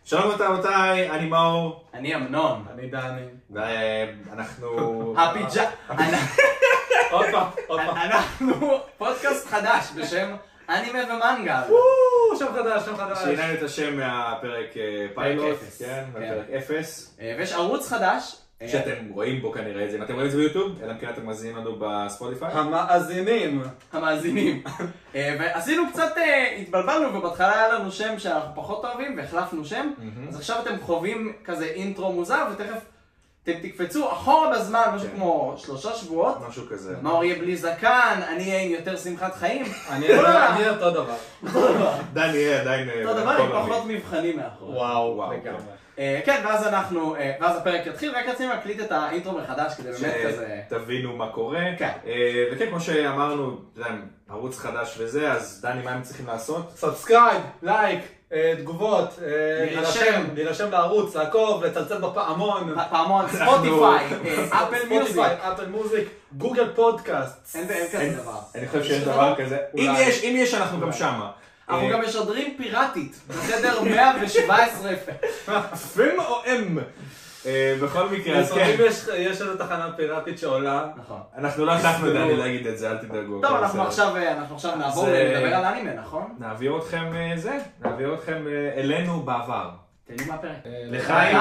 שלום רבותיי, אני מאור. אני אמנון. אני דני. ואנחנו... עוד פעם. אנחנו פודקאסט חדש בשם אנימה ומנגה. שם חדש. שינינו את השם מהפרק פיילוט, אפס. כן, מהפרק 0. ויש ערוץ חדש. שאתם רואים בו כנראה את זה, אם אתם רואים את זה ביוטיוב, אלא אם כן אתם מאזינים לנו בספוטיפיי. המאזינים. ועשינו קצת, התבלבלנו ובהתחלה היה לנו שם שאנחנו פחות אוהבים והחלפנו שם. אז עכשיו אתם חווים כזה אינטרו מוזר ותכף אתם תקפצו אחורה בזמן, משהו כמו 3 שבועות. משהו כזה. מאור יהיה בלי זקן, אני אהיה עם יותר שמחת חיים. אני אהיה אותו דבר. דני יהיה עדיין... אותו דבר עם פחות מבחנים מאחורי. וואו, לגמרי. כן, ואז הפרק יתחיל, רק רצינו להקליט את האינטרו מחדש כדי באמת כזה... שתבינו מה קורה. כן. וכן, כמו שאמרנו, ערוץ חדש וזה, אז דני, מה הם צריכים לעשות? סאבסקרייב, לייק, תגובות, להירשם לערוץ, לעקוב, לצלצל בפעמון. פעמון, ספוטיפיי, אפל מיוזיק. אפל מיוזיק, גוגל פודקאסט. אין כזה דבר. אני חושב שיש דבר כזה. אם יש, אנחנו גם שמה. אנחנו גם משדרים פיראטית, בסדר 117 פם או אם? בכל מקרה, אז כן. יש איזו תחנה פיראטית שעולה. נכון. אנחנו לא הצלחנו דני להגיד את זה, אל תדאגו. טוב, אנחנו עכשיו נעבור לדבר על אנימה, נכון? נעביר אתכם אלינו בעבר. תהנו מהפרק. לחיים.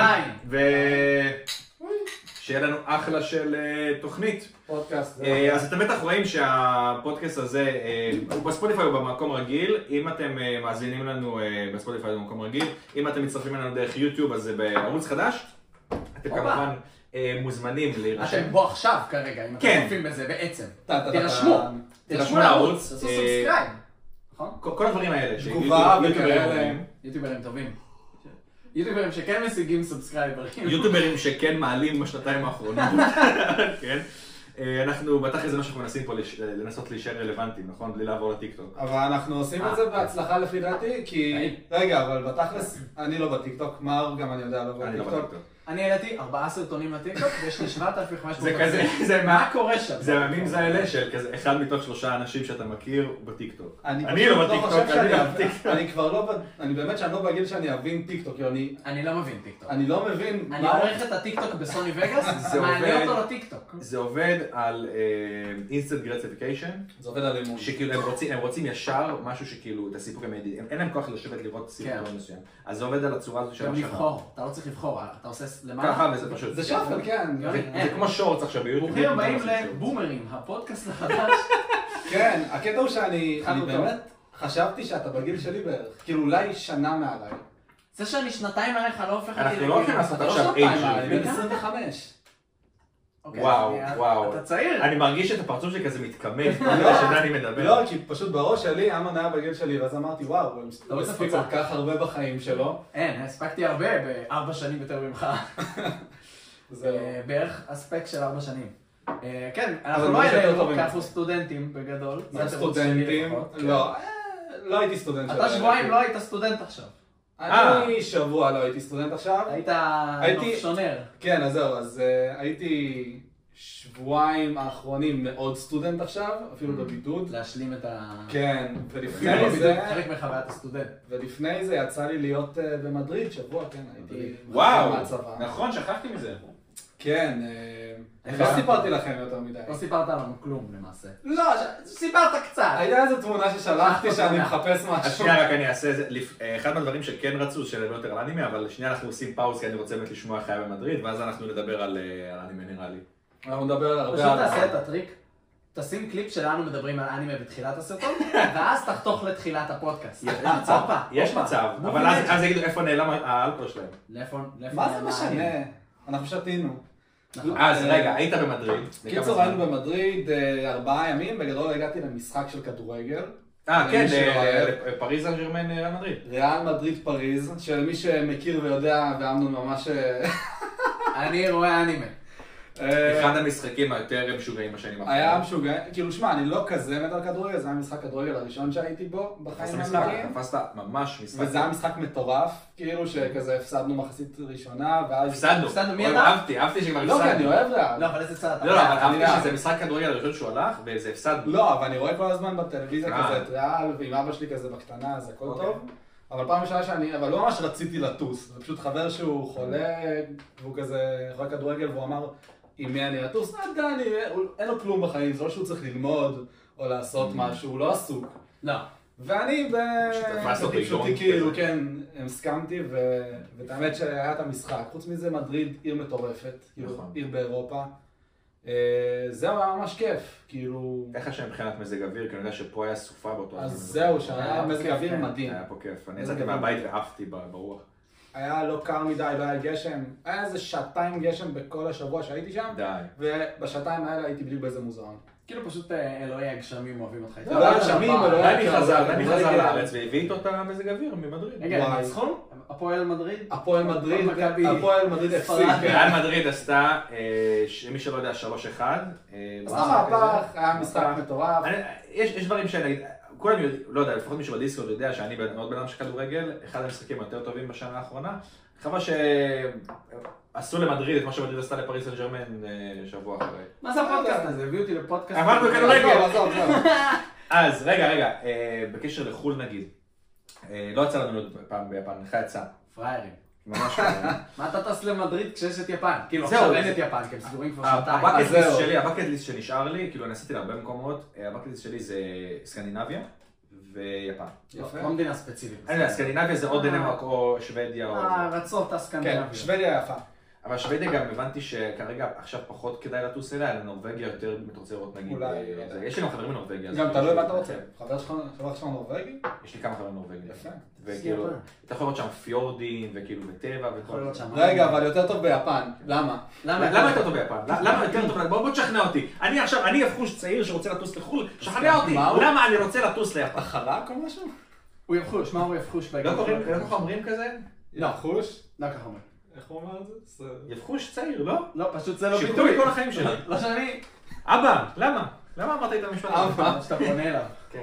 שיהיה לנו אחלה של תוכנית. פודקאסט. אז אתם בטח רואים שהפודקאסט הזה הוא בספוטיפיי או במקום רגיל. אם אתם מאזינים לנו בספוטיפיי או במקום רגיל, אם אתם מצטרפים לנו דרך יוטיוב, אז זה בערוץ חדש. אתם כמובן מוזמנים להירשם. אתם בו עכשיו כרגע, אם אתם צופים בזה בעצם. תרשמו לערוץ, תעשו סאבסקרייב. נכון? כל הדברים האלה. תגובה וכאלה. יוטיוברים טובים. יוטיוברים שכן משיגים סאבסקרייברים. יוטיוברים שכן מעלים בשנתיים האחרונות. כן. אנחנו, בתכל'ס זה מה שאנחנו מנסים פה לנסות להישאר רלוונטיים, נכון? בלי לעבור לטיקטוק. אבל אנחנו עושים את זה בהצלחה לפי דעתי, כי... רגע, אבל בתכל'ס אני לא בטיקטוק, מר גם אני יודע לא בטיקטוק. אני העליתי 4 סרטונים לטיקטוק ויש לי 7,500. זה כזה, זה מה קורה שם? זה הממים זה האלה של כזה 1 מתוך 3 אנשים שאתה מכיר בטיקטוק. אני לא בטיקטוק, אני כבר לא, אני באמת שאני לא בגיל שאני אבין טיקטוק, אני לא מבין טיקטוק. אני לא מבין... אני עורך את הטיקטוק בסוני וגאס, מעלה אותו לטיקטוק. זה עובד על instant gratification. זה עובד על אמון. שכאילו הם רוצים ישר משהו שכאילו את הסיפור המיידי, אין להם כוח לשבת לראות סיפור מסוים. אז זה עובד על הצורה הזו של גם לבחור, אתה לא צריך לבחור, אתה עושה למעלה. ככה וזה פשוט. זה שפל, כן. זה כמו שורץ עכשיו ביוטיוב. ברוכים הבאים לבומרים, הפודקאסט החדש. כן, הקטע הוא שאני באמת חשבתי שאתה בגיל שלי בערך, כאילו אולי שנה מעליי. זה שאני 2 עליך לא הופך אותי אנחנו לא הולכים לעשות עכשיו אייג'ים. אני בן 25. וואו. אתה צעיר. אני מרגיש את הפרצוף שלי כזה מתקמט, כשדני מדבר. לא, כי פשוט בראש שלי, אמנון היה בגיל שלי, ואז אמרתי, וואו, הוא הספיק כל כך הרבה בחיים שלו. אין, הספקתי הרבה ב4 שנים יותר ממך. זה בערך אספק של 4 שנים. כן, אנחנו לא היינו, כי אנחנו סטודנטים בגדול. סטודנטים? לא הייתי סטודנט. אתה שבועיים לא היית סטודנט עכשיו. אני שבוע לא הייתי סטודנט עכשיו. היית נופשונר. כן, אז זהו, אז הייתי שבועיים האחרונים מאוד סטודנט עכשיו, אפילו בבידוד. להשלים את ה... כן, ולפני זה... חלק מחוויית הסטודנט. ולפני זה יצא לי להיות במדריד שבוע, כן, הייתי... וואו, נכון, שכחתי מזה. כן, לא סיפרתי לכם יותר מדי. לא סיפרת לנו כלום למעשה. לא, סיפרת קצת. הייתה איזו תמונה ששלחתי שאני מחפש משהו. אז שנייה רק אני אעשה את זה, אחד מהדברים שכן רצו שלדבר יותר על אנימה, אבל שנייה אנחנו עושים פאוס כי אני רוצה באמת לשמוע איך היה במדריד, ואז אנחנו נדבר על אנימה נראה לי. אנחנו נדבר על הרבה... פשוט תעשה את הטריק, תשים קליפ שלנו מדברים על אנימה בתחילת הסרטון, ואז תחתוך לתחילת הפודקאסט. יש מצב, אבל אז יגידו איפה נעלם האלפר שלהם. מה זה משנה? אנחנו שתינו. אז רגע, היית במדריד. קיצור, היינו במדריד 4 ימים, בגדול הגעתי למשחק של כדורגל. כן, פריז סן ז'רמן ריאל מדריד. ריאל מדריד פריז, שלמי שמכיר ויודע, ואמנון ממש... אני רואה אנימה. אחד המשחקים היותר משוגעים בשנים האחרונות. היה משוגע, כאילו שמע, אני לא כזה מת על כדורגל, זה היה משחק כדורגל הראשון שהייתי בו בחיים האמיתיים. תפסת ממש משחק. וזה היה משחק מטורף, כאילו שכזה הפסדנו מחצית ראשונה, ואז... הפסדנו, מי אתה? אהבתי שכבר הפסדנו. לא, כי אני אוהב ריאל. לא, אבל איזה צד אתה? לא, אבל אהבתי שזה משחק כדורגל הראשון שהוא הלך, וזה הפסדנו. לא, אבל אני רואה כל הזמן בטלוויזיה כזה את ריאל, ועם אבא שלי כזה בקטנה, אז הכל טוב. אבל פעם ראשונה אבל לא ממש רציתי לטוס, זה פשוט חבר שהוא חולה, והוא כזה חולה כדורגל, והוא אמר, עם מי אני אטוס? דני, אין לו כלום בחיים, זה לא שהוא צריך ללמוד או לעשות משהו, הוא לא עסוק. לא. ואני פשוטי כאילו, כן, הסכמתי, ואת האמת שהיה את המשחק. חוץ מזה, מדריד עיר מטורפת, עיר באירופה. זהו, היה ממש כיף, כאילו... איך השם מבחינת מזג אוויר? כי אני יודע שפה היה סופה באותו... אז זהו, שהיה מזג אוויר מדהים. היה פה כיף, אני יצאתי מהבית ועפתי ברוח. היה לא קר מדי, לא היה גשם. היה איזה 2 גשם בכל השבוע שהייתי שם. די. ובשעתיים האלה הייתי בדיוק באיזה מוזיאון. כאילו פשוט אלוהי הגשמים אוהבים אותך. אלוהי הגשמים, אלוהי דני חזר לארץ והביא איתו את המזג אוויר ממדריד. רגע, הם ניצחו? הפועל מדריד? הפועל מדריד הפסיק. ריאל מדריד עשתה, מי שלא יודע, 3-1. עשתה מהפך, היה משחק מטורף. יש דברים שאני... כולם יודעים, לא יודע, לפחות מישהו בדיסקורד יודע שאני מאוד בן אדם של כדורגל, אחד המשחקים היותר טובים בשנה האחרונה. חבל שעשו למדריד את מה שמדריד עשתה לפריס סן ז'רמן שבוע אחרי. מה זה הפודקאסט הזה? הביאו אותי לפודקאסט. עברנו כדורגל. עזוב. אז רגע, בקשר לחול נגיד. לא יצא לנו להיות פעם ביפן, לך יצא. פריירים. ממש מה אתה טס למדריד כשיש את יפן? כאילו עכשיו אין את יפן, כי הם סגורים כבר שנתיים. הבקט-ליסט שנשאר לי, כאילו אני עשיתי להרבה מקומות, הבקט-ליסט שלי זה סקנדינביה ויפן. יפה. לא מדינה ספציפית. אני יודע, סקנדינביה זה או דנמרק או שוודיה או... רצות הסקנדינביה. כן, שוודיה יפה. אבל שוודיה גם הבנתי שכרגע עכשיו פחות כדאי לטוס אליה, לנורווגיה יותר מתרוצה לראות נגיד. יש לי גם חברים מנורווגיה. גם תלוי מה אתה רוצה. חבר שלך נורווגי? יש לי כמה חברים נורווגיה. יפה. וכאילו, אתה יכול לראות שם פיורדים וכאילו וטבע וכל זה. רגע, אבל יותר טוב ביפן. למה? למה יותר טוב ביפן? למה יותר טוב? בוא תשכנע אותי. אני יבחוש צעיר שרוצה לטוס לחו"ל, שכנע אותי. למה אני רוצה לטוס ליפן? חרק או משהו? הוא יבחוש, מה הוא יבחוש? לא ככה אומרים כזה? יבחוש? לא ככה אומרים. איך הוא אמר את זה? יבחוש צעיר, לא? לא, פשוט זה לא ביטוי. שיקרו לי כל החיים שלי. לא שאני... אבא, למה? למה אמרת את המשפט הזה? אבא, שאתה פונה אליו. כן,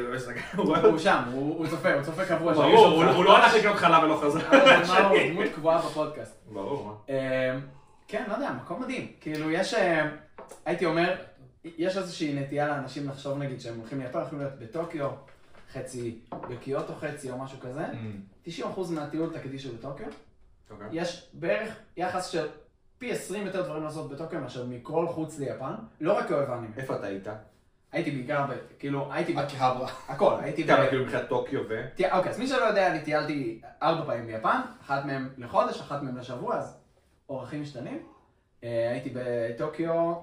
הוא שם, הוא צופה קבוע. ברור, הוא לא הלך לקנות חלב ולא חזר. מה הוא דמות קבועה בפודקאסט. ברור. כן, לא יודע, מקום מדהים. כאילו יש, הייתי אומר, יש איזושהי נטייה לאנשים לחשוב נגיד שהם הולכים ליפן, הולכים להיות בטוקיו, חצי בקיוטו חצי או משהו כזה. 90% מהטיול תקדישו בטוקיו. יש בערך יחס של פי 20 יותר דברים לעשות בטוקיו מאשר מכל חוץ ליפן, לא רק אוהב אנימה. איפה אתה היית? הייתי בעיקר, כאילו, הייתי... אקיהברה. הכל, הייתי... כמה כאילו מבחינת טוקיו ו... אוקיי, אז מי שלא יודע, אני טיילתי 4 פעמים ביפן, אחת מהם לחודש, אחת מהם לשבוע, אז אורחים משתנים. הייתי בטוקיו,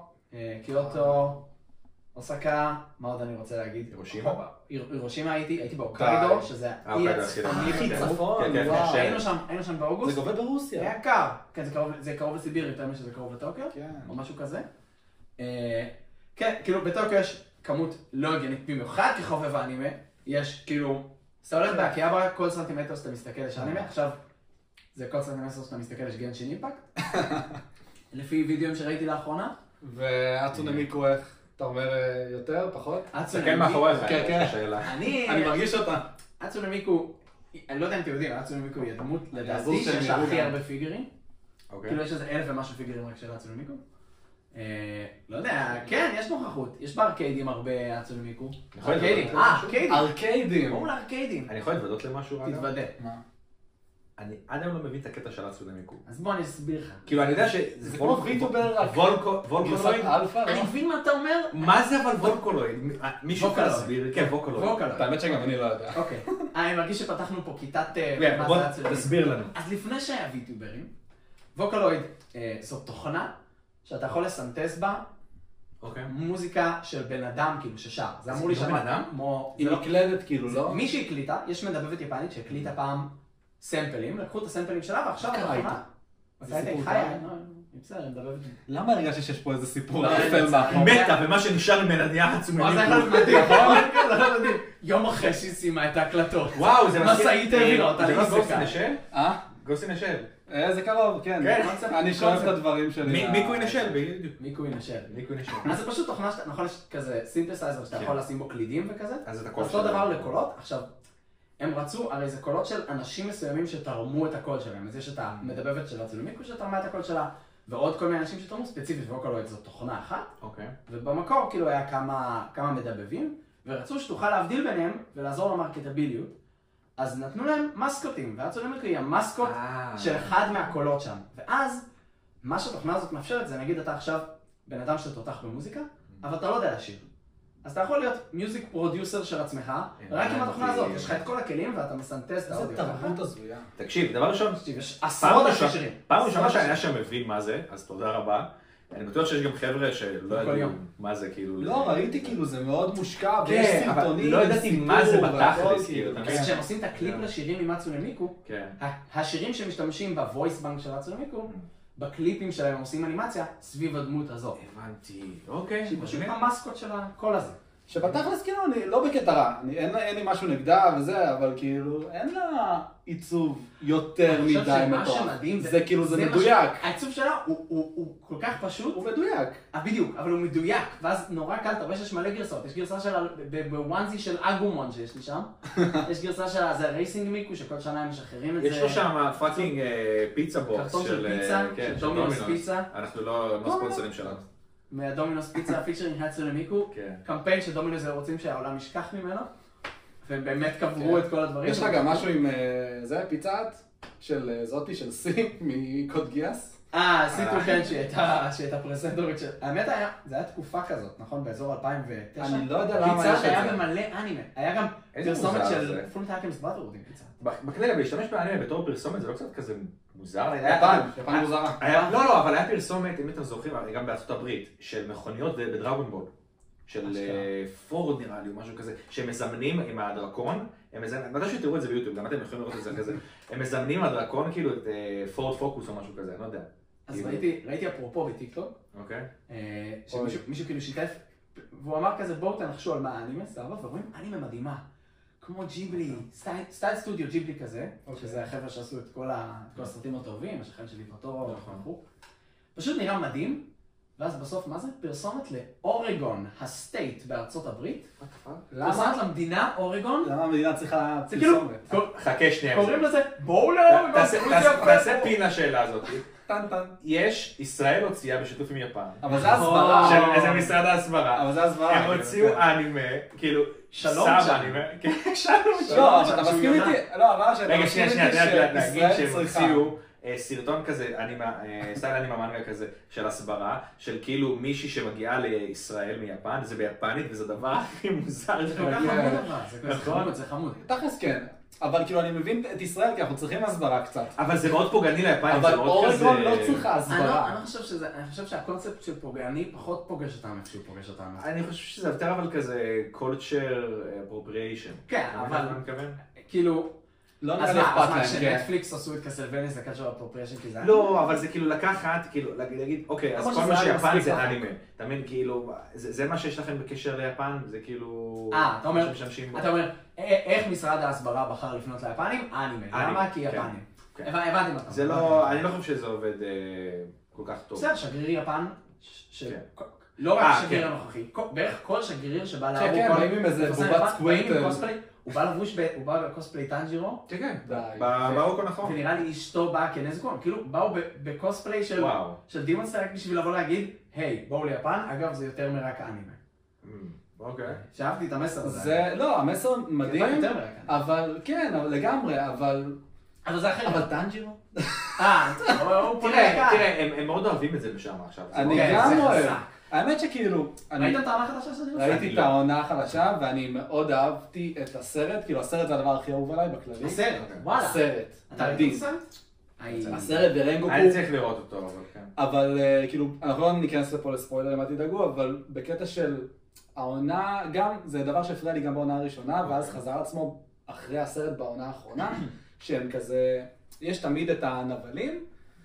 קיוטו, אוסקה, מה עוד אני רוצה להגיד? הירושימה? הירושימה הייתי באוקיידו, שזה האי הכי צפון, היינו שם באוגוסט. זה גובה ברוסיה. היה קר, כן, זה קרוב לסיביר, יותר משזה קרוב לטוקיו, או משהו כזה. כן, כאילו בטוקיו יש כמות לא הגיונית במיוחד כחובב האנימה, יש כאילו, אתה הולך באקיהברה, כל סנטימטר שאתה מסתכל יש אנימה, עכשיו זה כל סנטימטר שאתה מסתכל יש גנשין אימפקט, לפי וידאוים שראיתי לאחרונה. ואצונה מיקו איך? אתה אומר יותר, פחות? תסתכל מאחוריך, כן, כן. אני מרגיש אותה. אצונה מיקו, אני לא יודע אם אתם יודעים, אצונה מיקו היא הדמות לדעתי שיש לה הכי הרבה פיגרים. כאילו יש איזה 1000 ומשהו פיגרים רק של אצונה מיקו. לא יודע, כן, יש נוכחות. יש בארקיידים הרבה אצונה מיקו. ארקיידים. ארקיידים. ברור לארקיידים. אני יכול להתוודות למשהו? תתוודה. מה? אני עד היום לא מבין את הקטע של אצונה מיקו. אז בוא אני אסביר לך. כאילו אני יודע זה כמו ויטובר רק. וולקולויד? אני מבין מה אתה אומר? מה זה אבל וולקולויד? מישהו יכול להסביר? כן, וולקולויד. האמת שגם אני לא יודע. אוקיי. אני מרגיש שפתחנו פה כיתת... בוא תסביר לנו. אז לפני שהיה ויטוברים, ווקלויד זאת תוכנה שאתה יכול לסנטס בה מוזיקה של בן אדם כאילו ששר. זה אמור להישמע בן אדם? היא מקלדת כאילו, לא? מי שהקליטה, יש מדבבת יפנית שהקליטה פעם סמפלים, לקחו את הסמפלים שלה ועכשיו התוכנה... זה סיפור חיה, בסדר, אני מדבבת. למה הרגשתי שיש פה איזה סיפור אפל מאחור? מתה, ומה שנשאר ממנה נהיה עצומי. זה יכול להיות מדהים, נכון? יום אחרי שהיא סיימה את ההקלטות. וואו, זה משאית העבירה אותה להיסקה. זה לא גוסטי נשל? גוסטי נשל. זה קרוב, כן. אני שואף את הדברים שלי. מיקוי נשל, בדיוק. מיקוי נשל. מיקוי נשל. אז זה פשוט תוכנה שאתה יכול כזה סינתסייזר שאתה יכול לשים בו קלידים וכזה. אז את הקול אותו דבר לקולות. עכשיו, הם רצו, הרי זה קולות של אנשים מסוימים שתרמו את הקול שלהם. אז יש את המדבבת של אצונה מיקו שתרמה את הקול שלה, ועוד כל מיני אנשים שתרמו ספציפית, ווקלויד זו תוכנה אחת. ובמקור כאילו היה כמה מדבבים, ורצו שתוכל להבדיל ביניהם ולעזור למרקטביליות. אז נתנו להם מסקוטים, והאצולה מיקו היא המסקוט של אחד מהקולות שם. ואז, מה שהתוכנה הזאת מאפשרת זה, נגיד אתה עכשיו בן אדם שאתה תותח במוזיקה, אבל אתה לא יודע לשיר. אז אתה יכול להיות מיוזיק פרודיוסר של עצמך, רק עם התוכנה הזאת, יש לך את כל הכלים ואתה מסנטז את האודיו. זה תרבות הזויה. תקשיב, דבר ראשון, יש עשרות שירים. פעם ראשונה שאני היה שם מבין מה זה, אז תודה רבה. אני בטוח שיש גם חבר'ה שלא ידעו מה זה כאילו... לא, ראיתי כאילו זה מאוד מושקע, ויש סרטונים, לא ידעתי מה זה בתכלס, כאילו. אז כשהם עושים את הקליפ לשירים עם אצולה מיקו, השירים שמשתמשים בוויס בנק של אצולה מיקו, בקליפים שלהם הם עושים אנימציה סביב הדמות הזאת. הבנתי, אוקיי. שהיא פשוט המסקוט של הקול הזה. שבתכלס כאילו אני לא בקטע רע, אין לי משהו נגדה וזה, אבל כאילו אין לה עיצוב יותר מדי מטורף. זה כאילו זה מדויק. העיצוב שלה הוא כל כך פשוט. הוא מדויק. בדיוק, אבל הוא מדויק, ואז נורא קל, אתה רואה שיש מלא גרסאות. יש גרסה שלה בוואנזי של אגומון שיש לי שם. יש גרסה שלה, זה רייסינג מיקו, שכל שנה הם משחררים את זה. יש לו שם פאקינג פיצה בוקס. קרטון של פיצה, של דומינוס פיצה. אנחנו לא ספונסרים שלנו. מהדומינוס פיצה פיצ'רינג אצולה מיקו, קמפיין שדומינוס רוצים שהעולם ישכח ממנו, והם באמת קברו את כל הדברים. יש לך גם משהו עם זה, פיצת של זאתי של סי מקוד גיאס? סיטו כן, שהייתה פרסנטורית של... האמת זה היה תקופה כזאת, נכון? באזור 2009. אני לא יודע למה יש את זה. פיצת היה במלא אנימה. היה גם פרסומת של פול טאקמס בראטרוד עם פיצת. בכלל, להשתמש באנימה בתור פרסומת זה לא קצת כזה מוזר? יפן מוזרה. לא, אבל היה פרסומת, אם אתם זוכרים, גם בארצות הברית, של מכוניות בדרגון בול. של פורד נראה לי, או משהו כזה, שהם מזמנים עם הדרקון, מתי שתראו את זה ביוטיוב, גם אתם יכולים לראות את זה כזה, הם מזמנים עם הדרקון כאילו את פורד פוקוס או משהו כזה, אני לא יודע. אז ראיתי אפרופו בטיקטוק, שמישהו כאילו שיתף, והוא אמר כזה, בואו תנחשו על מה האנימה, סבבה, ורואים אנימה מדהימה, כמו ג'יבלי, סטייל סטודיו ג'יבלי כזה, שזה החבר'ה שעשו את כל הסרטים הטובים, השכן שלי פרטורו, פשוט נראה מדהים. ואז בסוף, מה זה? פרסומת לאורגון, הסטייט בארצות הברית. פרסומת למדינה, אורגון. למה המדינה צריכה פרסומת? חכה שנייה. קוראים לזה, בואו לאורגון. תעשה פין לשאלה הזאת. יש, ישראל הוציאה בשיתוף עם יפן. אבל זה הסברה. איזה משרד ההסברה. אבל זה הסברה. הם הוציאו אנימה, כאילו, שלום אנימה. שלום. לא, אתה מסכים איתי? לא, אבל רגע, שנייה, להגיד שהם צריכה. הוציאו סרטון כזה, סטייל אנימה מנגה כזה של הסברה, של כאילו מישהי שמגיעה לישראל מיפן, זה ביפנית וזה דבר הכי מוזר. זה כל כך חמוד אבל, זה חמוד. תכלס כן, אבל כאילו אני מבין את ישראל כי אנחנו צריכים הסברה קצת. אבל זה מאוד פוגעני ליפנים, אבל זה מאוד כזה... אורגון לא צריכה הסברה. אני חושב שהקונספט של פוגעני פחות פוגש אותם איפה שהוא פוגש אותם. אני חושב שזה יותר אבל כזה culture appropriation. כן, אבל... אני מתכוון? כאילו... לא אז נראה לי אכפת מה, להם, כשנטפליקס עשו את קסלווניה זה culture appropriation כי זה... לא, אבל זה כאילו לקחת, כאילו להגיד, אוקיי, אז כל מה שיפן זה אנימה. אתה מבין, כאילו, זה מה שיש לכם בקשר ליפן, זה כאילו... אתה אומר, איך משרד ההסברה בחר לפנות ליפנים? אנימה. למה? כי יפנים. הבנתי מה אתה. זה לא, אני לא חושב שזה עובד כל כך טוב. בסדר, שגריר יפן, לא רק שגריר הנוכחי, בערך כל שגריר שבא כן, כן, באים עם איזה בובת סקווינטר. הוא בא לבוש, הוא בא בקוספליי טנג'ירו. כן, כן, באוקו נכון. ונראה לי אשתו באה כנזקון, כאילו באו בקוספליי של דימונסטר רק בשביל לבוא להגיד, היי, בואו ליפן, אגב זה יותר מרק אנימה. אוקיי. שאהבתי את המסר הזה. לא, המסר מדהים, אבל כן, לגמרי, אבל זה אחר. אבל טנג'ירו? הוא פונה תראה, הם מאוד אוהבים את זה בשם עכשיו. אני גם אוהב. האמת שכאילו... ראית את העונה החדשה של דימונסטר? ראיתי את העונה החדשה ואני מאוד אהבתי את הסרט, כאילו הסרט זה הדבר הכי אהוב עליי בכללי. הסרט? וואלה. הסרט. אתה ראית את הסרט? הסרט ורנגוקו. אני צריך לראות אותו, אבל כן. אבל כאילו, אנחנו לא ניכנס לפה לספוילרים, אל תדאגו, אבל בקטע של העונה, גם, זה דבר שהפריע לי גם בעונה הראשונה, ואז חזר עצמו אחרי הסרט בעונה האחרונה, שהם כזה, יש תמיד את הנבלים,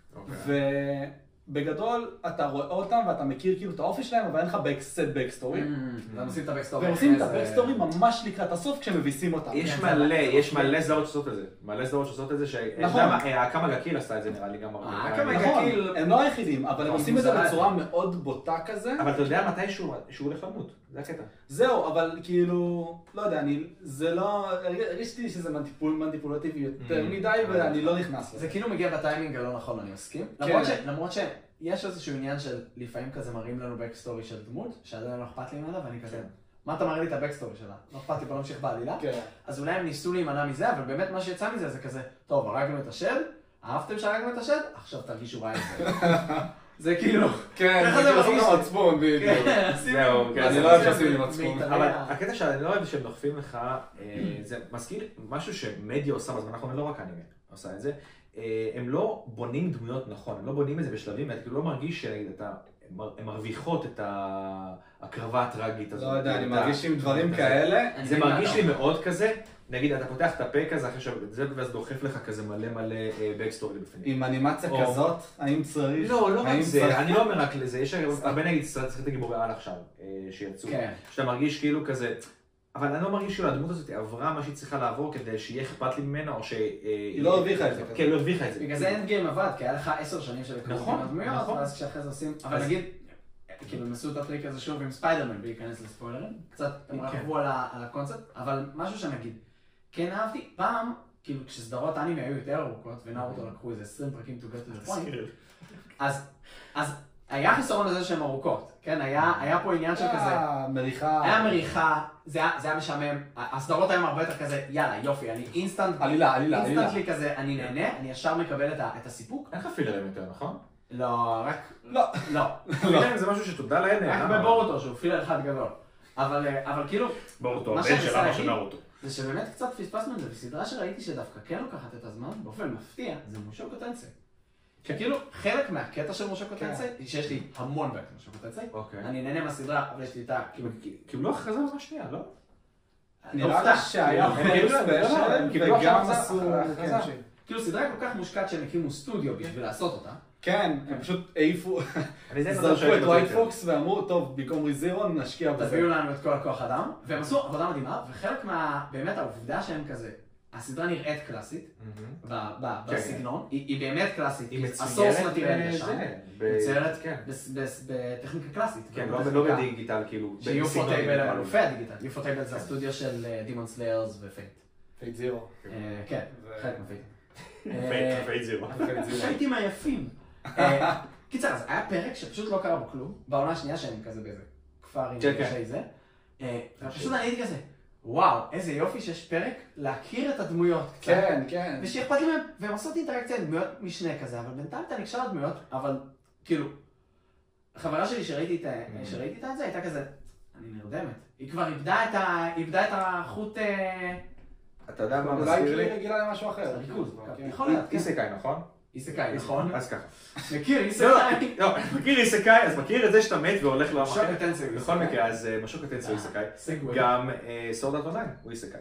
ובגדול אתה רואה אותם ואתה מכיר כאילו את האופי שלהם, אבל אין לך סט בקסטורי. והם עושים את הבקסטורי. והם עושים את הבקסטורי ממש לקראת הסוף כשמביסים אותם. יש מלא סדרות שעושות את זה. מלא סדרות שעושות את זה ש... נכון. הקאמה גקיל עשתה את זה נראה לי גם הרבה. הקאמה נכון, גקיל... הם לא היחידים, אבל הם עושים את זה בצורה מאוד בוטה כזה. אבל אתה יודע מתי שהוא הולך למות, זה הקטע. זהו, אבל כאילו, לא יודע, זה לא... הרגישתי שזה מניפולטיבי יותר מדי ואני לא נכנס לזה. זה כאילו מגיע בטיימינג הלא נכון, אני מסכים. למרות שיש איזשהו עניין של לפעמים כזה מראים לנו בקסטורי של דמות, שעדיין לא אכפת לי ממנה, ואני כזה, מה אתה מראה לי את הבקסטורי שלה? לא אכפת לי, בוא נמשיך בעלילה. אז אולי הם ניסו להימנע מזה, אבל באמת מה שיצא מזה זה כזה, טוב, הרגנו את השד, אהבתם שהרגנו את השד? עכשיו תרגישו רע את זה. זה כאילו... כן, זה כאילו לעשות עצבון, בדיוק. זהו, כן. אני לא אוהב שעושים עם עצבון. אבל הקטע שאני לא אוהב שהם דוחפים לך, זה מזכיר משהו שמדיה עושה בזמן האחרון, לא רק אנימה עושה את זה. הם לא בונים דמויות נכון, הם לא בונים את זה בשלבים, אתה כאילו לא מרגיש שהן מרוויחות את ההקרבה הטרגית הזאת. לא יודע, אני מרגיש עם דברים כאלה. זה מרגיש לי מאוד כזה, נגיד, אתה פותח את הפה כזה, אחרי שזה ואז דוחף לך כזה מלא בקסטורי בפנים. עם אנימציה כזאת, האם צריך? לא רק זה, אני לא אומר רק לזה, יש הרבה נגיד צריך את הגיבורי על עכשיו, שיצאו, שאתה מרגיש כאילו כזה, אבל אני לא מרגיש כאילו הדמות הזאת עברה מה שהיא צריכה לעבור כדי שיהיה אכפת לי ממנה, או היא לא הרוויחה את זה. כן, לא הרוויחה את זה. בגלל זה אין גיים עבד, כי היה לך 10 שנים של הדמויות, ואז כשאחרי זה עושים, אבל נגיד, כאילו הם עשו את הטריק הזה שוב עם ספיידרמן, להיכנס לספוילרים, קצת הם רכבו על הקונספט, אבל משהו שנגיד, כן אהבתי, פעם, כאילו כשסדרות אנימה היו יותר ארוכות, ונארוטו לקחו איזה 20 פרקים to get to the point, אז היה חיסרון לזה שהן ארוכות, כן? היה פה עניין של כזה... מריחה. היה מריחה, זה היה משעמם, הסדרות היום הרבה יותר כזה, יאללה, יופי, אני עלילה. אינסטנטלי כזה, אני נהנה, אני ישר מקבל את הסיפוק. אין לך פילרים יותר, נכון? לא, רק... לא. פילרים זה משהו שתודה לאל. רק בבורוטו, שהוא פילר אחד גדול. אבל כאילו... בורוטו, הבן שלה של נארוטו. זה שבאמת קצת פספסנו את זה, בסדרה שראיתי שדווקא כן לוקחת את הזמן, באופן מפתיע, זה מושוקו טנסי. שכאילו חלק מהקטע של מושוקו טנסי, שיש לי המון בקטע מושוקו טנסי, אני נהנה מהסדרה, אבל יש לי איתה, קיבלו הכרזה ממש שנייה, לא? נראה לי שהיה וגם עשו... כאילו סדרה כל כך מושקעת שהם הקימו סטודיו בשביל לעשות אותה. כן, הם פשוט העיפו, זרקו את ווייט פוקס ואמרו, טוב, במקום ריזירון נשקיע בזה. תביאו לנו את כל הכוח אדם, והם עשו עבודה מדהימה, וחלק באמת העובדה שהם כזה, הסדרה נראית קלאסית, בסגנון, היא באמת קלאסית, הסורס מטיריאל לשם, מציירת בטכניקה קלאסית. כן, לא בדיגיטל כאילו, שיופו טייבל הם אלופי הדיגיטל, יופו טייבל זה הסטודיו של דימון סליירס ופייט. פייט זירו. כן, חלק מפייט. פייט זירו. פייטים היפים. קיצר, אז היה פרק שפשוט לא קרה בו כלום, בעונה השנייה שהם כזה באיזה כפר עם ראשי זה, ופשוט אני הייתי כזה, וואו, איזה יופי שיש פרק להכיר את הדמויות קצת. כן. ושאכפת לי מהם, והם עושות אינטראקציה עם דמויות משנה כזה, אבל בינתיים אתה נקשר לדמויות, אבל כאילו, חברה שלי שראיתי את זה, הייתה כזה, אני נרדמת. היא כבר איבדה את החוט... אתה יודע מה מזכיר לי? אולי היא רגילה למשהו אחר. ריכוז, יכול להיות. איסקאי, נכון? איסקאי, נכון. אז ככה. מכיר איסקאי? לא, מכיר איסקאי, אז מכיר את זה שאתה מת והולך לעולם אחר. משוקו טנסי. בכל מקרה, אז משוקו טנסי הוא איסקאי. גם סורד ארט אונליין הוא איסקאי.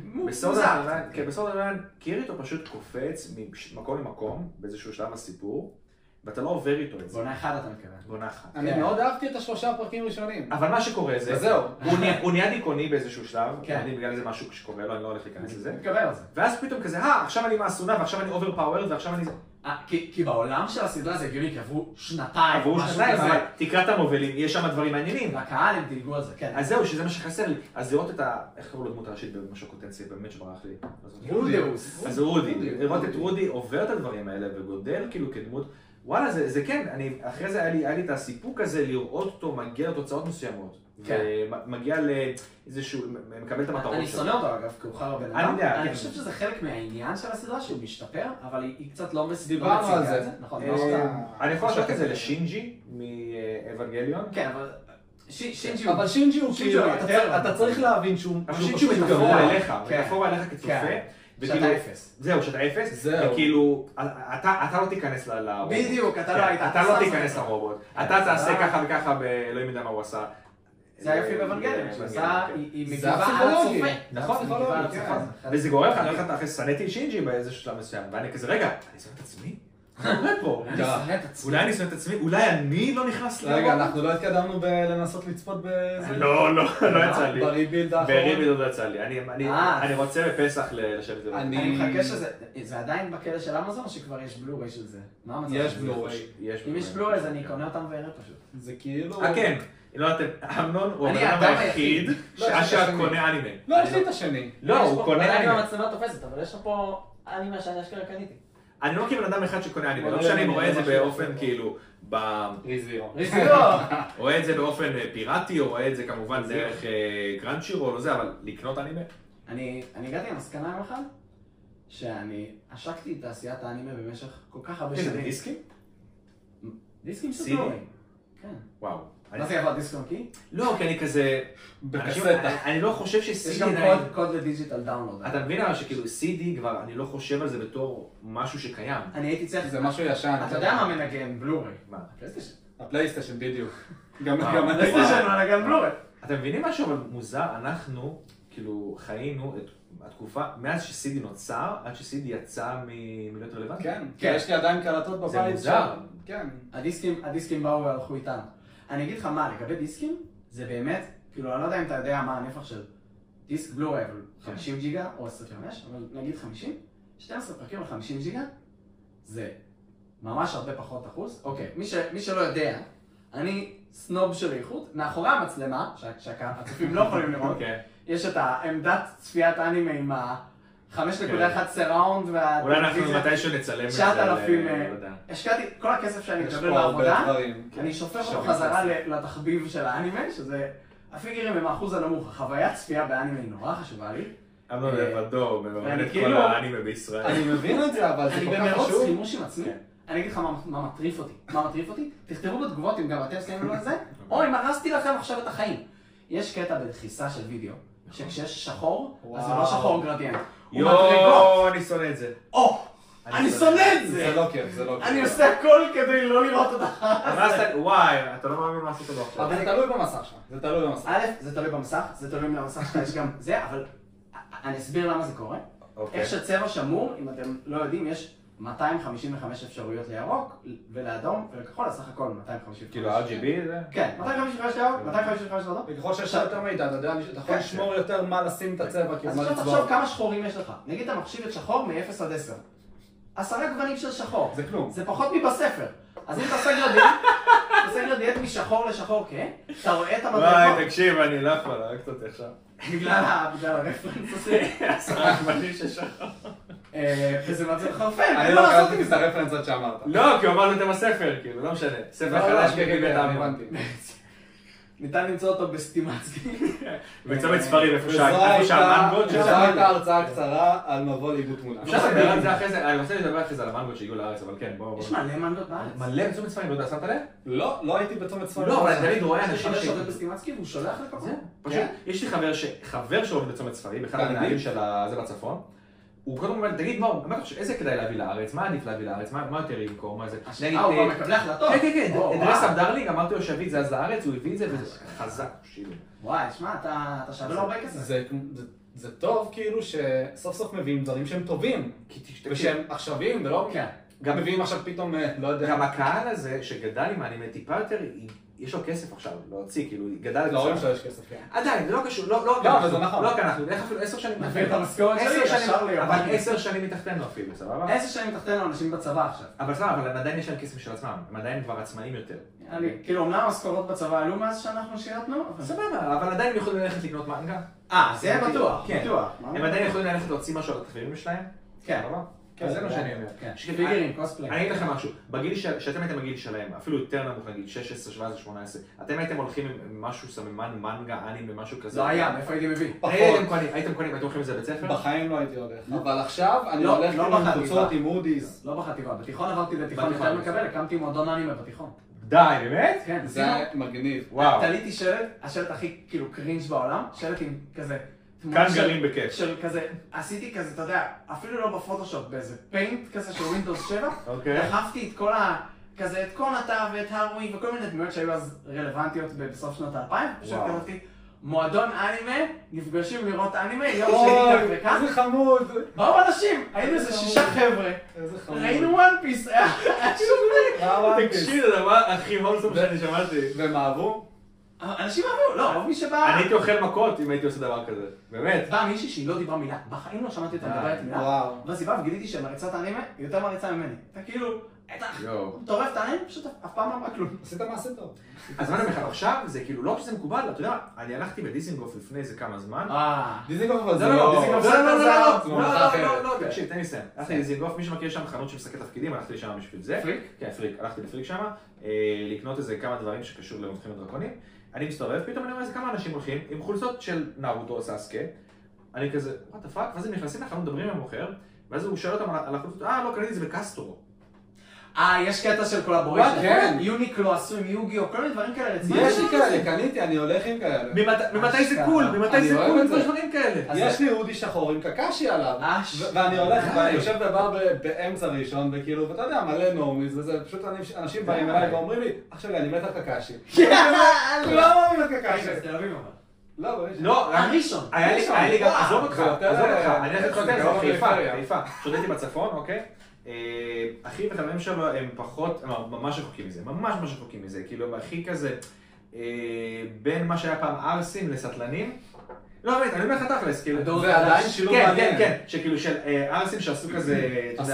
בסורד ארט אונליין, קיריטו פשוט קופץ ממקום למקום, באיזשהו שלב הסיפור, ואתה לא עובר איתו את זה. בעונה אחת אתה מתכוון. בעונה אחת. אני מאוד אהבתי את 3 פרקים ראשונים. אבל מה שקורה זה... וזהו. הוא נהיה דיכאוני באיזשהו שלב, בגלל זה משהו שקורה לו, אני לא הולך להיכנס לזה. מתקבל על זה. ואז פתאום כזה, עכשיו אני מאסונה, ועכשיו אני אוברפאוורד, ועכשיו אני... כי בעולם של הסדרה זה הגיוני, כי עברו שנתיים. אבל תקרא את המובלים, יש שם דברים מעניינים. לקהל הם דילגו על זה, כן. אז זהו, שזה מה שחסר לי. אז לראות את איך קראו לו דמות הראשית במשוקו טנסי, באמת שברח לי. רודיוס. אז רודי. לראות את רודי עובר את הדברים האלה וגודל כאילו כדמות. וואלה, זה כן, אחרי זה היה לי את הסיפוק הזה לראות אותו מגיע לתוצאות מסוימות. ומגיע לאיזשהו, מקבל את המטרות שלו. אני שונא אותו אגב, כי הוא חרא בן אדם. אני חושב שזה חלק מהעניין של הסדרה, שהוא משתפר, אבל היא קצת לא מציגה את זה. אני יכול לשאול את זה לשינג'י מאבנגליון. כן, אבל... שינג'י הוא כאילו, אתה צריך להבין שהוא שינג'י הוא מטאפורה אליך, מטאפורה אליך כצופה. שאתה אפס. זהו, שאתה אפס, וכאילו, אתה לא תיכנס לרובוט. בדיוק, אתה לא היית. אתה לא תיכנס לרובוט. אתה תעשה ככה וככה באלוהים יודע מה הוא עשה. זה היה יופי באבנגליון, היא מגיבה על הצופה. נכון, וזה גורם לך, אני הולכת אחרי שנאתי שינג'י באיזשהו שלב מסוים, ואני כזה, רגע, אני שונא את עצמי? מה קורה פה? אולי אני שונא את עצמי? אולי אני לא נכנס לרובוט? רגע, אנחנו לא התקדמנו בלנסות לצפות בזה? לא יצא לי. בריבילד האחרון? בריבילד לא יצא לי. אני רוצה בפסח לשבת לראות. אני מחכה שזה... זה עדיין בכלא של אמזון או שכבר יש בלוריי של זה? מה המצב? יש בלוריי. אם יש בלוריי אז אני קונה אותם ואראה פשוט. זה כאילו... כן. לא יודעת, אמנון הוא הבן אדם היחיד שאשכרה קונה אנימה. לא, יש לי את השני. לא, הוא קונה אנימה. אנימה. המצלמה תופסת, אבל יש לך פה אנימה שאני אשכרה קניתי. אני לא מכיר בן אדם אחד שקונה אנימה, לא משנה אם רואה את זה באופן כאילו, ריזירו. רואה את זה באופן פיראטי, או רואה את זה כמובן דרך קראנצ'ירול או זה, אבל לקנות אנימה? אני הגעתי למסקנה יום אחד, שאני השקתי את תעשיית האנימה במשך כל כך הרבה שנים. איזה דיסקים? דיסקים של CD? בלוריי. כן. וואו. מה זה יבוא דיסק נקי? לא, כי אני כזה... אני לא חושב יש ש-CD... גם קוד לדיג'יטל דאונלוד. אתה מבין אבל שכאילו CD כבר, אני לא חושב על זה בתור משהו שקיים. אני הייתי צריך... זה משהו ישן. אתה יודע מה מנגן בלוריי? מה? הפלייסטיישן בדיוק. גם הפלייסטיישן מנגן בלוריי. אתם מבינים משהו אבל מוזר? אנחנו כאילו חיינו את התקופה, מאז ש-CD נוצר, עד ש-CD יצא מלהיות רלוונטי. כן, יש לי עדיין קלטות בבית. זה מוזר. כן. הדיסקים באו והלכו איתנו. אני אגיד לך מה, לגבי דיסקים, זה באמת, כאילו, אני לא יודע אם אתה יודע מה הנפח של דיסק בלוריי, אבל 50 ג'יגה או 25, אבל נגיד 50, 12 פרקים על 50 ג'יגה, זה ממש הרבה פחות אחוז. אוקיי, מי שלא יודע, אני סנוב של איכות, מאחורי המצלמה, שהצופים לא יכולים לראות, יש את העמדת צפיית אנימה עם ה-5.1 סראונד אולי אנחנו מתישהו נצלם את זה. 9,000, השקעתי כל הכסף שאני מקבל בעבודה, אני שופך אותו חזרה לתחביב של האנימה, שזה הפיגרים הם האחוז הנמוך, החוויית צפייה באנימה היא נורא חשובה לי. אמנון לבדו מממן את כל האנימה בישראל. אני מבין את זה, אבל זה כל כך חשוב. אני במרוץ חימוש עם עצמי. אני אגיד לך מה מטריף אותי. תכתבו בתגובות אם גם אתם שמים לו את זה, או אם הרסתי לכם עכשיו את החיים. יש קטע בדחיסה של וידאו, שכשיש שחור, אז זה לא שחור גרדיאנט. יואו, אני שונא את זה. אני שונא את זה! זה לא כיף, זה לא כיף. אני עושה הכל כדי לא לראות אותך. וואי, אתה לא מאמין מה עשית לו עכשיו. אבל זה תלוי במסך שלך, זה תלוי במסך. א', זה תלוי במסך, זה תלוי במסך שלך, יש גם זה, אבל אני אסביר למה זה קורה. איך שצבע שמור, אם אתם לא יודעים, יש 255 אפשרויות לירוק ולאדום ולכחול, סך הכל 255. כאילו RGB זה? כן, 255 לירוק, 255 לאדום. וככל שיש יותר מידע, אתה יודע, אתה יכול לשמור יותר מה לשים את הצבע, כאילו מה אז לצבוע. תחשוב כמה שחורים יש לך. נגיד אתה מחשיב את שחור מ-0 עד 10. 10 גוונים של שחור. זה כלום. זה פחות מבספר. אז אם אתה עושה גרדיאנט משחור לשחור, כן? אתה רואה את המדרגות. וואי, תקשיב, אני לא יכול להראות אותי עכשיו. בגלל הרפרנס הזה. 10 גוונים של שחור. וזה מצא חרפן. אני לא קראתי את הרפרנס עד שאמרת. לא, כי הוא אמר לי את הספר, כאילו, לא משנה. ספר חדש כגיל בית אבא. ניתן למצוא אותו בסטימצקי. וצומת ספרים, איפה שהמנגות זו הייתה הרצאה קצרה על מבוא לעיבוד תמונה. אפשר לדבר על זה אחרי זה, אני רוצה לדבר אחרי זה על המנגות שהגיעו לארץ, אבל כן, בואו. יש מלא מנגות בארץ? מלא בצומת ספרים, לא יודע, שמת לב? לא הייתי בצומת ספרים. לא, אבל אני תמיד רואה אנשים חבר שעובד בסטימצקי והוא שולח לקרוב. פשוט, יש לי חבר שעובד בצומת ספרים, אחד המנהלים של זה בצפון. הוא קודם כל, תגיד, איזה כדאי להביא לארץ? מה עדיף להביא לארץ? מה יותר ימכור? מה זה? הוא כבר מקבלי החלטות. כן, כן, כן, דרס אבדרלינג, אמרתי לו שהביא את זה אז לארץ, הוא הביא את זה וזה חזק, שילו. וואי, שמע, אתה שווה לו הרבה כסף. זה טוב כאילו שסוף סוף מביאים דברים שהם טובים, ושהם עכשוויים ולא... גם מביאים עכשיו פתאום, לא יודע... גם הקהל הזה שגדל עם האנימה טיפה יותר, יש לו כסף עכשיו להוציא, כאילו, גדל... לא רואים שיש כסף, כן. עדיין, זה לא קשור, לא אנחנו, איך אפילו 10 שנים נביא את המשכורת שלי, ישר לי. אבל 10 שנים מתחתנו אפילו, סבבה? 10 שנים מתחתנו אנשים בצבא עכשיו. אבל סבבה, אבל עדיין יש להם כסף של עצמם, הם עדיין כבר עצמאים יותר. כאילו, אומנם המשכורות בצבא עלו מאז שאנחנו שירתנו, סבבה, אבל עדיין הם יכולים ללכת לקנות מנגה. זה בטוח, בטוח. הם עדיין יכולים ללכת להוציא משהו על התחביבים שלהם? כן. זה מה שאני אומר. פיגרים, קוספליי. אני אגיד לכם משהו, בגיל שאתם הייתם בגיל שלהם, אפילו יותר נמוך נגיד, 16, 17, 18, אתם הייתם הולכים עם משהו סממן, מנגה, אנימה, משהו כזה? לא היה, מאיפה הייתי מביא? הייתם קונים, הייתם הולכים לזה בית ספר? בחיים לא הייתי הולך. אבל עכשיו אני הולך עם קבוצות עם מודי'ס. לא בחטיבה, בתיכון עברתי לתיכון יותר מקבל, הקמתי מועדון אנימה בתיכון. די, באמת? כן. זה מגניב. וואו. תליתי שלט, השלט הכי כאילו קרינג' בעולם, שלט עם כזה... כאן גרים בכיף. של כזה, עשיתי כזה, אתה יודע, אפילו לא בפוטושופ, באיזה פיינט כזה של ווינדוס 7, דחפתי את כל כזה, את קונאטה ואת הרוי וכל מיני דמויות שהיו אז רלוונטיות בסוף שנות ה-2000, פשוט כתבתי, מועדון אנימה, נפגשים לראות אנימה, יום שני כך וכך. איזה חמוד. באו אנשים, היינו איזה 6 חבר'ה, ראינו וואן פיס, היה שומרי. תקשיב, זה הדבר הכי הולסום שאני שמעתי. והם אהבו? אנשים אהבו, לא, רוב מי שבא... אני הייתי אוכל מכות אם הייתי עושה דבר כזה, באמת. באה מישהי שהיא לא דיברה מילה, בחיים לא שמעתי אותה מדברת מילה, ואז היא באה וגיליתי שמריצת האנימה היא יותר מריצה ממני. אתה כאילו, אתה עורף את העין, פשוט אף פעם לא אמרה כלום. עשית מעשה טוב. אז מה אני אומר לך, עכשיו זה כאילו, לא שזה מקובל, אתה יודע, אני הלכתי בדיזינגוף לפני איזה כמה זמן. דיזינגוף אבל זה לא, תקשיב, תן לי לסיים. הלכתי לדיזינגוף, מי שמכיר שם חנות שמשחקי תפקידים, הלכתי לשם בשביל זה. פריק? כן, פריק, הלכתי לפריק שם, לקנות איזה כמה דברים שקשור למומחים ודרקונים. אני מסתובב, פתאום אני רואה איזה כמה אנשים הולכים עם חולצות של נארוטו או סאסקה. אני כזה, what the fuck? ואז הם נכנסים לחנות, מדברים עם המוכר, ואז הוא שואל אותם על החולצות, לא, קניתי את זה בקסטרו. יש קטע של קולאבוריישן. כן. יוניקלו עשו עם יוגיו, כל מיני דברים כאלה רציניים. יש לי כאלה, קניתי, אני הולך עם כאלה. ממתי זה קול? ממתי זה קול? יש דברים כאלה. יש לי הודי שחור עם קקשי עליו, ואני הולך, ואני יושב בבר באמצע ראשון, וכאילו, ואתה יודע, מלא נורמיז, וזה פשוט אנשים באים אליי ואומרים לי, אח שלי, אני מת על קקשי. לא אומרים את קקשי. תל אביב אבל. לא, הראשון. היה לי גם, עזוב אותך, אני הולך יותר חיפה, שודדתי בצפון, אוקיי? אחי וחברים שלו הם פחות, ממש רחוקים מזה, ממש רחוקים מזה, כאילו הם הכי כזה, בין מה שהיה פעם ארסים לסטלנים, לא באמת, אני אומר לך תכלס, כאילו, זה עדיין שילוב מעניין. כן, שכאילו של ארסים שעשו כזה,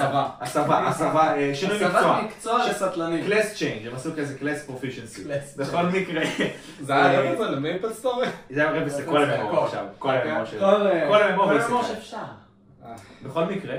הסבה, שינוי מקצוע, מקצוע לסטלנים. קלאס צ'יינג', הם עשו כזה קלאס פרופישנסי, בכל מקרה, זה היה רב הזה למייפל סטורי? זה היה רב לכל הממור עכשיו, כל הממור שאפשר. בכל מקרה,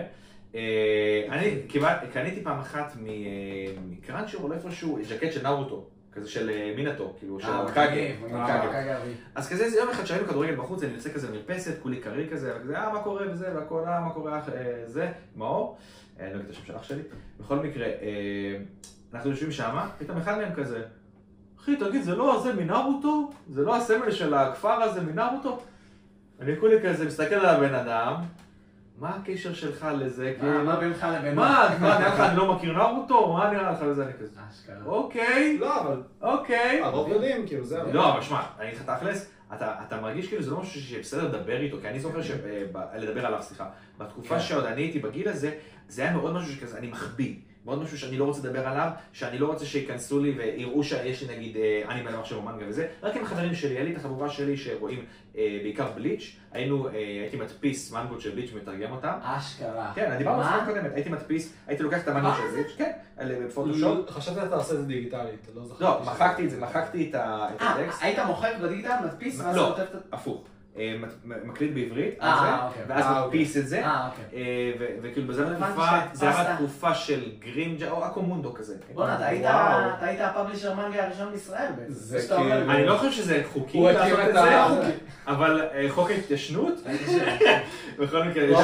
אני קניתי פעם אחת מקראנצ'ור או איפשהו ז'קט של נארוטו, כזה של מינאטו, כאילו של קאגה. אז כזה איזה יום אחד שהיינו כדורגל בחוץ, אני יוצא כזה מרפסת, כולי קריר כזה, וכזה, מה קורה וזה, והכל, מה קורה זה, מאור, אני לא אגיד את השם של אח שלי. בכל מקרה, אנחנו יושבים שמה, פתאום אחד מהם כזה, אחי, תגיד, זה לא זה מנארוטו? זה לא הסמל של הכפר הזה מנארוטו? אני כולי כזה מסתכל על הבן אדם, מה הקשר שלך לזה? מה בינך לבינו? מה, נראה לך אני לא מכיר נארוטו? מה נראה לך לזה? אני כזה, אוקיי. לא, אבל... אוקיי. הרוב יודעים, כאילו זה... לא, אבל שמע, אני אגיד לך תכלס, אתה מרגיש כאילו זה לא משהו שבסדר לדבר איתו, כי אני זוכר לדבר עליו, סליחה. בתקופה שעוד אני הייתי בגיל הזה, זה היה מאוד משהו שכזה, אני מחביא. מאוד משהו שאני לא רוצה לדבר עליו, שאני לא רוצה שיכנסו לי ויראו שיש לי נגיד אנימה למחשב או מנגה וזה, רק עם החברים שלי, היה לי את החבורה שלי שרואים בעיקר בליץ', הייתי מדפיס מנגות של בליץ' ומתרגם אותם. אשכרה. כן, דיברנו על זה קודמת, הייתי מדפיס, הייתי לוקח את המנגות של בליץ', כן, בפוטושופ. חשבתי שאתה עושה את זה דיגיטלית, לא זכרתי. לא, מחקתי את זה, מחקתי את הטקסט. היית מוכר בדיגיטל, מדפיס? לא, הפוך. מקליט בעברית, ואז מדפיס את זה, וכאילו בזה זה היה בתקופה של גרימג'ה או אקומונדו כזה. בוא'נה, אתה היית הפאבלישר מנגה הראשון בישראל בעצם. אני לא חושב שזה חוקי לעשות את זה, אבל חוק ההתיישנות, בכל מקרה,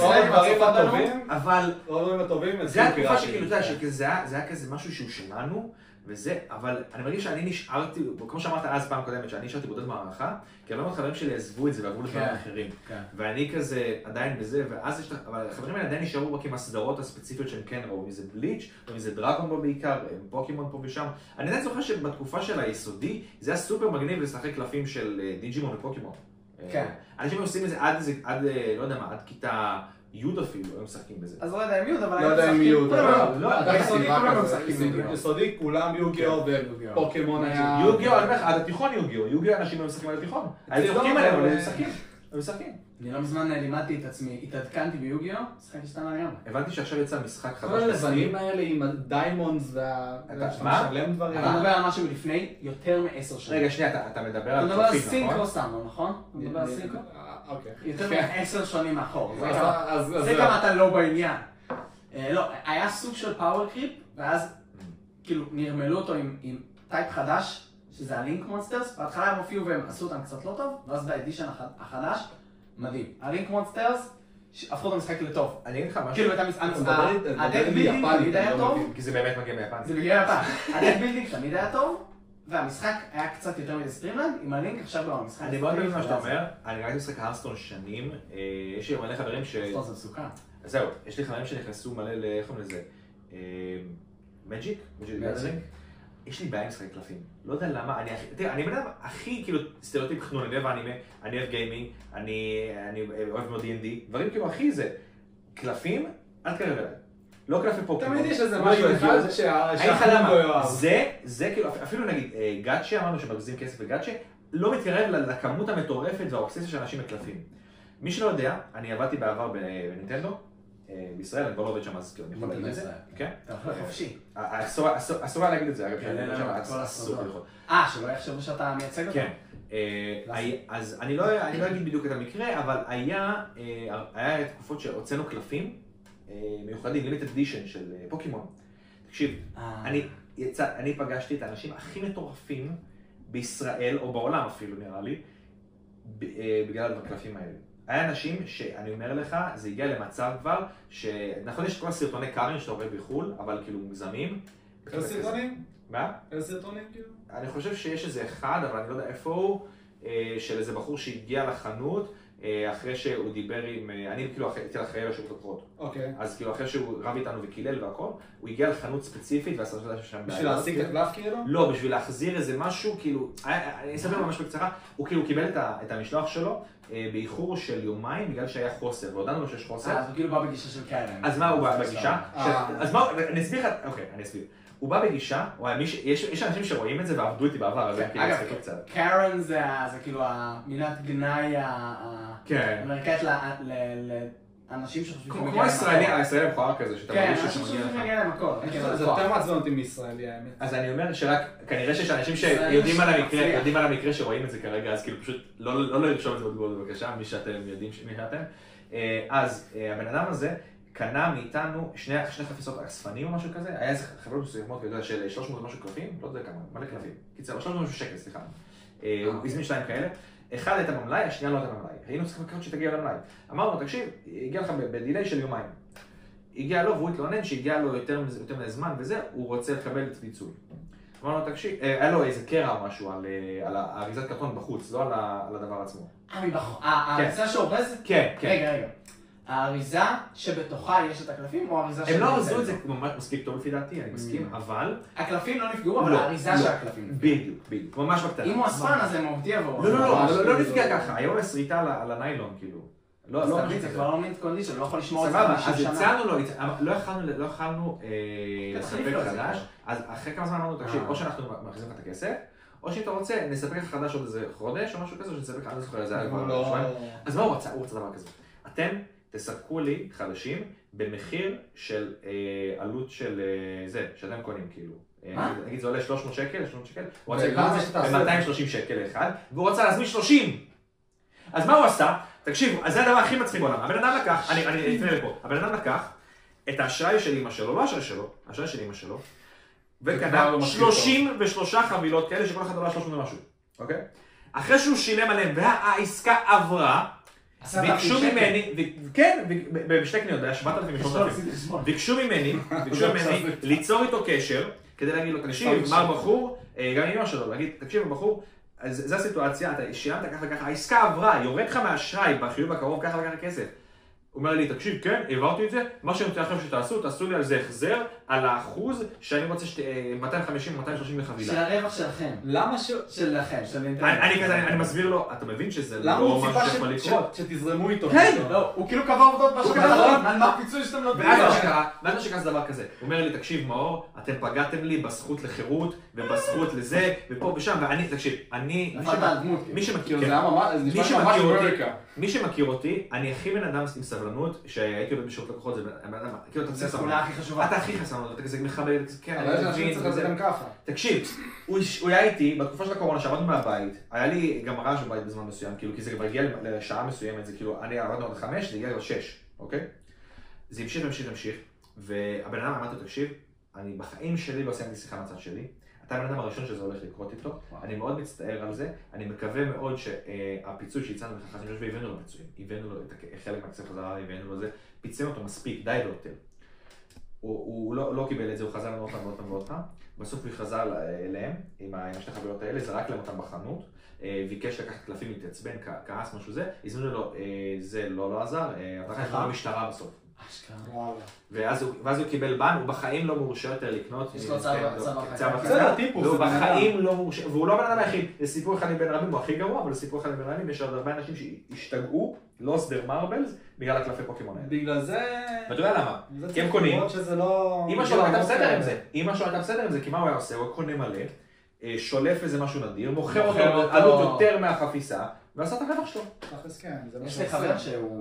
אבל זה התקופה שכאילו, זה היה כזה משהו שהוא שלנו, וזה, אבל אני מרגיש שאני נשארתי, כמו שאמרת אז פעם קודמת, שאני נשארתי בודד מערכה, כי הרבה מאוד חברים שלי עזבו את זה ועברו לדברים אחרים. ואני כזה עדיין בזה, ואז יש, אבל החברים האלה עדיין נשארו רק עם הסדרות הספציפיות שהם כן ראו, מזה בליץ' ומזה דרגון בו בעיקר, פוקימון פה ושם. אני עדיין זוכר שבתקופה של היסודי, זה היה סופר מגניב לשחק קלפים של דיג'ימון ופוקימון. כן. אנשים עושים את זה עד, לא יודע מה, עד כיתה יוד אפילו, הם משחקים בזה. אז לא יודע אם יוד, אבל... לא יודע אם יוד, כולם משחקים. יסודי, כולם יוגיו ופוקימון היה... יוגיו, אני אומר לך, עד התיכון יוגיו אנשים היו משחקים עד התיכון. היו צוחקים עליהם, אבל הם משחקים. אני לא מזמן לימדתי את עצמי, התעדכנתי ביוגיו, משחקתי סתם היום. הבנתי שעכשיו יצא משחק חדש. כל הלבנים האלה עם הדיימונדס מה? שלם דברים. אתה מדבר על משהו מלפני יותר מ10 שנים. רגע, שנייה, אתה מדבר אתה על מדבר על קלפים, נכון? סינקרו סתם, נכון? אתה מדבר על סינקרו? אוקיי. יותר מ10 שנים מאחור. אז זה כמה אתה לא בעניין. לא, היה סוג של פאוור קריפ, ואז כאילו נרמלו אותו עם טייפ חדש, שזה הלינק מונסטרס, בהתחלה הם הופיעו והם עשו אותם קצת לא טוב, ואז באדישן החדש, מדהים. הלינק מונסטרס, הפכו את המשחק לטוב. אני אגיד לך משהו. כאילו, הדק בילדינג תמיד היה טוב. כי זה באמת מגיע מיפן. זה מגיע מיפן. הדק בילדינג תמיד היה טוב, והמשחק היה קצת יותר מדי סטרימלנד, עם הלינק עכשיו לא, המשחק... אני מאוד מבין מה שאתה אומר, אני ראיתי משחק הרסטון שנים, יש לי מלא חברים ש... זה מסוכן. זהו, יש לי חברים שנכנסו מלא איך קוראים לזה? מג'יק? יש לי בעיה עם משחקי קלפים. לא יודע למה, אני בן אדם הכי כאילו סטריאוטיפ חנון, אני אוהב אנימה, אני אוהב גיימינג, אני אוהב מאוד D&D, דברים כאילו הכי זה, קלפים, אל תקרב אליי. לא קלפי פוקימון. תמיד יש איזה משהו אחד שהחנון לא יאהב. זה כאילו, אפילו נגיד גאצ'ה, אמרנו שמגזים כסף בגאצ'ה, לא מתקרב לכמות המטורפת והאובססיה של אנשים בקלפים. מי שלא יודע, אני עבדתי בעבר בנינטנדו, בישראל, אני כבר לא עובד שם, אז כאילו, אני יכול להגיד את זה. כן? אתה יכול חופשי. אסור היה להגיד את זה, אגב, שאני עובד שם, אסור יכול. שלא יחשבו שאתה מייצג אותו? כן. אז אני לא אגיד בדיוק את המקרה, אבל היה תקופות שהוצאנו קלפים מיוחדים, לימיטד אדישן של פוקימון. תקשיב, אני פגשתי את האנשים הכי מטורפים בישראל, או בעולם אפילו נראה לי, בגלל הקלפים האלה. היה אנשים שאני אומר לך, זה הגיע למצב כבר, שנכון יש כל הסרטוני קארין שאתה רואה בחול, אבל כאילו מוגזמים. איזה סרטונים? מה? איזה סרטונים כאילו? אני חושב שיש איזה אחד, אבל אני לא יודע איפה הוא, של איזה בחור שהגיע לחנות, אחרי שהוא דיבר עם, אני כאילו הייתי אחראי לשירות לקוחות. אוקיי. אז כאילו אחרי שהוא רב איתנו וקילל והכל, הוא הגיע לחנות ספציפית ועשה שם בעיה. בשביל להשיג את הקלף כאילו? לא, בשביל להחזיר איזה משהו, כאילו, אני אספר ממש בקצרה, הוא כאילו קיבל את המשלוח שלו באיחור של יומיים בגלל שהיה חוסר, והודענו לו שיש חוסר. אז הוא כאילו בא בגישה של קרן. אז מה הוא בא בגישה? אז מה, אני אסביר לך, אוקיי, אני אסביר. הוא בא בגישה, יש אנשים שרואים את זה ועבדו איתי בעבר, אז הם כאילו הסתכלו קצת. קרן זה כאילו המילת גנאי האמריקאית לאנשים שחושבים כמו הישראלי המכוער כזה, שאתה מרגיש שמגיע לך. מגיע להם הכל. זה יותר מעצבן אותי מישראלי האמת. אז אני אומר שרק, כנראה שיש אנשים שיודעים על המקרה שרואים את זה כרגע, אז כאילו פשוט לא לרשום את זה בתגובות בבקשה, מי שאתם יודעים מי שאתם. אז הבן אדם הזה קנה מאיתנו שני חפיסות אספנים או משהו כזה, היה איזה חברות מסוימות של 300 ומשהו קלפים, לא יודע כמה, מלא קלפים. קיצר, 300 ומשהו שקל, סליחה. הוא הזמין 2 כאלה. אחד הייתה במלאי, השנייה לא הייתה במלאי. היינו צריכים לקחת שתגיע למלאי. אמרנו, תקשיב, הגיע לך בדילי של יומיים. הגיע לו והוא התלונן שהגיע לו יותר מזה זמן וזה, הוא רוצה לקבל את פיצוי. אמרנו, תקשיב, היה לו איזה קרע או משהו על האריזת קרטון בחוץ, לא על הדבר עצמו. האריזה שאורז? כן, כן. רגע. האריזה שבתוכה יש את הקלפים או האריזה הם לא ארזו את זה ממש מספיק טוב לפי דעתי, אני מסכים, אבל... הקלפים לא נפגעו, אבל האריזה של הקלפים. בדיוק, ממש בקטנה. אם הוא אספן אז הם עובדי עבור. לא נפגע ככה, היה לו שריטה על הניילון, כאילו. לא, זה כבר לא מינט קונדישן, לא יכול לשמור את זה 50 שנה. אז הצענו לו, לא יכלנו לספק חדש, אז אחרי כמה זמן אמרנו, תקשיב, או שאנחנו מכניסים לך את הכסף, או שאם אתה רוצה, נספק לך חדש עוד איזה חודש או משהו כזה, או שנספק לך, אני זוכר, זה היה כבר שבועיים. אז מה הוא רצה? הוא רצה דבר כזה. אתם תספקו לי חדשים במחיר של עלות של זה, שאתם קונים כאילו. נגיד זה עולה 300 שקל, הוא רוצה לקנות את זה ב-230 שקל אחד, והוא רוצה להזמין 30. אז מה הוא עשה? תקשיבו, אז זה הדבר הכי מצחיק בעולם. הבן אדם לקח, אני אפנה לפה, הבן אדם לקח את האשראי של אמא שלו, לא האשראי שלו, האשראי של אמא שלו, וקנה 33 חבילות כאלה שכל אחד עולה 300 ומשהו, אוקיי? אחרי שהוא שילם עליהם והעסקה עברה, ביקשו ממני, כן, בשתי קניות, היה 7,000 ביקשו ממני ליצור איתו קשר, כדי להגיד לו, תקשיב, מר בחור, גם אמא שלו, להגיד, תקשיב, בחור, אז זו הסיטואציה, אתה שילמת ככה וככה, העסקה עברה, יורד לך מהאשראי, בחיוב הקרוב, ככה וככה כסף. הוא אומר לי, תקשיב, כן, העברתי את זה, מה שאני רוצה לכם שתעשו, תעשו לי על זה החזר, על האחוז שאני רוצה 250 או 230 לחבילה. של הרווח שלכם. למה שלכם? אני מסביר לו, אתה מבין שזה לא משהו שיכול לקרות? שתזרמו איתו. כן, הוא כאילו קבע עובדות בשביל מה הפיצוי שאתם נותנים. ואז מה שקרה זה דבר כזה, הוא אומר לי, תקשיב מאור, אתם פגעתם לי בזכות לחירות ובזכות לזה, ופה ושם, ואני, תקשיב, מי שמכיר אותי, אני הכי בן אדם עם סבלנות, שהייתי עובד בשירות לקוחות, זה תכונה הכי חשובה. אתה הכי חסר, אתה כזה מכבד, כן, אבל יש אנשים צריך לזה גם ככה. תקשיב, הוא היה איתי, בתקופה של הקורונה שעבדנו מהבית, היה לי גם רעש בבית בזמן מסוים, כאילו, כי זה כבר הגיע לשעה מסוימת, זה כאילו, אני עבדנו עד 5, זה הגיע כבר 6, אוקיי? זה המשיך, והבן אדם אמרתי, תקשיב, אני בחיים שלי לא סיימתי שיחה מהצד שלי, אתה הבן אדם הראשון שזה הולך לקרות איתו, אני מאוד מצטער על זה, אני מקווה מאוד שהפיצוי שהצענו לחסים שלוש והבאנו לו פיצויים, הבאנו לו חלק מהכסף חזרה, הבאנו לו זה, פיצינו אותו מספיק, די ויותר. הוא לא קיבל את זה, הוא חזר לנו עוד פעם, בסוף הוא חזר אליהם עם השתי חבילות האלה, זרק להם אותם בחנות, ביקש לקחת קלפים, להתעצבן, כעס, משהו זה, הזמינו לו, זה לא עזר, אבל הוא המשטרה בסוף. ואז הוא קיבל בן, הוא בחיים לא מורשה יותר לקנות. יש לו צו והוא בחיים לא מורשה, והוא לא בן אדם היחיד, זה סיפור אחד מבין רבים, הוא הכי גרוע, אבל זה סיפור אחד מבין רבים, יש עוד הרבה אנשים שהשתגעו, לוסט דר מרבלס, בגלל הקלפי פוקימון האלה. בגלל זה... ואתה יודע למה? כי הם קונים. אמא שלו הייתה בסדר עם זה, כי מה הוא היה עושה? הוא קונה מלא, שולף איזה משהו נדיר, מוכר אותו עלות יותר מהחפיסה, ועשה את הרווח שלו. יש לי חבר שהוא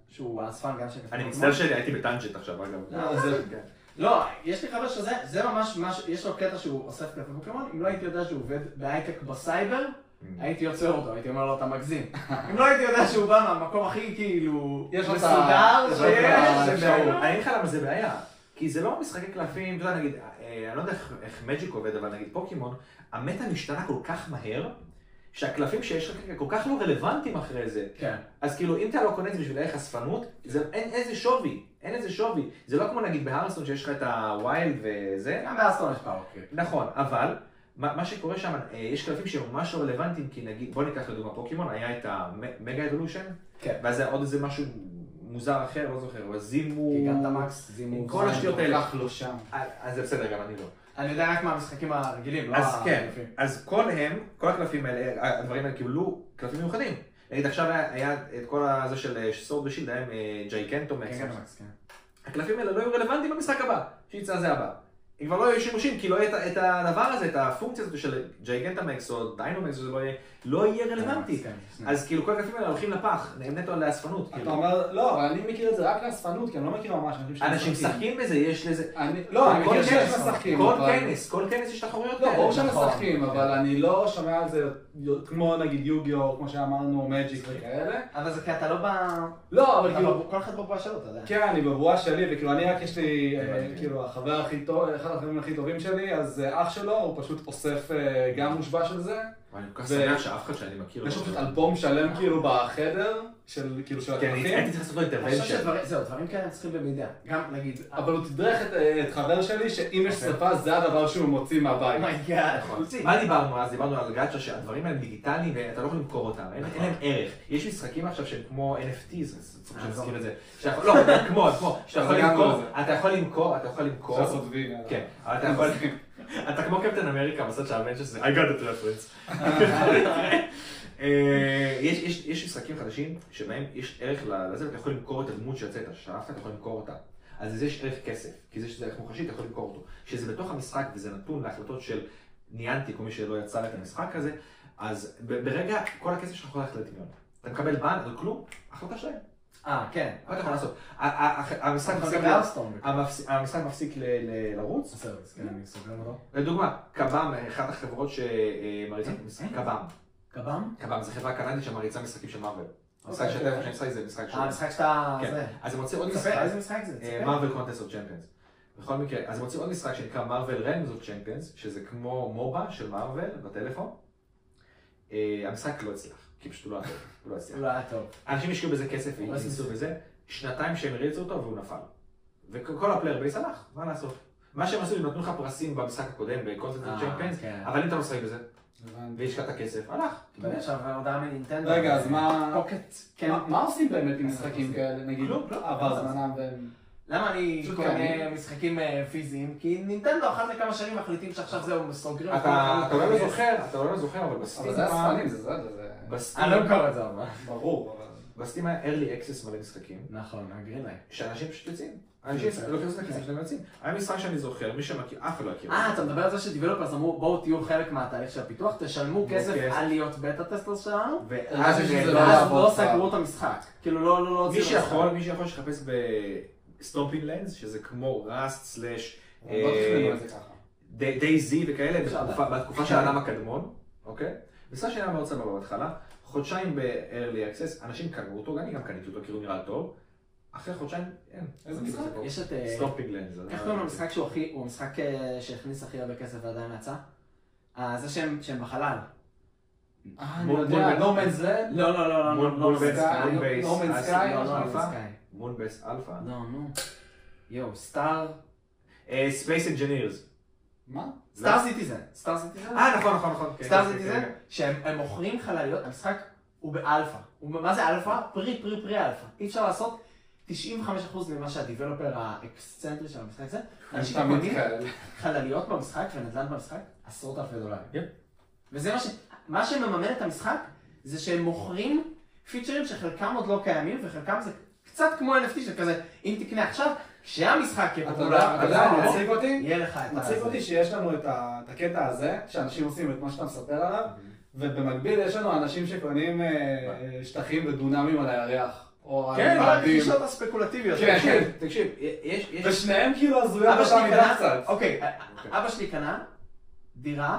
שהוא האספן גם של אני מצטער שהייתי בטנג'ט עכשיו, אגב. לא, יש לי חבר שזה ממש, יש לו קטע שהוא אוסף קלפי פוקימון, אם לא הייתי יודע שהוא עובד בהייטק בסייבר, הייתי יוצר אותו, הייתי אומר לו, אתה מגזים. אם לא הייתי יודע שהוא בא מהמקום הכי כאילו מסודר שיש, אני אגיד לך למה זה בעיה. כי זה לא משחקי קלפים, אתה יודע, נגיד, אני לא יודע איך מג'יק עובד, אבל נגיד פוקימון, המטה משתנה כל כך מהר, שהקלפים שיש לך כל כך לא רלוונטיים אחרי זה. כן. אז כאילו, אם אתה לא קונה את זה בשביל הערך אספנות, אין איזה שווי, אין איזה שווי. זה לא כמו נגיד בהרסטון שיש לך את הוויילד וזה. גם בהרסטון יש פאוור קריפ. נכון, אבל מה שקורה שם, יש קלפים שהם ממש לא רלוונטיים, כי נגיד, בוא ניקח לדוגמה פוקימון, היה את המגה אבולושן, ואז היה עוד איזה משהו מוזר אחר, לא זוכר, אבל זימו... גיגנטמקס, זימו... כל השטויות האלה. כך לא שם. אז זה בסדר, גם אני לא. אני יודע רק מהמשחקים הרגילים, לא אז כן, הקלפים. אז כל הקלפים האלה, הדברים האלה קיבלו קלפים מיוחדים. נגיד עכשיו היה את כל הזה של סורד ושילד, היה עם ג'ייקנטומקס. הקלפים האלה לא היו רלוונטיים במשחק הבא, שיצא זה הבא. הם כבר לא היו שימושים, כי לא יהיה את הדבר הזה, את הפונקציה הזאת של ג'ייקנטומקס או דיינומקס, זה לא יהיה רלוונטי. אז כאילו כל הקלפים האלה הולכים לפח, הם נטו לאספנות. אתה אומר, לא, אבל אני מכיר את זה רק לאספנות, כי אני לא מכיר ממש אנשים משחקים בזה, יש לזה... לא, אני מכיר שיש משחקים. כל כנס יש תחרויות כאלה. לא, ברור שמשחקים, אבל אני לא שומע על זה כמו נגיד יוגיו, כמו שאמרנו, מג'יק וכאלה. אבל זה כי אתה לא ב... לא, אבל כאילו... כל אחד בבועה שלו, אתה יודע. כן, אני בבועה שלי, וכאילו אני רק יש לי, כאילו, החבר הכי טוב, אחד החברים הכי טובים שלי, אז אח שלו, הוא פשוט אוסף גם מושבע של זה. אני כל כך שמח שאף אחד שאני מכיר. יש פשוט אלבום שלם כאילו בחדר, של הכרכים. כן, הייתי צריך לעשות לו אינטרבנציה. אני חושב שזהו, דברים כאלה צריכים במידע. גם נגיד... אבל הוא תדרך את חבר שלי, שאם יש שפה, זה הדבר שהוא מוציא מהבית. מה דיברנו אז? דיברנו על גאצ'ה שהדברים האלה דיגיטליים ואתה לא יכול למכור אותם, אין להם ערך. יש משחקים עכשיו שהם כמו NFT, זה צריך להזכיר את זה. לא, כמו, אתה יכול למכור, אפשר לעשות וי. כן, אבל אתה יכול... אתה כמו קפטן אמריקה, בסוד שהאבנצ'רס זה I got it reference. יש משחקים חדשים שבהם יש ערך לזה, ואתה יכול למכור את הדמות שיצאת, שאהבת, אתה יכול למכור אותה. אז לזה יש ערך כסף, כי זה שזה ערך מוחשי, אתה יכול למכור אותו. שזה בתוך המשחק וזה נתון להחלטות של ניאנטי, כל מי שלא יצר את המשחק הזה, אז ברגע כל הכסף שלך יכול ללכת לטמיון. אתה מקבל בן על כלום, החלטה שלהם. כן. מה אתה יכול לעשות? המשחק מפסיק לרוץ. לדוגמה, קב"ם, אחת החברות שמריצה משחק, קב"ם זה חברה קנדית שמריצה משחקים של מארוול. המשחק שאתה חושב שאני זה משחק של... המשחק שאתה... אז הם הוציא עוד משחק. איזה משחק זה? מארוול קונטסט אוף צ'מפיונס. בכל מקרה, אז הם הוציא עוד משחק שנקרא מארוול רלמס אוף צ'מפיונס, שזה כמו מובה של מארוול בטלפון. המשחק לא הצליח. כי פשוט הוא לא הצליח. הוא לא היה טוב. אנשים השקיעו בזה כסף וניסו בזה, שנתיים שהם הריצו אותו והוא נפל. וכל הפלייר בייס הלך, מה לעשות? מה שהם עשו, הם נתנו לך פרסים במשחק הקודם, בקונטסט צ'מפיונס, אבל אם אתה לא משחק בזה, והשקעת הכסף, הלך. עכשיו הודעה מנינטנדו. רגע, אז מה... פוקט. מה עושים באמת עם משחקים כאלה, נגיד? עבר זמנם והם... למה אני קונה משחקים פיזיים? כי נינטנדו אחת לכמה שנים מחליטים שעכשיו זהו מסוגרים. אתה לא זוכר, אבל בסטימה... אבל זה הספנים, זה אני לא מקורא את זה, אבל... ברור, אבל... בסטימה היה early access מלא משחקים. נכון, הגרינלייט. שאנשים פשוט יוצאים. אנשים לא כזה את הכסף שלהם יוצאים. היה משחק שאני זוכר, מי שמכיר, אף אחד לא הכיר. אתה מדבר על זה שדיבלופרס אמרו, בואו תהיו חלק מהתהליך של הפיתוח, תשלמו כסף על להיות בטה טסטר שלנו, ואז לא סגרו את המשחק. כאילו לא... מי שיכול שחפש בסטומפינג לנדס, שזה כמו ראסט סלאש DayZ וכאלה, בתקופה של העולם הקדמון, אוקיי? משחק שהיה מאוד סבבה בהתחלה, חודשיים ב-early access, אנשים קנו אותו, אני גם קניתי אותו, כי הוא נראה טוב. אחרי חודשיים, אין. איזה משחק? יש את... סטומפינג לנדס. איך קוראים למשחק שהוא המשחק שהכניס הכי הרבה כסף ועדיין יצא? זה שהם בחלל. אני יודע, No Man's Land? לא, מונבייס אלפא. נו. יו, סטאר... ספייס אנג'ינירס. מה? סטאר סיטיזן. נכון. סטאר סיטיזן, שהם מוכרים חלליות, המשחק הוא באלפא. מה זה אלפא? פרי אלפא. אי אפשר לעשות 95% ממה שהדיבלופר האקסצנטרי של המשחק זה. אנשים קונים חלליות במשחק ונדל"ן במשחק, $10,000. וזה מה שמממן את המשחק, זה שהם מוכרים פיצ'רים שחלקם עוד לא קיימים, וחלקם זה קצת כמו NFT של כזה, אם תקנה עכשיו, כשהמשחק יהיה פופולרי, אתה יודע, יהיה לך את זה. מציג אותי שיש לנו את הקטע הזה, שאנשים עושים את מה שאתה מספר עליו, ובמקביל יש לנו אנשים שקונים שטחים ודונמים על הירח. כן, הרכישות הספקולטיביות. תקשיב, ושניהם כאילו הזויות אותה מידה קצת. אוקיי, אבא שלי קנה דירה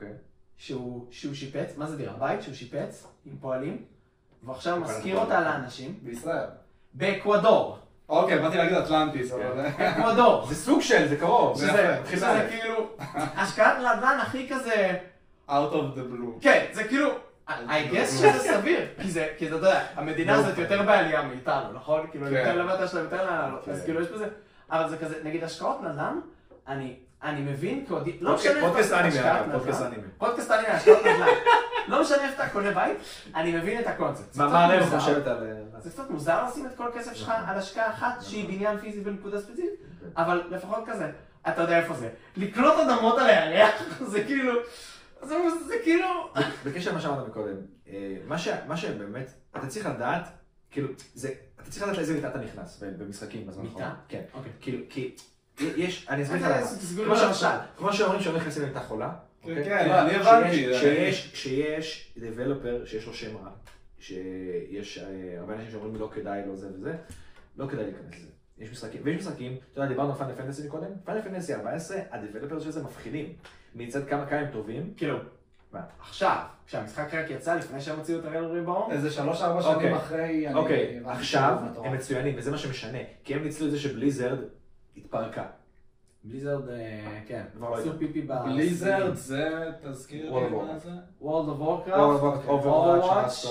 שהוא שיפץ, מה זה דירה? בית שהוא שיפץ עם פועלים, ועכשיו מזכיר אותה לאנשים. בישראל. באקוודור. אוקיי, באתי להגיד אטלנטיס, אבל... אקוודור. זה סוג של, זה קרוב. זה כאילו, השקעת נדל"ן הכי כזה... out of the blue. כן, זה כאילו, I guess שזה סביר, כי אתה יודע, המדינה הזאת יותר בעלייה מאיתנו, נכון? כאילו, יותר למטה שלהם, יותר לעלות, אז כאילו יש בזה, אבל זה כזה, נגיד השקעות נדל"ן, אני מבין, לא משנה פודקאסט אנימה, פודקאסט אנימה, השקעות נדל"ן, לא משנה איך אתה קונה בית, אני מבין את הקונספט. מה הרב חושבת על... זה קצת מוזר לשים את כל הכסף שלך על השקעה אחת שהיא בניין פיזי בנקודה ספציפית, אבל לפחות כזה, אתה יודע איפה זה. לקנות אדמות על הירח, זה כאילו... זה כאילו... בקשר למה שאמרת מקודם, מה שבאמת, אתה צריך לדעת, כאילו, אתה צריך לדעת לאיזה מיטה אתה נכנס במשחקים בזמן האחרון. מיטה? כן. אוקיי. כאילו, כי יש, אני אסביר לך למה. כמו שאומרים שאומרים נכנסים למיטה חולה. כן, אני הבנתי. כשיש דבלופר שיש לו שם רע, שיש הרבה אנשים שאומרים לא כדאי, לא זה וזה, לא כדאי להיכנס לזה. יש משחקים, ויש משחקים, אתה יודע, דיברנו על פיינל פנטסי מקודם, פיינל פנטסי 14, הדבלופר של זה מפחידים. מצד כמה הם טובים. כאילו, עכשיו, כשהמשחק רק יצא, לפני שהם הוציאו את הריאל ריבאון? איזה 3-4 שנים אחרי... אוקיי, עכשיו הם מצוינים, וזה מה שמשנה. כי הם ניצלו את זה שבליזרד התפרקה. בליזרד, כן, עשו פיפי ב... בליזרד זה, תזכיר לי מה זה? World of Warcraft, Overwatch,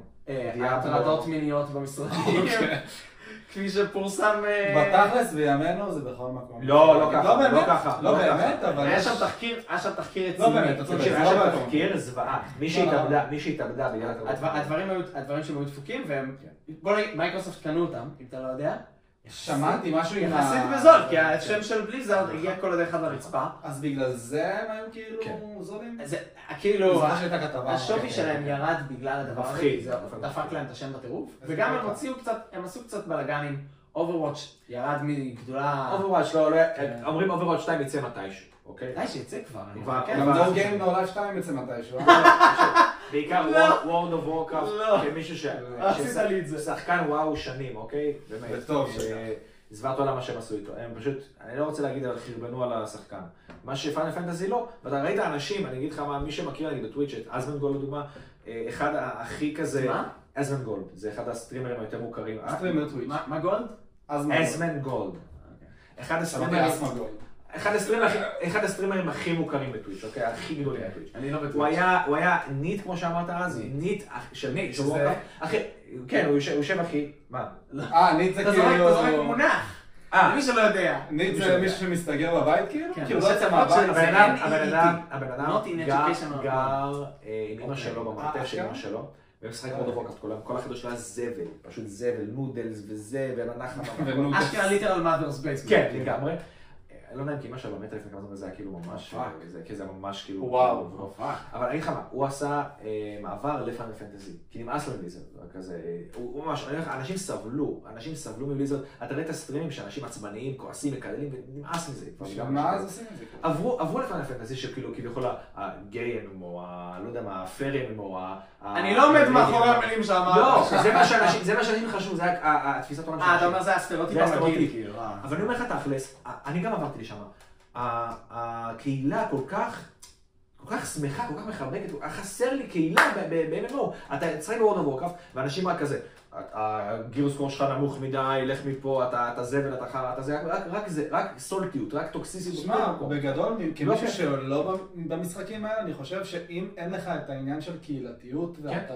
הטרדות מיניות במשרדים. כפי שפורסם... בתכלס בימינו זה בכל מקום. לא ככה. לא באמת, אבל... היה שם תחקיר רציני. לא באמת, אתה צודק. היה שם תחקיר זוועה. מי שהתאבדה בגלל הדברים שהם היו דפוקים, והם... בוא נגיד, מייקרוסופט קנו אותם, אם אתה לא יודע. שמעתי משהו עם ה... יחסית בזול, כי השם של בליזרד הגיע כל הדרך עד לרצפה. אז בגלל זה הם היו כאילו זולים? זה כאילו, השווי שלהם ירד בגלל הדבר הזה, זה דפק להם את השם בטירוף, וגם הם עשו קצת בלגנים, Overwatch ירד מגדולה... Overwatch, לא, אומרים Overwatch 2 יצא מתישהו, אוקיי? די שיצא כבר, גם No Game No Life 2 יצא מתישהו. בעיקר World of Warcraft, כמישהו ששחקן וואו שנים, אוקיי? באמת. וטוב. זוועת עולם מה שהם עשו איתו. הם פשוט, אני לא רוצה להגיד, אבל חרבנו על השחקן. מה שפיינל פנטסי לא, ואתה ראית אנשים, אני אגיד לך מה, מי שמכיר, נגיד בטוויץ' את אזמנגולד לדוגמה, אחד הכי כזה... מה? אזמנגולד, זה אחד הסטרימרים היותר מוכרים. סטרימר טוויץ'. מה גולד? אזמנגולד. אחד הסטרימרים הכי מוכרים בטוויץ', אוקיי? הכי גדולים בטוויץ'. אני לא בטוויץ'. הוא היה ניט, כמו שאמרת אז, ניט של ניט. כן, הוא יושב הכי... מה? ניט זה כאילו... אתה זורק מונח. מי שלא יודע. ניט זה מישהו שמסתגר בבית כאילו? כן. כאילו לא יצא מהבית. הבן אדם גר עם אמא שלו במרתף של אמא שלו. ומשחק מאוד אבוקאפט, כל החידוש שלה זבל, פשוט זבל, נודלס וזה, ואנחנו... אשכרה ליטרל מאדרס בייס. כן, לגמרי. אני לא יודע אם כי אמא שלו מתה לפני כמה זמן וזה היה כאילו ממש... כי זה ממש כאילו... וואו. אבל אני אגיד לך מה, הוא עשה מעבר לפיינל פנטסי, כי נמאס לו מליזרד, כזה... הוא ממש, אנשים סבלו מבליזרד, אתה רואה את הסטרימים שאנשים עצבניים, כועסים, מקללים, ונמאס מזה. מאז עושים את זה. עברו לפיינל פנטסי שכאילו כביכול הגיים, או לא יודע מה, הפרים, או אני לא עומד מאחורי המילים שאמרת. לא, זה מה שאנשים חשבו, זה התפיסת עולם אתה אומר זה הסטריאוטיפ המגעיל. אבל אני אומר לך תכלס, אני גם עברתי לשם. הקהילה כל כך שמחה, כל כך מחבקת, חסר לי קהילה ב-MMO. אתה צריך ב-World of Warcraft, ואנשים רק כזה, הגירוס קור שלך נמוך מדי, לך מפה, אתה זבל, אתה זה, רק סולטיות, רק טוקסיסיות. שמע, בגדול, כמישהו שלא במשחקים האלה, אני חושב שאם אין לך את העניין של קהילתיות, ואתה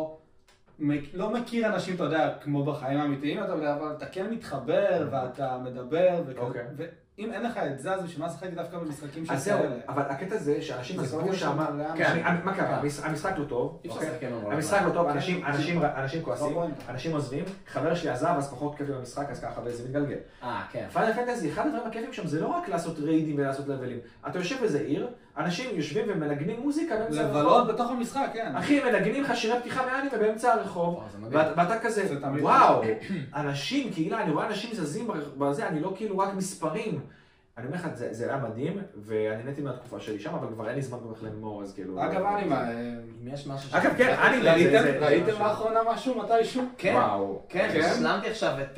לא מכיר אנשים, אתה יודע, כמו בחיים האמיתיים, אבל אתה כן מתחבר, ואתה מדבר, אם אין לך את זה, אז בשביל מה לשחק דווקא במשחקים של כאלה? אבל הקטע זה שאנשים עזבו שם, מה קרה? המשחק לא טוב, המשחק לא טוב, אנשים כועסים, אנשים עוזבים, חבר שלי עזב, אז פחות כיף במשחק, אז ככה וזה מתגלגל. כן. פיינל פנטסי, אחד הדברים הכיפים שם זה לא רק לעשות ריידים ולעשות לבלים. אתה יושב באיזה עיר, אנשים יושבים ומנגנים מוזיקה באמצע הרחוב. לבלות בתוך המשחק, כן. אחי, מנגנים לך שירי פתיחה מאנימה באמצע הרחוב, ואתה כזה, וואו, אנשים, קהילה, אני רואה אנשים זזים בזה, אני לא כאילו רק מספרים. אני אומר לך, זה היה מדהים, ואני נהניתי מהתקופה שלי שם, אבל כבר אין לי זמן כל כך למור, אז כאילו... אגב, אנימה, אם יש משהו... אגב, כן, אנימה, ראיתם לאחרונה משהו, מתישהו? כן, וואו. כן, השלמתי עכשיו את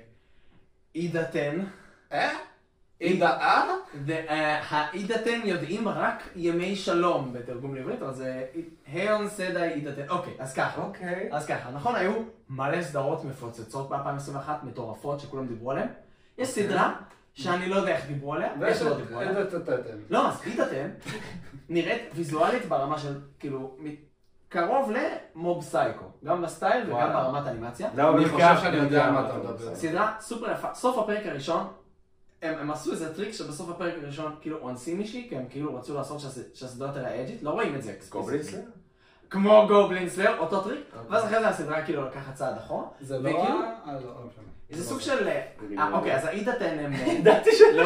אידה 10. אידה האידה 10 יודעים רק ימי שלום בתרגום לעברית, אבל זה היון סדאי אידה 10. אוקיי, אז ככה, נכון, היו מלא סדרות מפוצצות ב-2021, מטורפות שכולם דיברו עליהן. יש סדרה שאני לא יודע איך דיברו עליה, איך לא דיברו עליה. לא, אז אידה 10 נראית ויזואלית ברמה של, כאילו, קרוב למוב סייקו, גם בסטייל וגם ברמת אנימציה. אני חושב שאני יודע מה אתה מדבר. סדרה סופר יפה, סוף הפרק הראשון, הם עשו איזה טריק שבסוף הפרק הראשון כאילו אונסים מישהי, כי הם כאילו רצו לעשות שהסדרה תראה אג'ית, לא רואים את זה. גובלינסלר? כמו גובלינסלר, אותו טריק, ואז אחרי זה הסדרה כאילו לקחת צעד אחורה. זה לא רע? לא משנה. זה סוג של... אוקיי, אז האידתן הם... ידעתי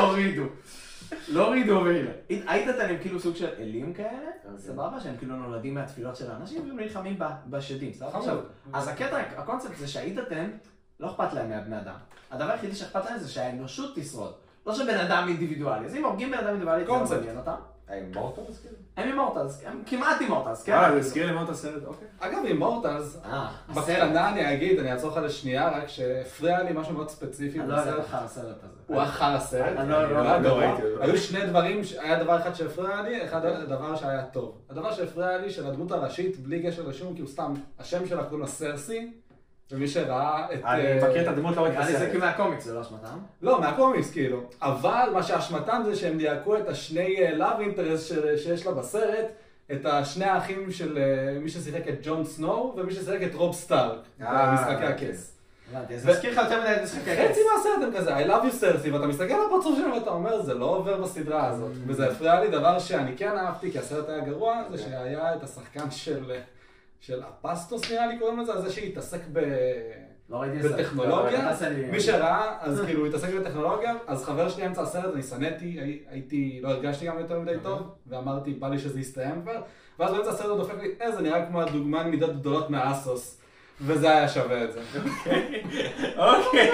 לא הורידו והנה. האידתן הם כאילו סוג של אלים כאלה, סבבה? שהם כאילו נולדים מהתפילות של האנשים והם נלחמים בשדים, סבבה? אז הקטע, הקונספט זה שהאידתן לא אכפת להם מהבני אדם. הדבר היחידי שאכפת להם זה שהאנושות תשרוד. לא שבן אדם אינדיבידואלי. אז אם הורגים בן אדם אינדיבידואלי, זה לא מעניין אותם. הם אימורטלס כאילו? הם אימורטלס, הם כמעט אימורטלס, כן? זה הזכיר לי מאוד את הסרט, אוקיי. אגב, אימורטלס, בקטנה אני אגיד, אני אעצור לך לשנייה, רק שהפריע לי משהו מאוד ספציפי. אני לא יודע אחר הסרט הזה. הוא אחר הסרט. אני לא ראיתי. היו שני דברים, היה דבר אחד שהפריע לי, אחד הדבר שהיה טוב. הדבר שהפריע לי של הדמות הראשית, בלי קשר לשום, כי הוא סתם, השם שלה קוראים לה סרסי. ומי שראה את... אני מכיר את הדמות, לא ראיתי את הסרט. זה כאילו מהקומיקס, זה לא אשמתם? לא, מהקומיקס כאילו. אבל מה שאשמתם זה שהם דייקו את השני love interest שיש לה בסרט, את השני האחים של מי ששיחק את ג'ון סנואו ומי ששיחק את רוב סטארק. במשחקי הכס. זה מזכיר לך יותר מדי את משחקי הכס. חצי מהסרט הם כזה, I love you סרסי, ואתה מסתכל על הפרצוף שלהם ואתה אומר, זה לא עובר בסדרה הזאת. וזה הפריע לי דבר שאני כן אהבתי, כי הסרט היה גרוע, זה שהיה את השחקן של אפסטוס נראה לי קוראים לזה, זה שהתעסק בטכנולוגיה, מי שראה, אז כאילו הוא התעסק בטכנולוגיה, אז חבר שלי אמצע הסרט, אני שנאתי, לא הרגשתי גם יותר מדי טוב, ואמרתי, בא לי שזה יסתיים כבר, ואז באמצע הסרט הוא דופק לי, זה נראה כמו הדוגמן מידות גדולות מהאסוס, וזה היה שווה את זה. אוקיי.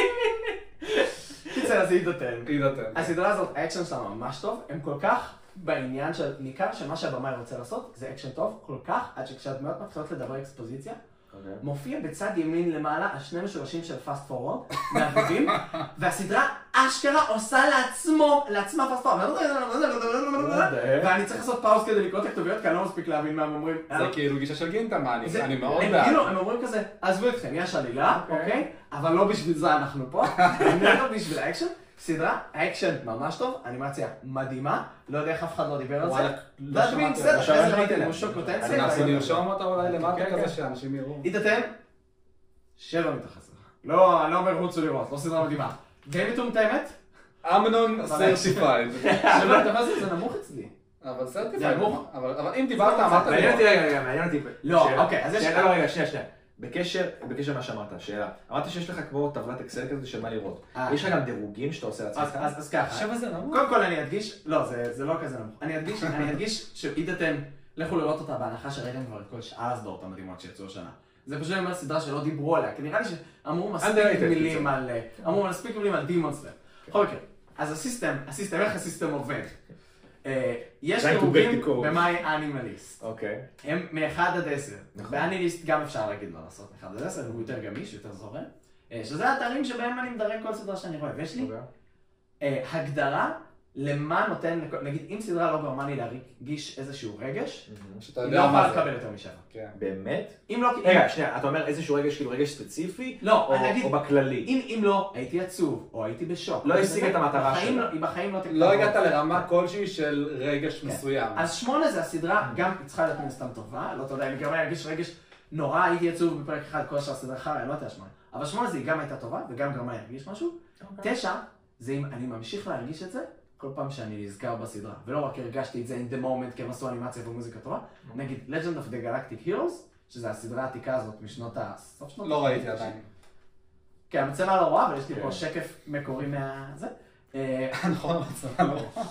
קיצר, אז אידתן. אידתן. הסדרה הזאת, האקשן שלה ממש טוב, הם כל כך בעניין של ניכר שמה שהבמאי רוצה לעשות זה אקשן טוב כל כך, עד שכשהדמויות מתחילות לדבר אקספוזיציה, מופיע בצד ימין למעלה השני משולשים של פאסט פורוורד, מהבבים, והסדרה אשכרה עושה לעצמה פאסט פורוורד. ואני צריך לעשות פאוס כדי לקרוא את הכתוביות, כי אני לא מספיק להבין מה הם אומרים. זה כאילו גישה של גינטה, אני מאוד בעד. הם אומרים כזה, עזבו אתכם, יש עלילה, אוקיי? אבל לא בשביל זה אנחנו פה, לא בשביל האקשן. סדרה, האקשן ממש טוב, אנימציה מדהימה, לא יודע איך אף אחד לא דיבר על זה. לא שמעתי על זה. אחרי זה ראיתי להם שוק פוטנציה. אנחנו נרשום אותה אולי למטה כזה שאנשים יראו. אידתן, 7 מתוך 10. לא, אני לא אומר רוצו לראות, לא סדרה מדהימה. די מטומטמת. אמנון סרטיפייד. זה נמוך אצלי. אבל סרטיפייד. אבל אם דיברת, אמרת לי. מעניין אותי. לא, אוקיי, אז יש... רגע, שנייה. בקשר למה שאמרת, שאלה. אמרת שיש לך כמו טבלת אקסל כזה של מה לראות. יש לך גם דירוגים שאתה עושה לעצמך? אז ככה. קודם כל אני אדגיש, לא, זה לא כזה נמוך. אני אדגיש שאידתן, לכו לראות אותה בהנחה שראיתם כבר את כל שאר הסדרות המדהימות שיצאו השנה. זה פשוט אומר סדרה שלא דיברו עליה, כי נראה לי שאמרו מספיק מילים על דימון סלאר. בכל מקרה, אז הסיסטם, איך הסיסטם עובד? יש דירוגים במאי אנימליסט. הם מ-1 עד 10. באנימליסט גם אפשר להגיד מה לעשות מ-1 עד 10, הוא יותר גמיש, יותר זורם. שזה האתרים שבהם אני מדרג כל סדרה שאני רואה. ויש לי הגדרה למה נותן, נגיד אם סדרה לא גרמה לי להרגיש איזשהו רגש, היא לא יכולה לקבל יותר מ7. באמת? אם לא... רגע, שנייה, אתה אומר איזשהו רגש, כאילו רגש ספציפי? לא, או בכללי? אם לא, הייתי עצוב, או הייתי בשוק. לא השיג את המטרה שלה. היא בחיים לא תקטע. לא הגעת לרמה כלשהי של רגש מסוים. אז 8 זה הסדרה, גם היא צריכה להיות מן סתם טובה, לא תודה, אם גרמה להרגיש רגש נורא, הייתי עצוב בפרק אחד, כל השאר הסדרה חרא, אני לא יודע 8. אבל 8 זה גם הייתה טובה, וגם גרמה להרגיש משהו. 9 זה אם אני ממשיך להרגיש את זה, כל פעם שאני נזכר בסדרה, ולא רק הרגשתי את זה in the moment, כי הם עשו אנימציה ומוזיקה טובה. נגיד, Legend of the Galactic Heroes, שזה הסדרה העתיקה הזאת משנות סוף שנות... לא ראיתי עדיין. כן, המצלמה לא רואה, אבל יש לי פה שקף מקורי מהזה. נכון, המצלמה לא רואה.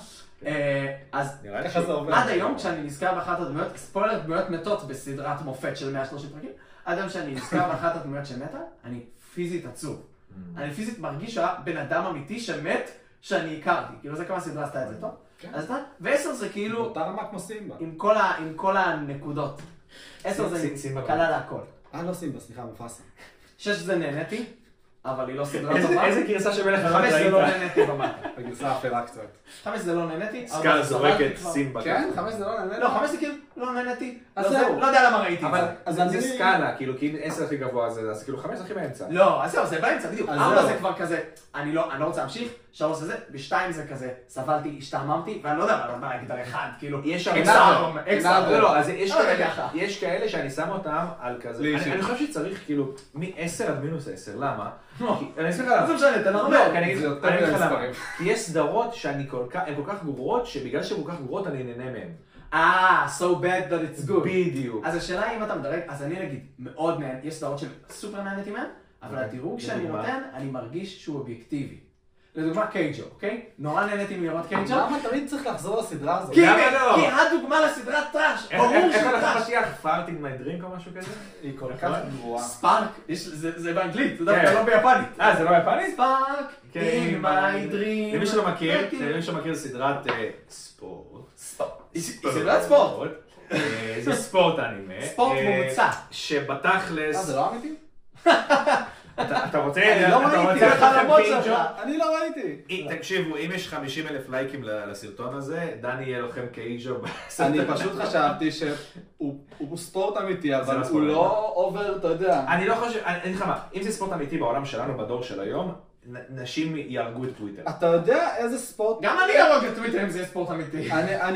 אז עד היום, כשאני נזכר באחת הדמויות, ספוילר, דמויות מתות בסדרת מופת של 130 פרקים, עד היום כשאני נזכר באחת הדמויות שמתה, אני פיזית עצוב. אני פיזית מרגיש בן אדם אמיתי שמת, שאני הכרתי, כאילו זה כמה סדרה עשתה את זה, טוב? אז אתה, ו10 זה כאילו, באותה רמה כמו סימבה. עם כל הנקודות. 10 זה כלל להכל. לא סימבה, סליחה, מופסה. 6 זה נהניתי, אבל היא לא סדרה טובה. איזה גרסה של מלך 5 זה לא נהניתי במטה. בגרסה אפלה קצת. 5 זה לא נהניתי. סקאלה זורקת, סימבה. כן? 5 זה לא נהניתי? לא, 5 זה כאילו לא נהניתי. אז זהו. לא יודע למה ראיתי את זה. אבל זה סקאלה, כאילו, כי אם 10 הכי גבוה זה, אז כאילו 5 הכי באמצע. לא, אז זהו, זה באמצע, בדיוק. אז 4 זהו. זה כבר כזה, אני לא רוצה להמשיך, 3 זה זה, ב2 זה כזה, סבלתי, השתעממתי, ואני לא יודע מה להגיד על 1, כאילו, יש אקסטר, לא, אז ככה. יש כאלה שאני שם אותם על כזה, אני חושב שצריך כאילו מ-10 עד מינוס 10, למה? אני אסביר לך למה. זה משנה, תן לא, הרבה. כי אני אגיד לך למה. כי יש סדרות שהן כל כך גרועות, שבגלל שהן כל כך גרועות אני נהנה מהן. so bad that it's good. בדיוק. אז השאלה היא אם אתה מדרג, אז אני נגיד, מאוד נהנה, יש סדרות של סופר נהנתי מהן, אבל הדירוג שאני נותן, אני מרגיש שהוא אובייקטיבי. לדוגמה קייג'ו, אוקיי? נורא נהניתי מלראות קייג'ו. למה תמיד צריך לחזור לסדרה הזאת? כי הדוגמה לסדרת טראש, ברור איך של הולך טראש. לפתיח פארטינג מי דרינק או משהו כזה? היא כל כך גרועה. ספארק, זה באנגלית, זה דווקא לא ביפנית. זה לא יפנית? ספארק, in my dream. למי שלא מכיר סדרת ספורט. היא סדרת ספורט. זה ספורט אנימה. ספורט מומצא. שבתכלס... זה לא אמיתי? אתה רוצה... אני לא ראיתי. החלומות שלך. אני לא ראיתי. תקשיבו, אם יש 50,000 לייקים לסרטון הזה, דני יהיה לוחם כאיג'ו. אני פשוט חשבתי שהוא ספורט אמיתי, אבל לא הוא ספורט לא עובר, אתה יודע. אני לא חושב, אני אגיד לך מה, אם זה ספורט אמיתי בעולם שלנו, בדור של היום, נשים יהרגו את טוויטר. אתה יודע איזה ספורט... גם אני ארוג את טוויטר אם זה ספורט אמיתי.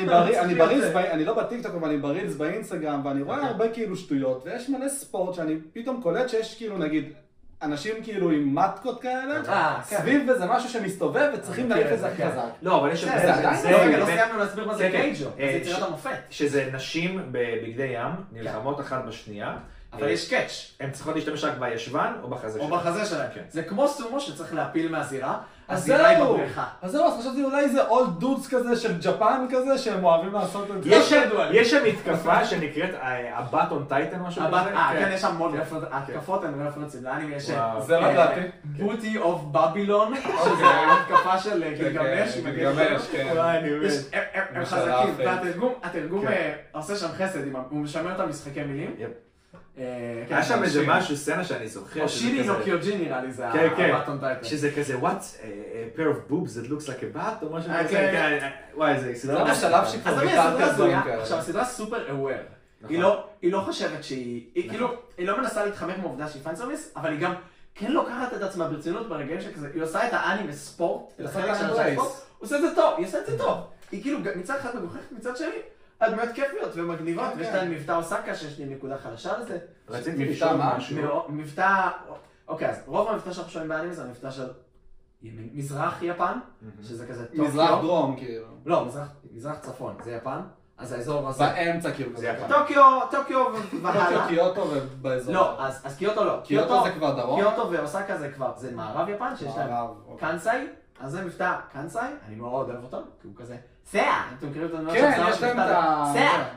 אני לא בטיקטוק, אבל אני ברילס באינסטגרם, ואני רואה הרבה כאילו שטויות, ויש מלא ספורט שאני פתאום קולט שיש כאילו נגיד אנשים כאילו עם מתקות כאלה, סביב וזה משהו שמסתובב וצריכים להעיף את זה הכי חזק. לא, אבל יש... רגע, לא סיימנו להסביר מה זה קייג'ו, זה יצירת המופת. שזה נשים בבגדי ים, נלחמות אחת בשנייה. אבל יש קאץ'. הן צריכות להשתמש רק בישבן או בחזה שלהם. או בחזה שלהם. זה כמו סומו שצריך להפיל מהזירה, הזירה היא בבריכה. אז זהו, אז חשבתי אולי זה אולד דודס כזה של ג'פן כזה, שהם אוהבים לעשות את זה. יש שם מתקפה שנקראת הבת און טייטן משהו כזה. כן, יש שם מאוד התקפות, הן רפרנסים, לאנים יש... זה לא דעתי. בוטי אוף בבילון, שזה התקפה של גילגמש. גילגמש, כן. הם חזקים, והתרגום עושה שם חסד, הוא משמר את המשחקי מילים. היה שם איזה משהו, סצנה שאני זוכר. או שיני נו קיוג'י נראה לי, זה הבטון טייטל. שזה כזה, what's a pair of boobs that looks like a bat, או משהו כזה. וואי, זה סדרה. זה השלב שכבר ביטלתי את זה. עכשיו, הסדרה סופר aware. היא לא חושבת שהיא, כאילו, היא לא מנסה להתחמק מהעובדה שהיא פיין סרוויס, אבל היא גם כן לוקחת את עצמה ברצינות ברגעים שכזה, היא עושה את האנימה ספורט, היא עושה את זה טוב, היא עושה את זה טוב. היא כאילו מצד אחד מגוחכת, מצד שני. הדמיות כיפיות ומגניבות, ויש להם מבטא אוסקה שיש לי נקודה חדשה לזה. רציתי לשאול משהו. מבטא, אוקיי, אז רוב המבטא שאנחנו שומעים באנימה זה המבטא של מזרח יפן, שזה כזה טוקיו. מזרח דרום כאילו. לא, מזרח צפון, זה יפן, אז האזור הזה. באמצע כאילו. טוקיו והלאה. קיוטו ובאזור. לא, אז קיוטו לא. קיוטו זה כבר דרום. קיוטו ואוסקה זה כבר, זה מערב יפן, שיש להם קאנסאי, אז זה מבטא קאנסאי, אני מאוד אוהב אותו, כי הוא כזה סאה, אתם מכירים את הדמות כן, יש להם את ה...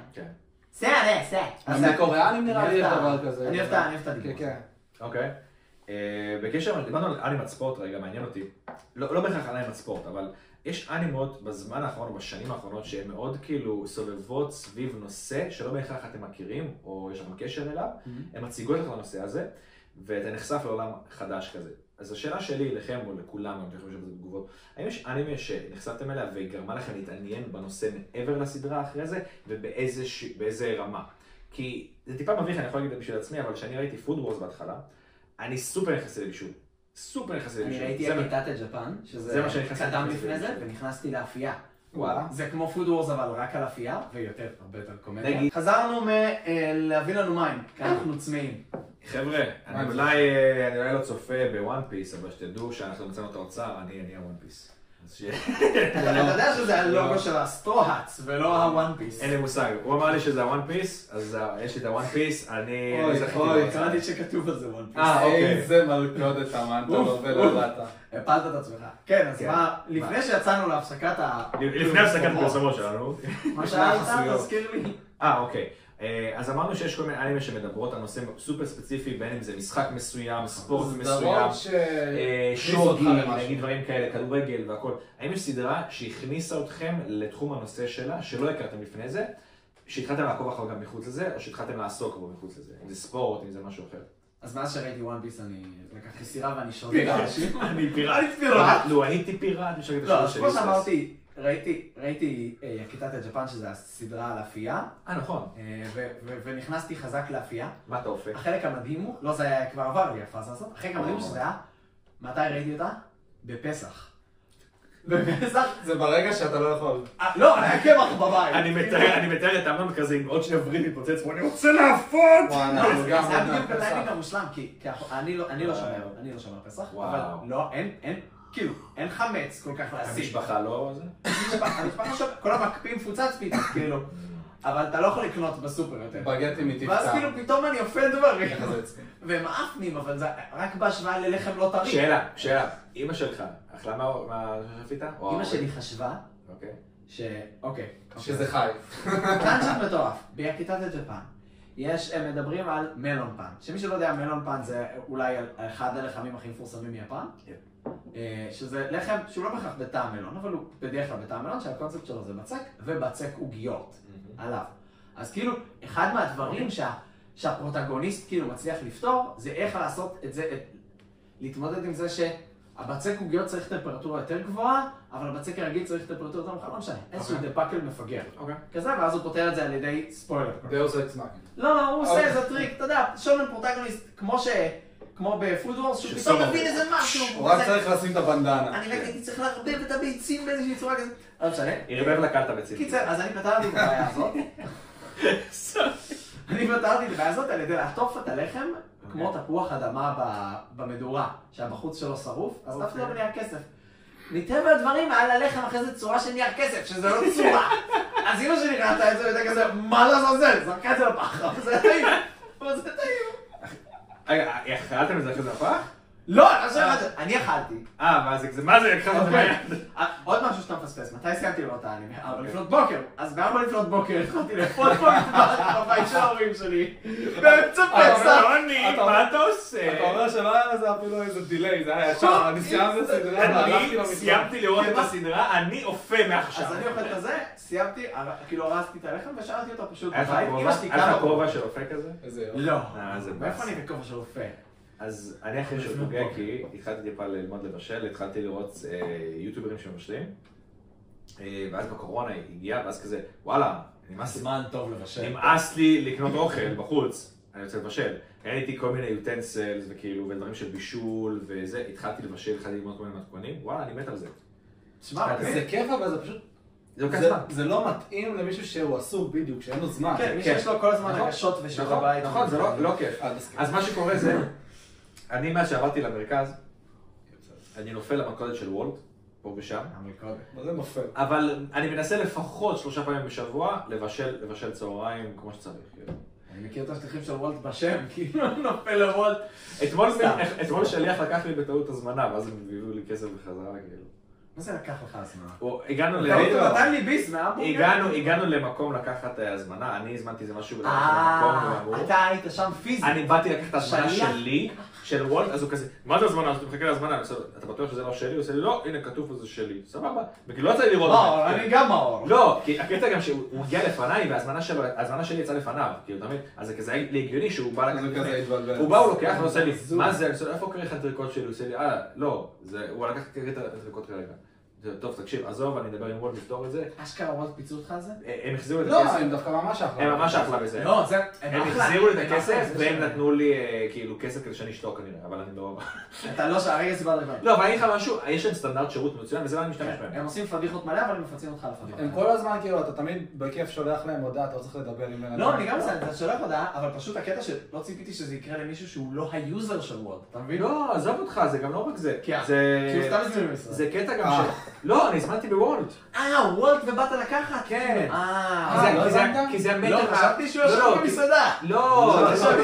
סאה. אז זה קוריאנים נראה לי דבר כזה. אני אוהב את הדיבור. כן. אוקיי. בקשר, דיברנו על אנימת ספורט רגע, מעניין אותי. לא בהכרח על אנימת ספורט, אבל יש אנימות בזמן האחרון או בשנים האחרונות שהן מאוד כאילו סובבות סביב נושא שלא בהכרח אתם מכירים או יש לכם קשר אליו, הן מציגות לך לנושא הזה, ואתה נחשף לעולם חדש כזה. אז השאלה שלי לכם או לכולם, אם אתם יכולים לשאול בתגובות, האם יש אנימה שנחשפתם אליה וגרמה לכם להתעניין בנושא מעבר לסדרה אחרי זה, ובאיזה רמה? כי זה טיפה מביך, אני יכול להגיד בשביל עצמי, אבל כשאני ראיתי פוד וורס בהתחלה, אני סופר נכנסתי לבישול. אני ראיתי אקיטת ג'פן, שזה קדם לפני זה, ונכנסתי לאפייה. זה כמו פוד וורס אבל רק על אפייה, ויותר, הרבה יותר קומדיה. חזרנו להביא לנו מים, כי אנחנו צמאים. חבר'ה, אני אולי לא צופה בוואן פיס, אבל שתדעו שאנחנו נמצאנו את האוצר, אני הוואן פיס. אתה יודע שזה הלוגו של הסטרו-האטס ולא הוואן פיס. אין לי מושג, הוא אמר לי שזה הוואן פיס, אז יש לי את הוואן פיס, אני... אוי, קראתי שכתוב על זה וואן פיס. איזה מלכודת אמנת לו ולא באת. הפלת את עצמך. כן, אז מה, לפני שיצאנו להפסקת ה... לפני הפסקת הפרסומות שלנו. מה שאלת, תזכיר לי. אוקיי. אז אמרנו שיש כל מיני אנימה שמדברות על נושא סופר ספציפי, בין אם זה משחק מסוים, ספורט מסוים, שוגי, נגיד דברים כאלה, כדורגל והכל. האם יש סדרה שהכניסה אתכם לתחום הנושא שלה, שלא הכרתם לפני זה, שהתחלתם לעקוב אחר גם מחוץ לזה, או שהתחלתם לעסוק בו מחוץ לזה? אם זה ספורט, אם זה משהו אחר. אז מאז שראיתי וואן פיס אני לקחתי סירה ואני שודד אנשים. אני פיראט. לא, הייתי פיראט. לא, אז כמו שאמרתי, ראיתי כיתת הג'פן שזה הסדרה על אפייה. נכון. ונכנסתי חזק לאפייה. מה אתה אופה? החלק המדהים הוא, לא זה היה כבר עבר לי הפאזה הזאת, החלק המדהים הוא שזה היה, מתי ראיתי אותה? בפסח. בפסח? זה ברגע שאתה לא יכול. לא, היה קמח בבית. אני מתאר את אמנון כזה עם עוד שני וריד מתפוצץ, ואני רוצה להפות! זה היה בדיוק בטיימינג המושלם, כי אני לא שומר פסח, אבל לא, כאילו, אין חמץ כל כך להשיג. המשפחה לא זה? המשפחה שומר, כל המקפים פוצץ פתאום, כאילו. אבל אתה לא יכול לקנות בסופר יותר. בגטי מטבצה. ואז כאילו פתאום אני אופה דברים. והם אפנים, אבל זה רק בהשוואה ללחם לא טרי. שאלה, אמא שלך, אכלה מה שפית? אמא שלי חשבה, שזה חי. טנג'נט מטורף, ביקיטת הג'פן, הם מדברים על מלון פן. שמי שלא יודע, מלון פן זה אולי אחד הלחמים הכי מפורסמים מיפן. שזה לחם שהוא לא בהכרח בטעם מלון, אבל הוא בדרך כלל בטעם מלון, שהקונספט שלו זה בצק, ובצק עוגיות עליו. אז כאילו, אחד מהדברים שהפרוטגוניסט כאילו מצליח לפתור, זה איך לעשות את זה, להתמודד עם זה שהבצק עוגיות צריך טמפרטורה יותר גבוהה, אבל הבצק הרגיל צריך טמפרטורה יותר נמוכה, לא משנה. איזשהו דבקל מפגר. כזה, ואז הוא פותר את זה על ידי ספוילר. דאוס אקס מאכינה. לא, הוא עושה איזה טריק, אתה יודע, שונן פרוטגוניסט, כמו בפוד וורס, שהוא פתאום מבין איזה משהו. הוא רק צריך לשים את הבנדנה. אני רק הייתי צריך להרבב את הביצים באיזושהי צורה כזאת. לא משנה. ירבב לקל את הביצים. קיצר, אז אני פתרתי את הבעיה הזאת. אני פתרתי את הבעיה הזאת על ידי לעטוף את הלחם כמו תפוח אדמה במדורה, שהבחוץ שלו שרוף, אז דווקא לא בנייר כסף. מטבע הדברים היה ללחם אחרי זה צורה של נייר כסף, שזה לא צורה. אז אמא שלי ראתה את זה והייתה כזה, מה לעזאזל? זרקה את זה לפח, אבל זה טעים. אבל זה טעים. רגע, אכלתם את זה אחרי זה הפח? לא, אני אכלתי. מה זה? אכלת את זה ביד? עוד משהו שאתה מפספס, מתי סיימתי לראות את האנימה? 4 לפנות בוקר. אז ב4 לפנות בוקר התחלתי לאפות פה בבית של ההורים שלי. באמצע פסח. מה אתה עושה? אתה אומר שלא היה לזה אפילו איזה דיליי, זה היה ישר, אני סיימתי את הסדרה והלכתי למשרד. אני סיימתי לראות את הסדרה, אני אופה מעכשיו. אז אני אוכל את זה, סיימתי, כאילו הרסתי את הלחם ושאלתי אותו פשוט בבית. היה לך כובע של אופה כזה? לא. מאיפה אני בכובע של אופה? אז אני אחרי שפוגע כי התחלתי טיפה ללמוד לבשל, התחלתי לראות יוטיוברים שמבשלים, ואז בקורונה הגיעה, ואז כזה, וואלה, זמן טוב לבשל. נמאס לי לקנות אוכל בחוץ, אני רוצה לבשל. ראיתי כל מיני יוטנסלס וכאילו, ודברים של בישול וזה, התחלתי לבשל, התחלתי ללמוד כל מיני מתכונים, וואלה, אני מת על זה. זה כיף, אבל זה פשוט... זה לא מתאים למישהו שהוא עסוק בדיוק, שאין לו זמן. כן, מי שיש לו כל הזמן הגשות ושיעורי בית. נכון, זה לא כיף. אז מה שקורה זה, אני מאז שעברתי למרכז, אני נופל למלכודת של וולט, פה ושם. מה זה נופל? אבל אני מנסה לפחות 3 פעמים בשבוע לבשל צהריים כמו שצריך. אני מכיר את השליחים של וולט בשם, כאילו נופל לוולט. אתמול שליח לקח לי בטעות הזמנה, ואז הם הביאו לי כסף בחזרה, כאילו. מה זה לקח לך הזמנה? הגענו נתן לי ביס מהמבורגר. הגענו למקום לקחת הזמנה, אני הזמנתי איזה משהו במקום. אתה היית שם פיזית. אני באתי לקחת את הזמנה שלי, של וולט, אז הוא כזה, מה זה הזמנה? אז אתה מחכה להזמנה, אתה בטוח שזה לא שלי? הוא עושה לי, לא, הנה כתוב שזה שלי, סבבה. וכאילו לא יצא לי לראות. לא, אני גם מאור. לא, כי הקטע גם שהוא הגיע לפניי, והזמנה שלי יצאה לפניו, כאילו, תמיד, אז זה כזה להגיוני שהוא בא לקחת לפני. הוא בא, הוא לוקח, הוא עושה לי, מה זה? אני עושה, איפה קריא לך הטריקות שלי? הוא עושה לי, לא, הוא לקח את הטריקות כרגע. טוב, תקשיב, עזוב, אני אדבר עם וולט לפתור את זה. אשכרה וולט פיצו אותך על זה? הם החזירו לי את לא, הכסף. הם דווקא ממש אחלה. הם ממש אחלה בזה. לא, הם החזירו לי את הכסף והם נתנו לי כאילו כסף כדי שאני אשתוק כנראה, אבל אני לא... אתה לא שהרגע סיבה דבר. לא, אבל אני אגיד לך משהו, יש להם סטנדרט שירות מצוין וזה לא אני משתמש בהם. הם עושים פדיחות מלא, אבל הם מפצים אותך על הפדיחות. הם כל הזמן כאילו, אתה תמיד בכיף שולח להם הודעה, אתה לא צריך לדבר עם בן אדם. לא, אני גם עושה, אתה שולח הודעה, אבל פשוט הקטע שלא ציפיתי שזה יקרה למישהו שהוא לא היוזר של וולט, אתה מבין? לא, עזוב אותך, זה גם לא רק זה. כי הוא סתם הזמין במשרד. זה קטע גם לא, אני הזמנתי בוולט. וולט ובאת לקחת? כן. כי זה המטר... לא, חשבתי שהוא יושב במסעדה. לא,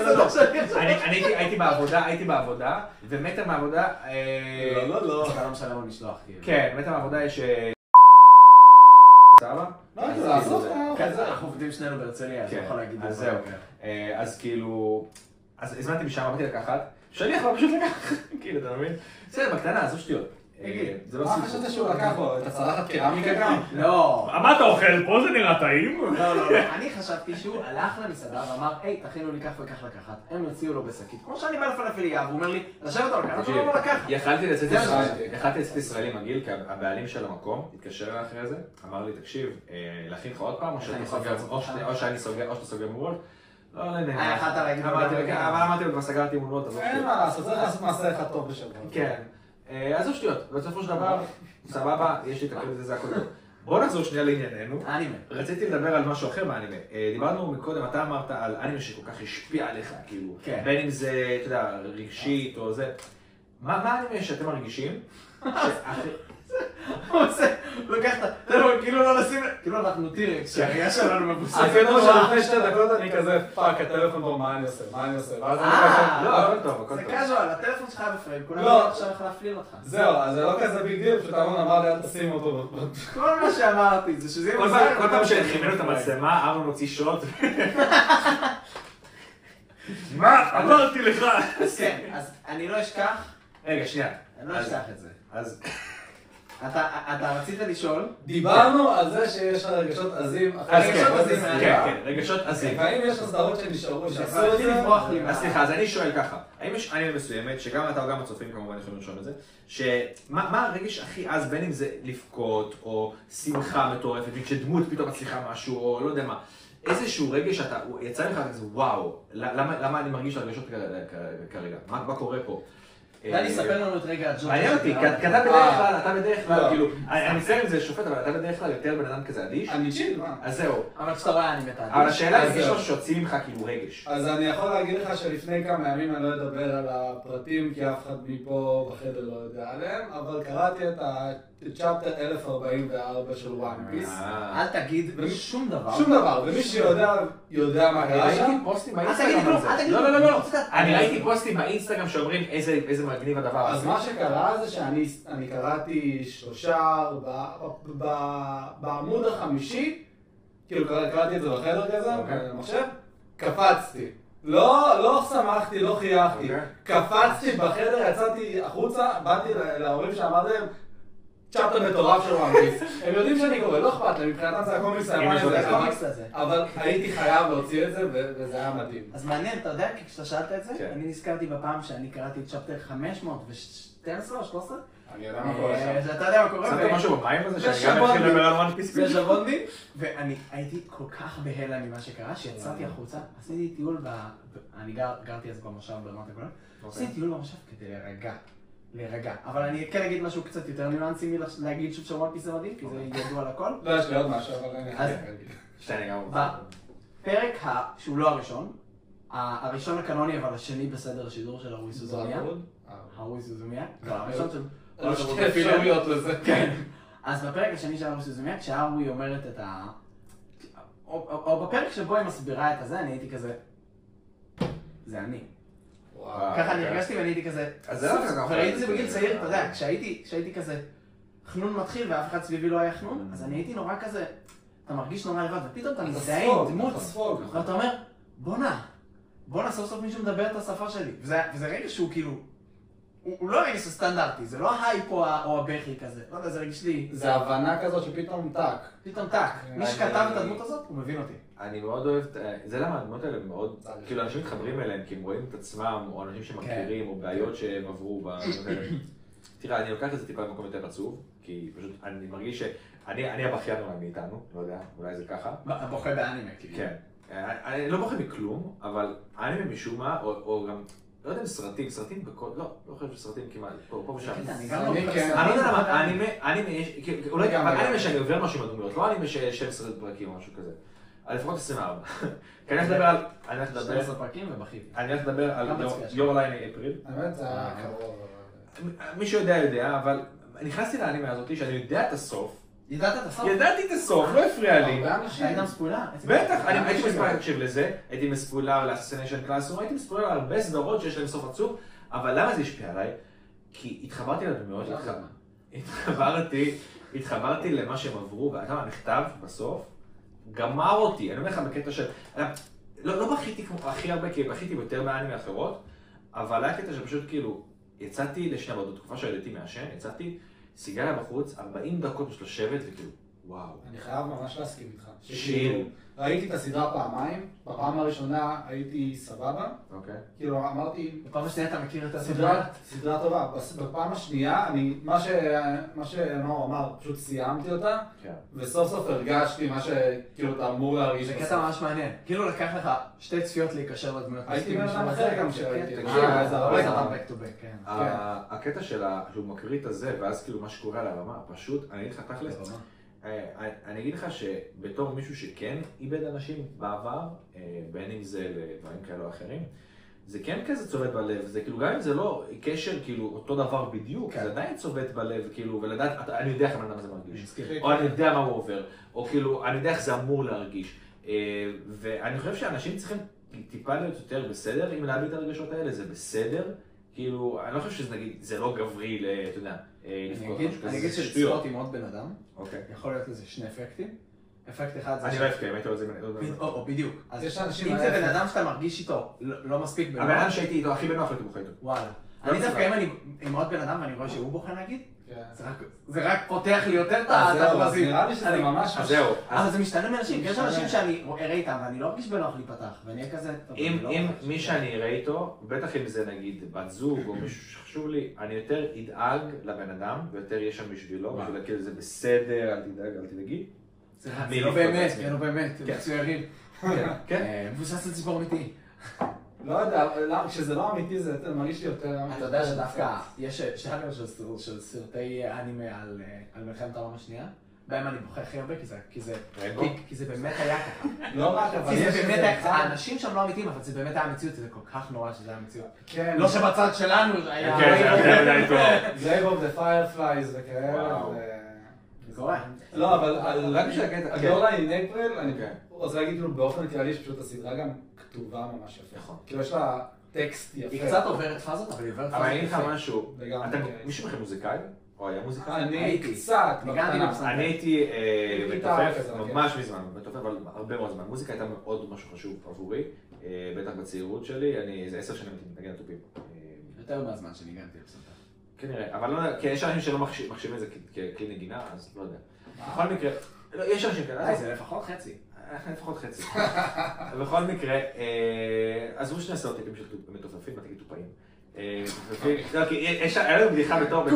הייתי בעבודה, ומטר מהעבודה... לא. אתה לא משלם על משלוח. כן, מטר מהעבודה יש... סבבה? לא, לעשות אנחנו עובדים שנינו בהרצליה, אז אני יכול להגיד את זה. אז כאילו, אז הזמנתי משם, אמרתי לקחת, שאני יכול פשוט לקחת, כאילו, אתה מבין? בסדר, בקטנה, עזוב שטויות. זה לא מה חשבת שהוא לקח פה? את הצלחת קרמיקה גם? לא. מה אתה אוכל? פה זה נראה טעים? לא. אני חשבתי שהוא הלך למסעדה ואמר, היי, תכינו לי כך וכך לקחת. הם יוציאו לו בשקית. כמו שאני בא לפלאפליה, והוא אומר לי, לשבת או לקחת, הוא לא לקח. יכלתי לצאת ישראלי מגעיל, כי הבעלים של המקום התקשר אליי אחרי זה, אמר לי, תקשיב, להכין לך עוד פעם, או שאתה סוגר מול? לא, לא, יכלת להגיד אבל אמרתי לו, כבר סגרתי מול וולט, אין מה לעשות, צריך לעשות מעשה אחד טוב בשבוע. כן. אז זו שטויות, בסופו של דבר, סבבה, יש לי את הקרדיט הזה, זה הכל טוב. בוא נחזור שנייה לענייננו. אנימה. רציתי לדבר על משהו אחר באנימה. דיברנו מקודם, אתה אמרת על אנימה שכל כך השפיע עליך, כאילו, בין אם זה, אתה יודע, רגשית או זה. מה האנימה שאתם מרגישים? הוא עושה, לוקח את הטלפון, כאילו לא לשים, כאילו אנחנו טירקס, שהראייה שלנו מבוססת. אפילו שלפני 2 דקות אני כזה, פאק, הטלפון פה, מה אני עושה? ואז אני כזה, לא, הכל טוב, הכל זה טוב. קאז'ואל, הטלפון שלך בפריים, כולם עכשיו איך להפליל אותך. זהו, אז זה לא כזה ביג דיל, פשוט ארון אמר לי, אל תשים אותו. כל מה שאמרתי זה שזה... כל פעם שחימנו את המצלמה, ארון הוציא שוט. מה? אמרתי לך. אז כן, אז אני לא אשכח. רגע, שנייה. אני לא אשכח את זה. אז... אתה רצית לשאול? דיברנו על זה שיש לך רגשות עזים. כן, רגשות עזים. והאם יש הסדרות שנשארו שעשו את זה? אז סליחה, אז אני שואל ככה, האם יש אנימה מסוימת, שגם אתה או גם הצופים כמובן יכולים לרשום את זה, שמה הרגש הכי עז, בין אם זה לבכות, או שמחה מטורפת, וכשדמות פתאום מצליחה משהו, או לא יודע מה, איזשהו רגש שאתה, יצא לך כזה, וואו, למה אני מרגיש הרגשות כרגע? מה קורה פה? דני, ספר לנו את רגע הג'ורג'. מעניין אותי, כי אתה בדרך כלל, כאילו, אני מצטער אם זה שופט, אבל אתה בדרך כלל יותר בן אדם כזה אדיש. אני צ'יל, מה? אז זהו. אבל כשאתה רואה אני מתעדיש. אבל השאלה היא, יש משהו שיוצאים ממך כאילו רגש. אז אני יכול להגיד לך שלפני כמה ימים אני לא אדבר על הפרטים, כי אף אחד מפה בחדר לא יודע עליהם, אבל קראתי את צ'פטר 1044 של וואן פיס. אל תגיד שום דבר. שום דבר, ומי שיודע מה קרה שם. לא, אני ראיתי פוסטים באינסטגרם שאומרים איזה מגניב הדבר הזה. אז מה שקרה זה שאני קראתי 3 בעמוד החמישי, כאילו קראתי את זה בחדר כזה, במחשב, קפצתי. לא שמחתי, לא חייכתי. קפצתי בחדר, יצאתי החוצה, באתי להורים שאמרתי להם, צ'פטר מטורף של וואן פיס. הם יודעים שאני קורא, לא אכפת להם, מבחינתם זה הקומיקס הזה, אבל הייתי חייב להוציא את זה, וזה היה מדהים. אז מעניין, אתה יודע, כי כשאתה שאלת את זה, אני נזכרתי בפעם שאני קראתי את צ'פטר 512 או 13? אני יודע מה קורה שם. אתה יודע מה קורה? שמת משהו במים הזה, שאני גם מתחיל לדבר על וואן פיס? זה שבונדי, ואני הייתי כל כך בהלם ממה שקרה, שיצאתי החוצה, עשיתי טיול, אני גרתי אז במושב ברמת הגולן, עשיתי טיול במושב כדי להירגע. אבל אני כן אגיד משהו קצת יותר ניואנסי מלהגיד שוב שוואן פיס זה מדהים, כי זה ידוע על הכל. לא, יש לי עוד משהו, אבל אני שני גם. בפרק שהוא לא הראשון הקנוני, אבל השני בסדר השידור של הרוי סוזומיה. הרוי סוזומיה? לא, הראשון של... שתי אפשרויות לזה. כן. אז בפרק השני של הרוי סוזומיה, כשהרוי אומרת את ה... או בפרק שבו היא מסבירה את הזה, אני הייתי כזה... זה אני. ככה אני הרגשתי ואני הייתי כזה... אז זה לא כזה. וראיתי את זה בגיל צעיר, אתה יודע, כשהייתי כזה... חנון מתחיל ואף אחד סביבי לא היה חנון, אז אני הייתי נורא כזה... אתה מרגיש נורא לבד, ופתאום אתה מזדהה עם דמות. ואתה אומר, בואנה, סוף סוף מישהו מדבר את השפה שלי. וזה רגע שהוא כאילו... הוא לא רגע סטנדרטי, זה לא ההייפ או הבכי כזה. לא יודע, זה רגע שלי. זה הבנה כזאת שפתאום טק. פתאום טק. מי שכתב את הדמות הזאת, הוא מבין אותי. אני מאוד אוהב, זה למה הדמות האלה מאוד, כאילו אנשים מתחברים אליהם כי הם רואים את עצמם, או אנשים שמכירים, או בעיות שהם עברו בדמות האלה. תראה, אני לוקח את זה טיפה במקום יותר עצוב, כי פשוט אני מרגיש שאני הבכיין אולי מאיתנו, לא יודע, אולי זה ככה. בוכה באנימה, כאילו. כן. אני לא בוכה מכלום, אבל אנימה משום מה, או גם, לא יודע אם סרטים בכל, לא חושב שסרטים כמעט, פה ושם. אני גם לא בוכה בסרטים. אני לא יודע למה, אנימה יש, אולי אנימה שאני עובר משהו עם הדמויות, לא אנימה של 12 פרקים או משהו כזה. לפחות 24. כי אני הולך לדבר על... 12 פרקים ובכיתי. אני הולך לדבר על Your Line April. האמת, זה היה קרוב. מי שיודע, אבל נכנסתי לאנימה הזאת שאני יודע את הסוף. ידעת את הסוף? ידעתי את הסוף, לא הפריע לי. היית מספוילה? בטח, הייתי מספוילה להקשיב לזה, הייתי מספוילה ל-Assassination Classroom, הייתי מספוילה על הרבה סדרות שיש להם סוף עצוב, אבל למה זה השפיע עליי? כי התחברתי לדמויות, התחברתי למה שהם עברו, ואתה יודע, נכתב בסוף, גמר אותי, אני אומר לך בקטע של... לא בכיתי הכי הרבה, כי בכיתי יותר באנימה אחרות, אבל היה קטע שפשוט כאילו, יצאתי לשנייה, בתקופה שהייתי מעשן, יצאתי סיגריה בחוץ, 40 דקות פשוט לשבת וכאילו, וואו. אני חייב ממש להסכים איתך. שיל. ראיתי את הסדרה פעמיים, בפעם הראשונה הייתי סבבה. אוקיי. כאילו אמרתי... בפעם השנייה אתה מכיר את הסדרה? סדרה טובה. בפעם השנייה, מה שנאור אמר, פשוט סיימתי אותה, וסוף סוף הרגשתי מה שכאילו אתה אמור להרגיש. זה קטע ממש מעניין. כאילו לקח לך 2 צפיות להיקשר לדמויות. הייתי מאדם אחר גם שראיתי. הקטע שהוא מקריא את הזה, ואז כאילו מה שקורה על הרמה, פשוט, אני אגיד לך תכלס, אני אגיד לך שבתור מישהו שכן איבד אנשים בעבר, בין אם זה לדברים כאלה או אחרים, זה כן כזה צובט בלב, זה כאילו גם אם זה לא קשר כאילו אותו דבר בדיוק, זה עדיין צובט בלב כאילו, ולדעת, אני יודע איך הבן אדם הזה מרגיש, או אני יודע מה הוא עובר, או כאילו, אני יודע איך זה אמור להרגיש, ואני חושב שאנשים צריכים טיפה להיות יותר בסדר, אם להביא את הרגשות האלה, זה בסדר, כאילו, אני לא חושב שזה נגיד, זה לא גברי, אתה יודע, אני אגיד שלצפות עם עוד בן אדם, יכול להיות לזה 2 אפקטים. אפקט אחד זה... אני לא אפקט, הייתי רוצה... או, בדיוק. אז אם זה בן אדם שאתה מרגיש איתו לא מספיק בנוח... הבן אדם שהייתי איתו הכי בנוח הייתי בוכה איתו. וואלה. אני דווקא אם אני עם עוד בן אדם ואני רואה שהוא בוכה נגיד, זה רק פותח לי יותר את הדרזים. נראה לי שזה ממש... אז זהו. אבל זה משתנה מאנשים, יש אנשים שאני אראה איתם ואני לא ארגיש בנוח להיפתח, ואני אהיה כזה... אם מי שאני אראה איתו, בטח אם זה נגיד בת זוג או מישהו שחשוב לי, אני יותר אדאג לבן אדם ויותר יהיה שם בשבילו, בשביל להגיד זה בסדר, אל תדאג, אל תדאגי. זה לא באמת, כן, לא באמת, מצוירים. כן. מבוסס על סיפור אמיתי. לא יודע, כשזה לא אמיתי זה מרגיש לי יותר... אתה יודע שדווקא יש ז'אנר של סרטי אנימה על מלחמת העולם השנייה, בהם אני בוכה הכי הרבה כי זה באמת היה ככה. לא רק, אבל כי זה באמת היה, האנשים שם לא אמיתיים, אבל זה באמת היה המציאות, זה כל כך נורא שזה היה המציאות. לא שבצד שלנו היה... כן, זה היה טוב. Grave of the Fireflies וכאלה. זה קורה. לא, אבל רק בשביל הקטע, הגדולה עם אפריל, אני רוצה להגיד כאילו באופן כללי שפשוט הסדרה גם כתובה ממש יפה. נכון. כאילו יש לה טקסט יפה. היא קצת עוברת פאזות, אבל היא עוברת פאזות. אבל אני אגיד לך משהו, מישהו מכם מוזיקאי? או היה מוזיקאי? אני קצת, אני הייתי מתופף, ממש מזמן, מתופף, אבל הרבה מאוד זמן. מוזיקה הייתה מאוד משהו חשוב עבורי, בטח בצעירות שלי, אני איזה 10 שנים הייתי מתנגן לתופים. יותר מהזמן שניגנתי לפסנתר. כנראה, אבל לא יודע, כי יש אנשים שלא מחשיבים את זה ככלי נגינה, אז לא יודע. בכל מקרה, יש אנשים כאלה. זה לפחות חצי. לפחות חצי. בכל מקרה, עזבו שני סטריאוטיפים של מתופפים, תגיד תופעים. היה לנו בדיחה בתור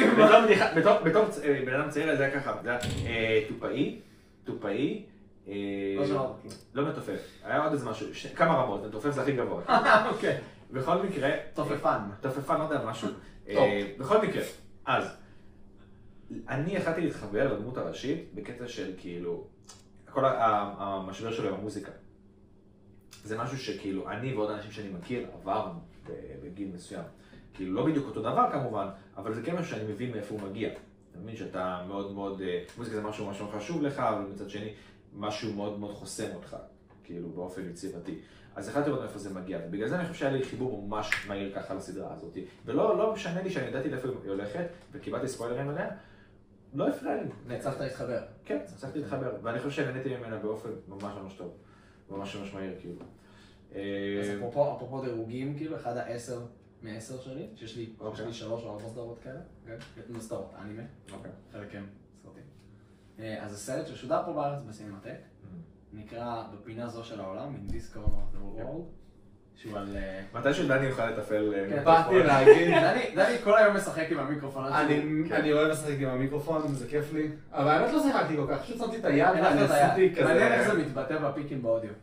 בן אדם צעיר, זה היה ככה, זה היה תופאי, לא מתופף, היה עוד איזה משהו, כמה רמות, מתופף זה הכי גבוה. אוקיי. בכל מקרה, תופפן, לא יודע, משהו. בכל מקרה, אז, אני החלטתי להתחבר לדמות הראשית בקטע של כאילו, כל המשבר שלו עם המוזיקה. זה משהו שכאילו אני ועוד אנשים שאני מכיר עברנו בגיל מסוים. כאילו לא בדיוק אותו דבר כמובן, אבל זה כן משהו שאני מבין מאיפה הוא מגיע. אני מבין שאתה מאוד מאוד, מוזיקה זה משהו משהו חשוב לך, אבל מצד שני משהו מאוד מאוד חוסם אותך, כאילו באופן יצירתי. אז החלטתי לראות מאיפה זה מגיע, ובגלל זה אני חושב שהיה לי חיבור ממש מהיר ככה לסדרה הזאת. ולא משנה לי שאני ידעתי לאיפה היא הולכת, וקיבלתי ספוילרים עליה, לא הפריע לי. והצלחת להתחבר. כן, הצלחתי להתחבר, ואני חושב שנהניתי ממנה באופן ממש ממש טוב, ממש ממש מהיר כאילו. אז אפרופו דירוגים, כאילו, אחד ה10 מ10 שלי, שיש לי 3 או 4 סדרות כאלה, לא סדרות, אנימה, חלק הם סרטים. אז הסרט ששודר פה בארץ בסינמטק, נקרא בפינה זו של העולם, In This Corner of the World, שהוא על... מתי שדני יוכל לטפל... באתי להגיד... דני כל היום משחק עם המיקרופון. אני אוהב לשחק עם המיקרופון, זה כיף לי. אבל האמת לא שיחקתי כל כך, פשוט שמתי את היד ואני עשיתי כזה... מעניין איך זה מתבטא בפיקים באודיו.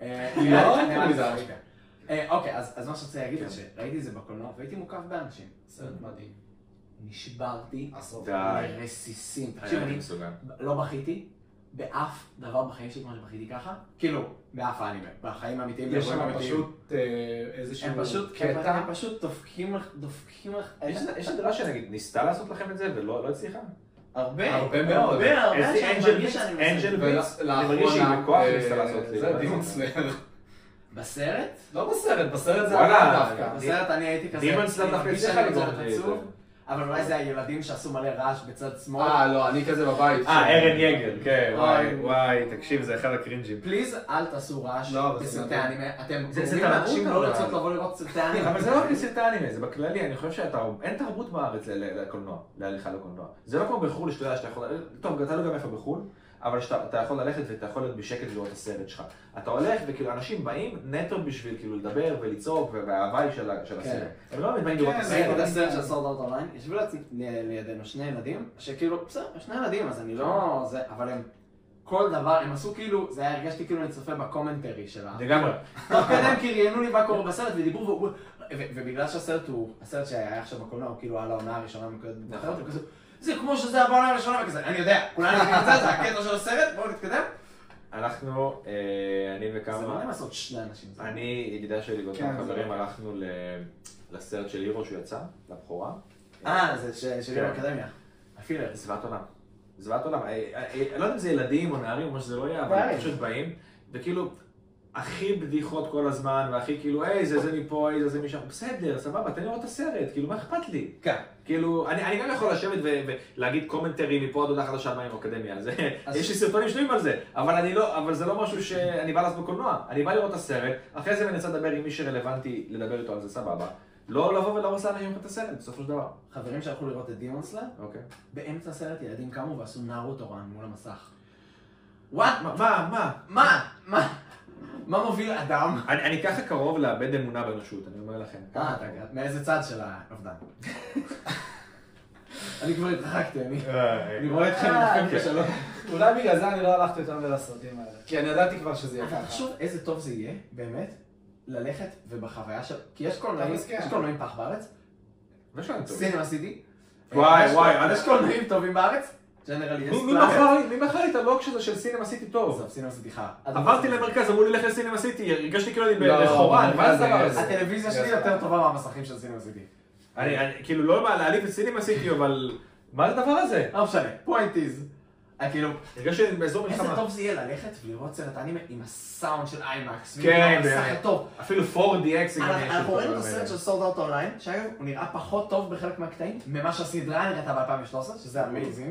אוקיי, אז מה שרציתי להגיד זה שראיתי את זה בקולנוע והייתי מוקף באנשים. סרט מדהים. נשברתי די. לרסיסים. תקשיב, אני לא בכיתי באף דבר בחיים שלי כמו שבכיתי ככה. כאילו, באף האנימה, בחיים האמיתיים. יש שם פשוט איזשהו קטע. הם פשוט דופקים לך. יש סדרה שנגיד ניסתה לעשות לכם את זה ולא הצליחה? הרבה מאוד. אנג'ל ביטס, אני מרגיש שהיא בכוח ניסתה לעשות לי. זה דימון סלאר. בסרט? לא בסרט זה היה דווקא. בסרט אני הייתי כזה, דימון סלאר דווקא הצליחה לגרום לי את זה. אבל אולי זה הילדים שעשו מלא רעש בצד שמאל. לא, אני כזה בבית. ארן יגל, כן, וואי, תקשיב, זה אחד הקרינג'ים. פליז, אל תעשו רעש בסרטי אנימה. אתם זה גורמים לאנשים לא לרצות לבוא לראות סרטי אנימה. אבל זה לא רק סרטי אנימה, זה בכללי, אני חושב שאין תרבות בארץ לקולנוע, להליכה לקולנוע. זה לא כמו בחו"ל, שאתה יודע שאתה יכול... טוב, אתה לא גם איפה בחו"ל, אבל אתה יכול ללכת ואתה יכול להיות בשקט ולראות את הסרט שלך. אתה הולך וכאילו אנשים באים נטו בשביל כאילו לדבר ולצעוק וההוואי של הסרט. הם לא באים לראות את הסרט. ראיתי את הסרט של סורד ארט אונליין, ישבו לידינו שני ילדים, שכאילו, בסדר, שני ילדים, אז אני לא... אבל הם... כל דבר, הם עשו כאילו, זה היה, הרגשתי כאילו אני צופה בקומנטרי של לגמרי. תוך כדי הם כאילו ראיינו לי מה קורה בסרט ודיברו, ובגלל שהסרט הוא, הסרט שהיה עכשיו בקולנוע, הוא כאילו על העונה הראשונה מקודם אחרת, וכזה, זה כמו שזה היה בעונה הראשונה וכזה, אני יודע, כולנו יודעים את זה, זה הקטע של הסרט, בואו נתקדם. אנחנו, אני וכמה... זה לא נעים לעשות שני אנשים. אני, ידידה שלי ואותם חברים, הלכנו לסרט של הירו שהוא יצא, לבחורה. זה של הירו אקדמיה. הפילר. זוועת עולם. זוועת עולם. אני לא יודע אם זה ילדים או נערים או מה שזה לא יהיה, אבל הם פשוט באים, וכאילו, הכי בדיחות כל הזמן, והכי כאילו, זה מפה, זה משם, בסדר, סבבה, תן לראות את הסרט, כאילו, מה אכפת לי? כן. כאילו, אני גם יכול לשבת ולהגיד קומנטרי מפה עד הודעה חדשה מה עם אקדמיה, יש לי סרטונים שלמים על זה, אבל זה לא משהו שאני בא לעשות בקולנוע, אני בא לראות את הסרט, אחרי זה אני רוצה לדבר עם מי שרלוונטי לדבר איתו על זה, סבבה. לא לבוא ולהרוס לאנשים את הסרט, בסופו של דבר. חברים שהלכו לראות את דימון סלאם, באמצע הסרט ילדים קמו ועשו נארוטו רן מול המסך. מה מוביל אדם? אני ככה קרוב לאבד אמונה באנושות, אני אומר לכם. מאיזה צד של האובדן? אני כבר התרחקתי, אני רואה אתכם בשלום. אולי בגלל זה אני לא הלכתי יותר לסרטים האלה. כי אני ידעתי כבר שזה יהיה ככה. אבל תחשוב איזה טוב זה יהיה, באמת, ללכת ובחוויה של... כי יש קולנועים פח בארץ. סינמה סיטי. וואי, יש קולנועים טובים בארץ. מי בחר לי את הלוק שזה של סינמה סיטי טוב? זהו, סינמה סיטי חר. עברתי למרכז, אמרו לי לך לסינמה סיטי, הרגשתי כאילו אני בחורן, מה זה הדבר הזה? הטלוויזיה שלי יותר טובה מהמסכים של סינמה סיטי. אני כאילו לא בא להעליב את סינמה סיטי, אבל מה זה הדבר הזה? לא משנה, point is. כאילו, הרגשתי באזור מלחמה. איזה טוב זה יהיה ללכת ולראות סרט אנימה עם הסאונד של איימקס. כן, אפילו 4DX. אנחנו ראינו את הסרט של סורד ארט אונליין, שהיום הוא נראה פחות טוב בחלק מהקטעים, ממה שהסדרה נראתה ב-2013, שזה אמייזינג,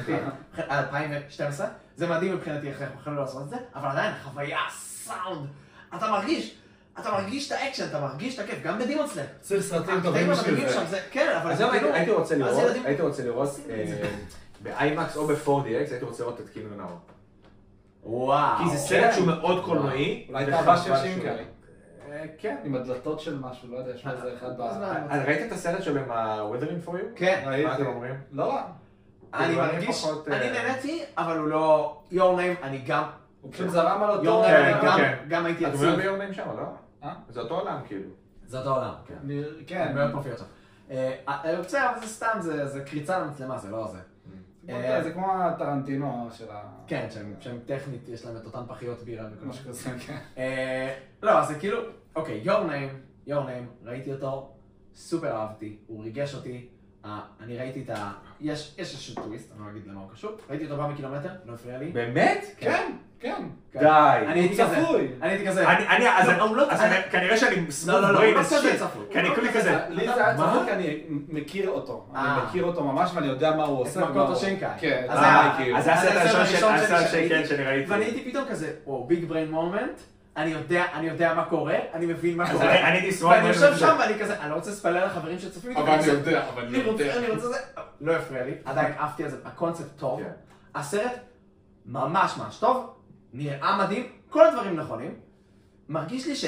2012. זה מדהים מבחינתי איך אנחנו יכולים לעשות את זה, אבל עדיין, חוויה, סאונד, אתה מרגיש את האקשן, אתה מרגיש את הכיף, גם בדימון סלאם. צריך סרטים טובים בשביל זה. כן, אבל... הייתי רוצה לראות ב-IMAX או ב-4DX, הייתי רוצה לראות את קינו נאו. וואו. כי זה סרט שהוא מאוד קולנועי. אולי את הבא של שימקה. כן. עם הדלתות של משהו, לא יודע, יש איזה אחד ראית את הסרט שלו עם ה-Weathering for You? כן. מה אתם אומרים? לא רע. אני מרגיש, אני נהניתי, אבל הוא לא... Your Name, אני גם... הוא פשוט זרם על אותו... Your Name, גם הייתי עצוב. אתה אומר ב-Your Name שם, לא? זה אותו עולם כאילו. זה אותו עולם, כן. כן. אני מאוד מופיע עכשיו. בסדר, אבל זה סתם, זה קריצה למצלמה, זה לא זה. זה כמו הטרנטינו של ה... כן, שהם טכנית, יש להם את אותן פחיות בירה וכל משהו כזה, כן. לא, זה כאילו, אוקיי, Your Name, ראיתי אותו, סופר אהבתי, הוא ריגש אותי, אני ראיתי את ה... יש איזשהו טוויסט, אני לא אגיד למה הוא קשור, ראיתי אותו 4 קילומטר, לא הפריע לי. באמת? כן, כן. די. אני הייתי כזה. אז כנראה שאני סמוך בריין איזה שיט. כי אני כולי כזה. לי זה היה צפוי כי אני מכיר אותו. אני מכיר אותו ממש ואני יודע מה הוא עושה. את מקוטו שינקאי. כן. אז זה הסרט הראשון שאני ואני הייתי פתאום כזה, וואו, ביג בריין מומנט. אני יודע מה קורה, אני מבין מה קורה. ואני יושב שם ואני כזה, אני לא רוצה לספלל לחברים שצופים איתי. אבל אני יודע. אני רוצה זה. לא הפריע לי. עדיין אהבתי על זה, הקונספט טוב. הסרט ממש טוב. נראה מדהים, כל הדברים נכונים. מרגיש לי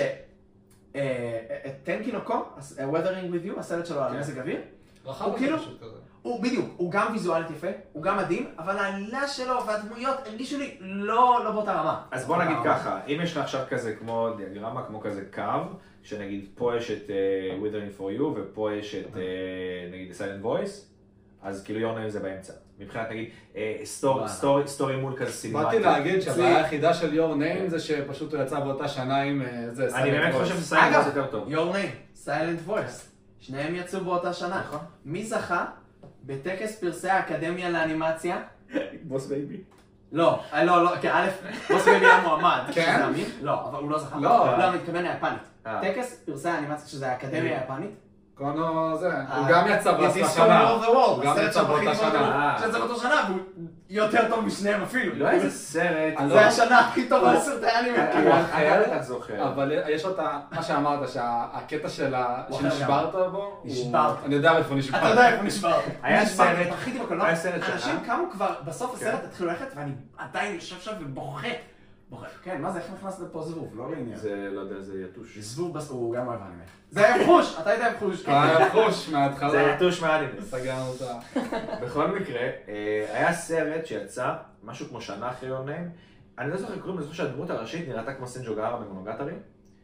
טנקי נוקו, Weathering with You, הסרט שלו על מזג אוויר, הוא כאילו, בדיוק, הוא גם ויזואלית יפה, הוא גם מדהים, אבל העלילה שלו והדמויות הרגישו לי לא באותה רמה. אז בוא נגיד ככה, אם יש לך עכשיו כזה כמו דיאגרמה, כמו כזה קו, שנגיד פה יש את Weathering for You ופה יש את נגיד Silent Voice, אז כאילו Your Name זה באמצע. מבחינת נגיד סטורי מול כזה סינמטי. באתי להגיד שהבעיה היחידה של Your Name זה שפשוט הוא יצא באותה שנה עם זה Silent Voice. אני באמת חושב ש-Silent Voice יותר טוב. Your Name, Silent Voice, שניהם יצאו באותה שנה. מי זכה בטקס פרסי האקדמיה לאנימציה? בוס בייבי. לא, כי א', בוס בייבי היה מועמד. כן? לא, אבל הוא לא זכה. לא, אני מתכוון ליפנית. טקס פרסי האנימציה, שזה האקדמיה היפנית, קונו זה, הוא גם יצא באותה This is שנה. Corner of the World, הוא גם הסרט יצא באותה שהכי שנה. שיצא באותה שנה, והוא יותר טוב משניהם אפילו. לא איזה סרט. זה השנה הכי טובה לסרטי האנימה. היה לך זוכר. אבל יש אותה, מה שאמרת, שהקטע שנשברת בו, נשברת. אני יודע איפה נשברת. אתה יודע איפה נשברת. היה סרט. בכיתי בקולנוע, היה סרט אנשים שנה. קמו כבר בסוף הסרט התחילו ללכת ואני עדיין יושב שם ובוכה. כן, מה זה, איך נכנס לפה זבוב? לא לעניין. זה, לא יודע, זה יתוש. זבוב הוא גם אוהב אנימה. זה היה חוש, אתה היית עם חוש. היה חוש מההתחלה. זה יתוש מהאנימה. סגרנו אותה. בכל מקרה, היה סרט שיצא, משהו כמו שנה אחרי יוניים. אני לא זוכר כלום, אני זוכר שהדמות הראשית נראתה כמו סנג'ו גארה במונוגטרי.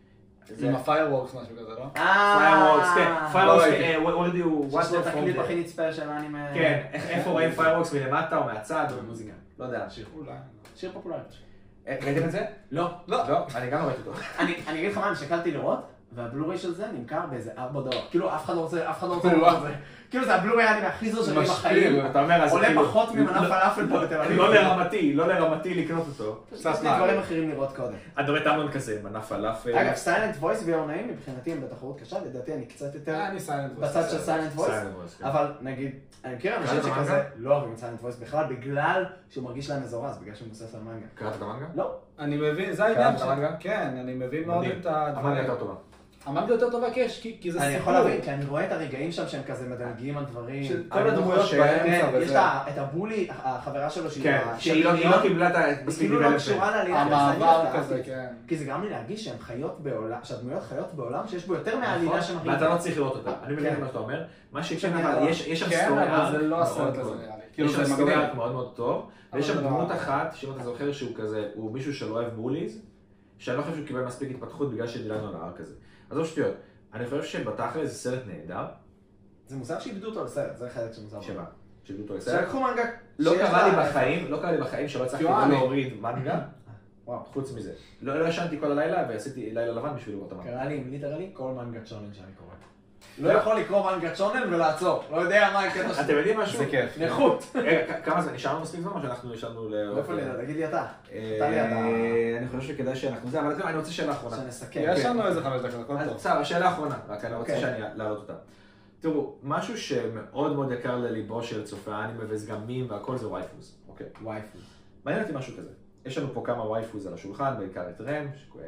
עם הפיירוורקס משהו כזה, לא? פיירוורקס, כן. פיירוורקס, where do you watch יש לו them את from הקליפ there? הכי נצפה של האנימה. כן, איפה רואים פיירוורקס מלמטה או מהצד? מוזיקה. לא יודע, שיר. אולי. שיר פופולרי. ראיתם את זה? לא. לא, אני גם לא ראיתי אותו. אני אגיד לך מה, אני שקלתי לראות, והבלוריי של זה נמכר באיזה $4. כאילו אף אחד לא רוצה לראות את זה. כאילו זה הבלוריי האנימה הכי זול שלי בחיים. אתה אומר, אז עולה כאילו... פחות ממנה פלאפל פה בתל אביב. לא לרמתי לקנות אותו. יש לי דברים אחרים לראות קודם. אני רואה תמנון כזה, מנה פלאפל. אגב, סיילנט וויס ויור נעים מבחינתי הם בתחרות קשה, לדעתי אני קצת יותר אני סיילנט וויס. בצד של סיילנט וויס, כן. אבל נגיד, אני מכיר אנשים קראת את שכזה המנגה? לא אוהבים את סיילנט וויס בכלל, בגלל שהוא מרגיש להם מזורז, בגלל שהוא מבוסס על מנגה. קראת את המנגה? לא. אני מבין, זה העניין קראת את המנגה? כן, אני מבין מאוד מדהים. את הדברים. המנגה יותר טובה. המנגה יותר טובה כי זה אני סיפור. יכול להבין, כי אני רואה את הרגעים שם שהם כזה מדלגים על דברים. של אני כל לא הדמויות חושב- באמצע כן, יש וזה. לה את הבולי, החברה שלו שהיא כן, שהיא לא קיבלה את היא המספיק כאילו לא דיבלפמנט. קשורה לעלייה. המעבר כזה, כן. כי זה גרם לי להרגיש שהן חיות בעולם, שהדמויות חיות בעולם שיש בו יותר מהעלילה שמראים. ואתה לא צריך לראות אותה. אני מבין כן. מה אתה אומר. מה שכן, שאני אבל לא- יש שם כן, סטורי אבל זה ארק לא מאוד הסרט הזה טוב. נראה לי. כאילו יש שם זה סטורי מגניב. ארק מאוד מאוד טוב, ויש אבל שם זה דמות לא- אחת, שאם אתה זוכר שהוא כזה, הוא מישהו שלא אוהב בוליז, שאני לא חושב שהוא קיבל מספיק התפתחות בגלל שדילנו על הארק הזה. אז לא שטויות. אני חושב שבתכל'ס זה סרט נהדר. זה מוזר שאיבדו אותו לסרט, זה חלק שמוזר. שמה? שאיבדו אותו לסרט. שלקחו מנגה. לא שיש קרה לה- לי בחיים שלא הצלחתי כאילו, לא אני- להוריד מנגה, וואו. חוץ מזה. לא ישנתי כל הלילה ועשיתי לילה לבן בשביל לראות את המנגה. קרה לי, ליטרלי, כל מנגת שונן שאני קורא. לא יכול לקרוא מנגת שונן ולעצור. לא יודע מה הקטע אתם שלי. יודעים משהו? זה כיף. נכות. רגע, כמה זמן? נשארנו מספיק זמן או שאנחנו נשארנו איפה לי, תגיד לי אתה. אתה לי אתה. אני חושב שכדאי שאנחנו זה, אבל אני רוצה שאלה אחרונה. שנסכם. יש לנו איזה 5 דקות, הכל אז טוב. בסדר, שאלה אחרונה, רק אני רוצה אוקיי. שאני אעלות אותה. תראו, משהו שמאוד מאוד יקר לליבו של צופה האנימה וזה גם מים והכל זה וייפוז, אוקיי? וייפו. מעניין אותי משהו כזה. יש לנו פה כמה וייפוז על השולחן, בעיקר את רם,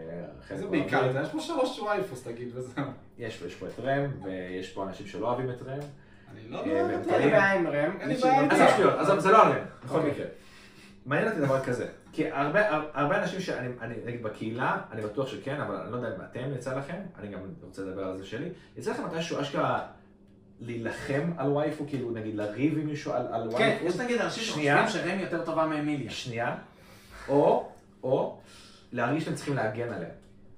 זה בעיקר, יש פה 3 וייפוס תגיד וזהו. יש פה את רם, ויש פה אנשים שלא אוהבים את רם. אני לא והם יודע. אין לי בעיה עם רם. אין לי מי בעיה עם שלא- אז שטויות, אז זה לא הרם, בכל אוקיי. מקרה. מעניין אותי דבר כזה, כי הרבה אנשים שאני, נגיד בקהילה, אני בטוח שכן, אבל אני לא יודע אם אתם יצא לכם, אני גם רוצה לדבר על זה שלי, יצא לכם מתישהו אשכרה להילחם על וייפו, כאילו נגיד לריב עם מישהו על וייפו? כן, יש נגיד אנשים שנייה. שחושבים שרם יותר טובה מאמיליה. שנייה, או להרגיש שאתם צריכים להגן עליה.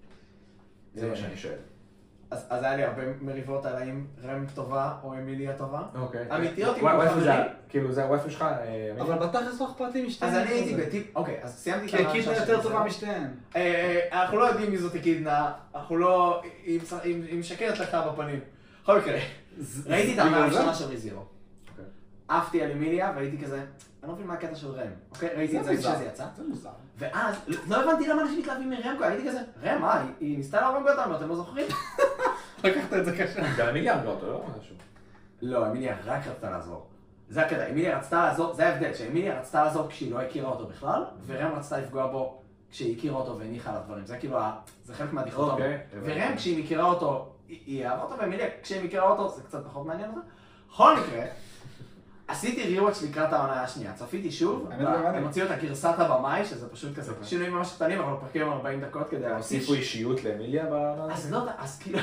זה מה שאני שואל. אז היה לי הרבה מריבות על האם רם טובה או אמיליה טובה. אוקיי. אמיתיות עם וייפו זה, חברים. כאילו זה הוייפו שלך, אבל בתכלס לא אכפת לי משתיהן. אז אני הייתי בטיפ, אוקיי, אז סיימתי את כי קידנה יותר טובה משתיהן. אנחנו לא יודעים מי זאת קידנה, אנחנו לא, היא משקרת לך בפנים. בכל מקרה, ראיתי את העונה הראשונה של ריזירו. אוקיי. עפתי על אמיליה והייתי כזה, אני לא מבין מה הקטע של רם. אוקיי, ראיתי את זה כשזה יצא. זה מוזר. ואז, לא הבנתי למה אנשים מתלהבים מרם, הייתי כזה, רם, מה, היא ניסתה להרוג אותנו, אתם לא זוכרים? לקחת את זה קשה. גם אני הרגה אותו, לא משהו. לא, אמיליה רק רצתה לעזור. זה הקטע, אמיליה רצתה לעזור, זה ההבדל, שאמיליה רצתה לעזור כשהיא לא הכירה אותו בכלל, ורם רצתה לפגוע בו כשהיא הכירה אותו והניחה עליו דברים. זה כאילו, זה חלק מהדיכוטומיה. אוקיי, ורם, כשהיא מכירה אותו, היא אהבה אותו, ואמיליה, כשהיא מכירה אותו, זה קצת פחות מעניין אותה. בכל מקרה, עשיתי ריוואץ' לקראת העונה השנייה, צפיתי שוב, האמת גם אני. הם הוציאו את הגרסת הבמאי, שזה פשוט כזה, שינויים ממש קטנים, אבל פרקים 40 דקות כדי להוסיף. הוסיפו אישיות לאמיליה בעונה אז לא יודע, אז כאילו...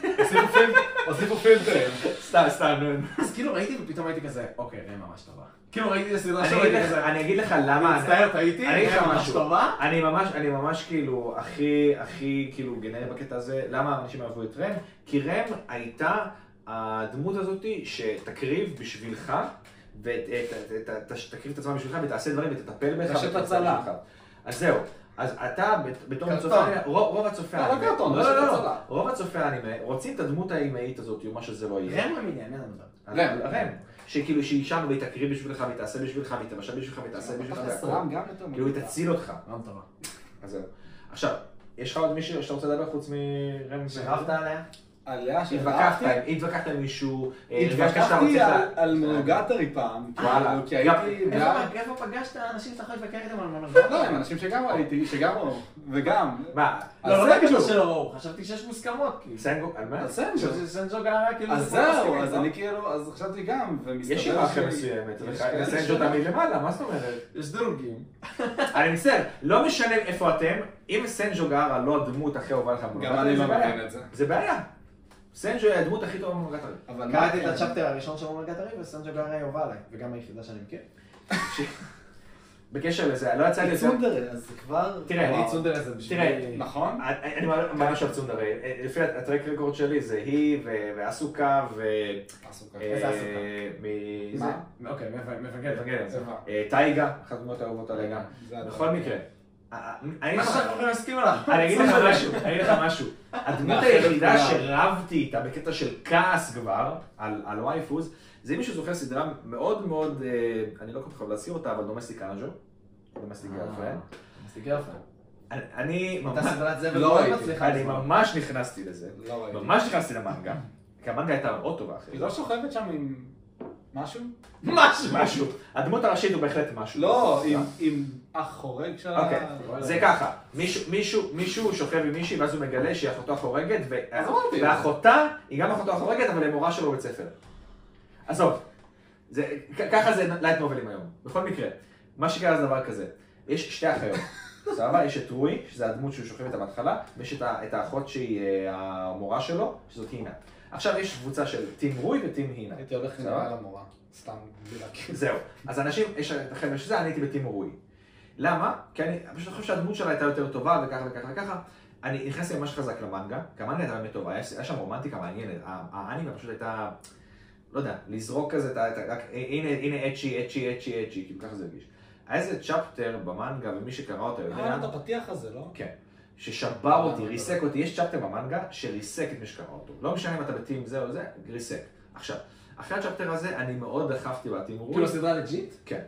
הוסיפו פילטרים. סתם, נו. אז כאילו ראיתי ופתאום הייתי כזה, אוקיי, רם ממש טובה. כאילו ראיתי את הסדרה אני שלו, אגיד הייתי לך- כזה, אני אגיד לך למה... מצטער, טעיתי, אני אגיד לך רם ממש משהו. טובה. אני ממש כאילו הכי כאילו גנרי בקטע הזה, למה אנשים אהבו את רם? כי רם הייתה הדמות הזאת שתקריב בשבילך, ותקריב את עצמה בשבילך ותעשה דברים ותטפל בך. רשת ותעשה הצלה. בשבילך. אז זהו. אז אתה בתור קרטון. צופה, רוב הצופי לא, לא האנימה, קרטון, רשת הצלה. רוב הצופי האנימה רוצים את הדמות האימהית הזאת, או מה שזה לא יהיה. רם או אמיליה, מי אתה מדבר? רם. שכאילו שהיא שם והיא תקריב בשבילך, והיא תעשה בשבילך, והיא תבשל בשבילך, והיא תעשה בשבילך. בתכלס והכל. רם גם יותר כאילו היא תציל אותך. רם טובה. אז זהו. עכשיו, יש לך עוד מישהו שאתה רוצה לדבר חוץ מרם? שרבת עליה? עליה שראיתי. התווכחת עם מישהו, התווכחתי על מונוגטרי פעם. וואלה. כי הייתי... איפה פגשת אנשים שאתה יכול להתווכח איתם על מונוגטרי? לא, עם אנשים שגם ראיתי, שגם ראו, וגם. מה? לא בקטע שלא ראו, חשבתי שיש מוסכמות. סנגו, על מה? סנג'ו גארה כאילו... אז זהו, אז אני כאילו, אז חשבתי גם, ומסתבר יש שירה מסוימת, סנג'ו תמיד למעלה, מה זאת אומרת? יש דרוגים. אני מצטער, לא משנה איפה אתם, אם סנג'ו גארה לא הדמות הכי אהובה לך גם אני לא מבין את זה. זה בעיה. סנג'ו היא הדמות הכי טובה במונוגטרי. קראתי את הצ'פטר הראשון של מונוגטרי וסנג'ו גארה היא אהובה עליי, וגם היחידה שאני מכיר. בקשר לזה, לא יצא לי את זה. צונדרה, אז זה כבר... תראה, אני צונדרה זה בשבילי... נכון? אני ממש אוהב צונדרה. לפי הטרק רקורד שלי זה היא ואסוקה ו... איזה אסוקה? אוקיי, מבנגלת. טייגה, אחת הדמות האהובות עליי גם. בכל מקרה. מה שאנחנו יכולים להסכים עליו. אני אגיד לך משהו. הדמות היחידה שרבתי איתה בקטע של כעס כבר על וייפוז, זה אם מישהו זוכר סדרה מאוד מאוד, אני לא כל כך אוהב להזכיר אותה, אבל דומסטיק אנג'ו. דומסטיק גרלפרנד. דומסטיק גרלפרנד. אני ממש נכנסתי לזה. ממש נכנסתי למנגה. כי המנגה הייתה מאוד טובה אחרי. היא לא שוכבת שם עם משהו? משהו. הדמות הראשית הוא בהחלט משהו. לא, עם אח חורג שלה. אוקיי, זה ככה. מישהו שוכב עם מישהי ואז הוא מגלה שהיא אחותו החורגת, ואחותה היא גם אחותו החורגת, אבל היא מורה שלו בבית ספר. עזוב, ככה זה לייט נובלים היום. בכל מקרה, מה שקרה זה דבר כזה. יש שתי אחיות. סבבה, יש את רוי, שזה הדמות שהוא שוכב איתה בהתחלה, ויש את האחות שהיא המורה שלו, שזאת הינה. עכשיו יש קבוצה של טים רוי וטים הינה. הייתי הולך עם המורה, סתם בלעק. זהו, אז אנשים, יש את החבר'ה שזה, אני הייתי בטים רוי. למה? כי אני פשוט חושב שהדמות שלה הייתה יותר טובה וככה וככה וככה. אני נכנסתי ממש חזק למנגה, כי המנגה הייתה באמת טובה, היה שם רומנטיקה מעניינת, האנימה פשוט הייתה, לא יודע, לזרוק כזה, הנה אצ'י, כאילו ככה זה הרגיש. היה איזה צ'פטר במנגה, ומי שקרא אותה יודע... היה את הפתיח הזה, לא? כן. ששבר אותי, ריסק אותי, יש צ'פטר במנגה שריסק את מי שקרא אותו. לא משנה אם אתה בטים זה או זה, ריסק. עכשיו, אחרי הצ'פטר הזה אני מאוד דחפתי בטים רוי. כאילו סדרה לג'יט? כן.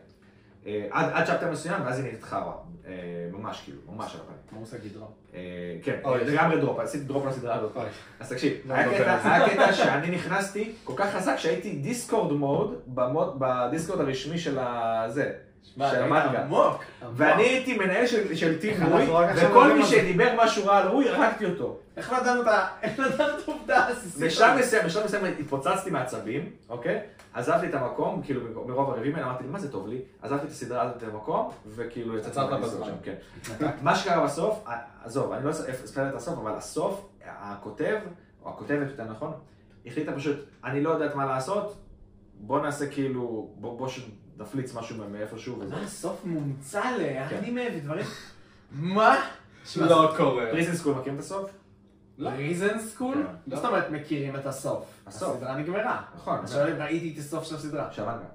עד צ'פטר מסוים, ואז היא נהיית חרא. ממש כאילו, ממש על הפנים. מה מושג דרופ? כן, לגמרי דרופ, עשיתי דרופ לסדרה הזאת. אז תקשיב, היה קטע שאני נכנסתי כל כך חזק שהייתי דיסקורד מוד, בדיסקורד הרשמי של הזה. של המנגה. ואני הייתי מנהל של טים רוי, וכל מי שדיבר משהו רע על רוי, הרגתי אותו. איך נתנו את העובדה הסיסית? בשלב מסוים התפוצצתי מעצבים, אוקיי? עזבתי את המקום, כאילו מרוב הרבים האלה אמרתי לי, מה זה טוב לי? עזבתי את הסדרה, עזבתי את המקום, וכאילו יצאת בזמן. מה שקרה בסוף, עזוב, אני לא אספר את הסוף, אבל הסוף, הכותב, או הכותבת יותר נכון, החליטה פשוט, אני לא יודעת מה לעשות, בוא נעשה כאילו, בוא נפליץ משהו מאיפשהו וזה. מה, סוף מומצא לאנימה ודברים? מה? לא קורה. פריזן סקול מכירים את הסוף? פריזן סקול? לא זאת אומרת מכירים את הסוף. הסדרה נגמרה. נכון. עכשיו ראיתי את הסוף של הסדרה. של המנגה.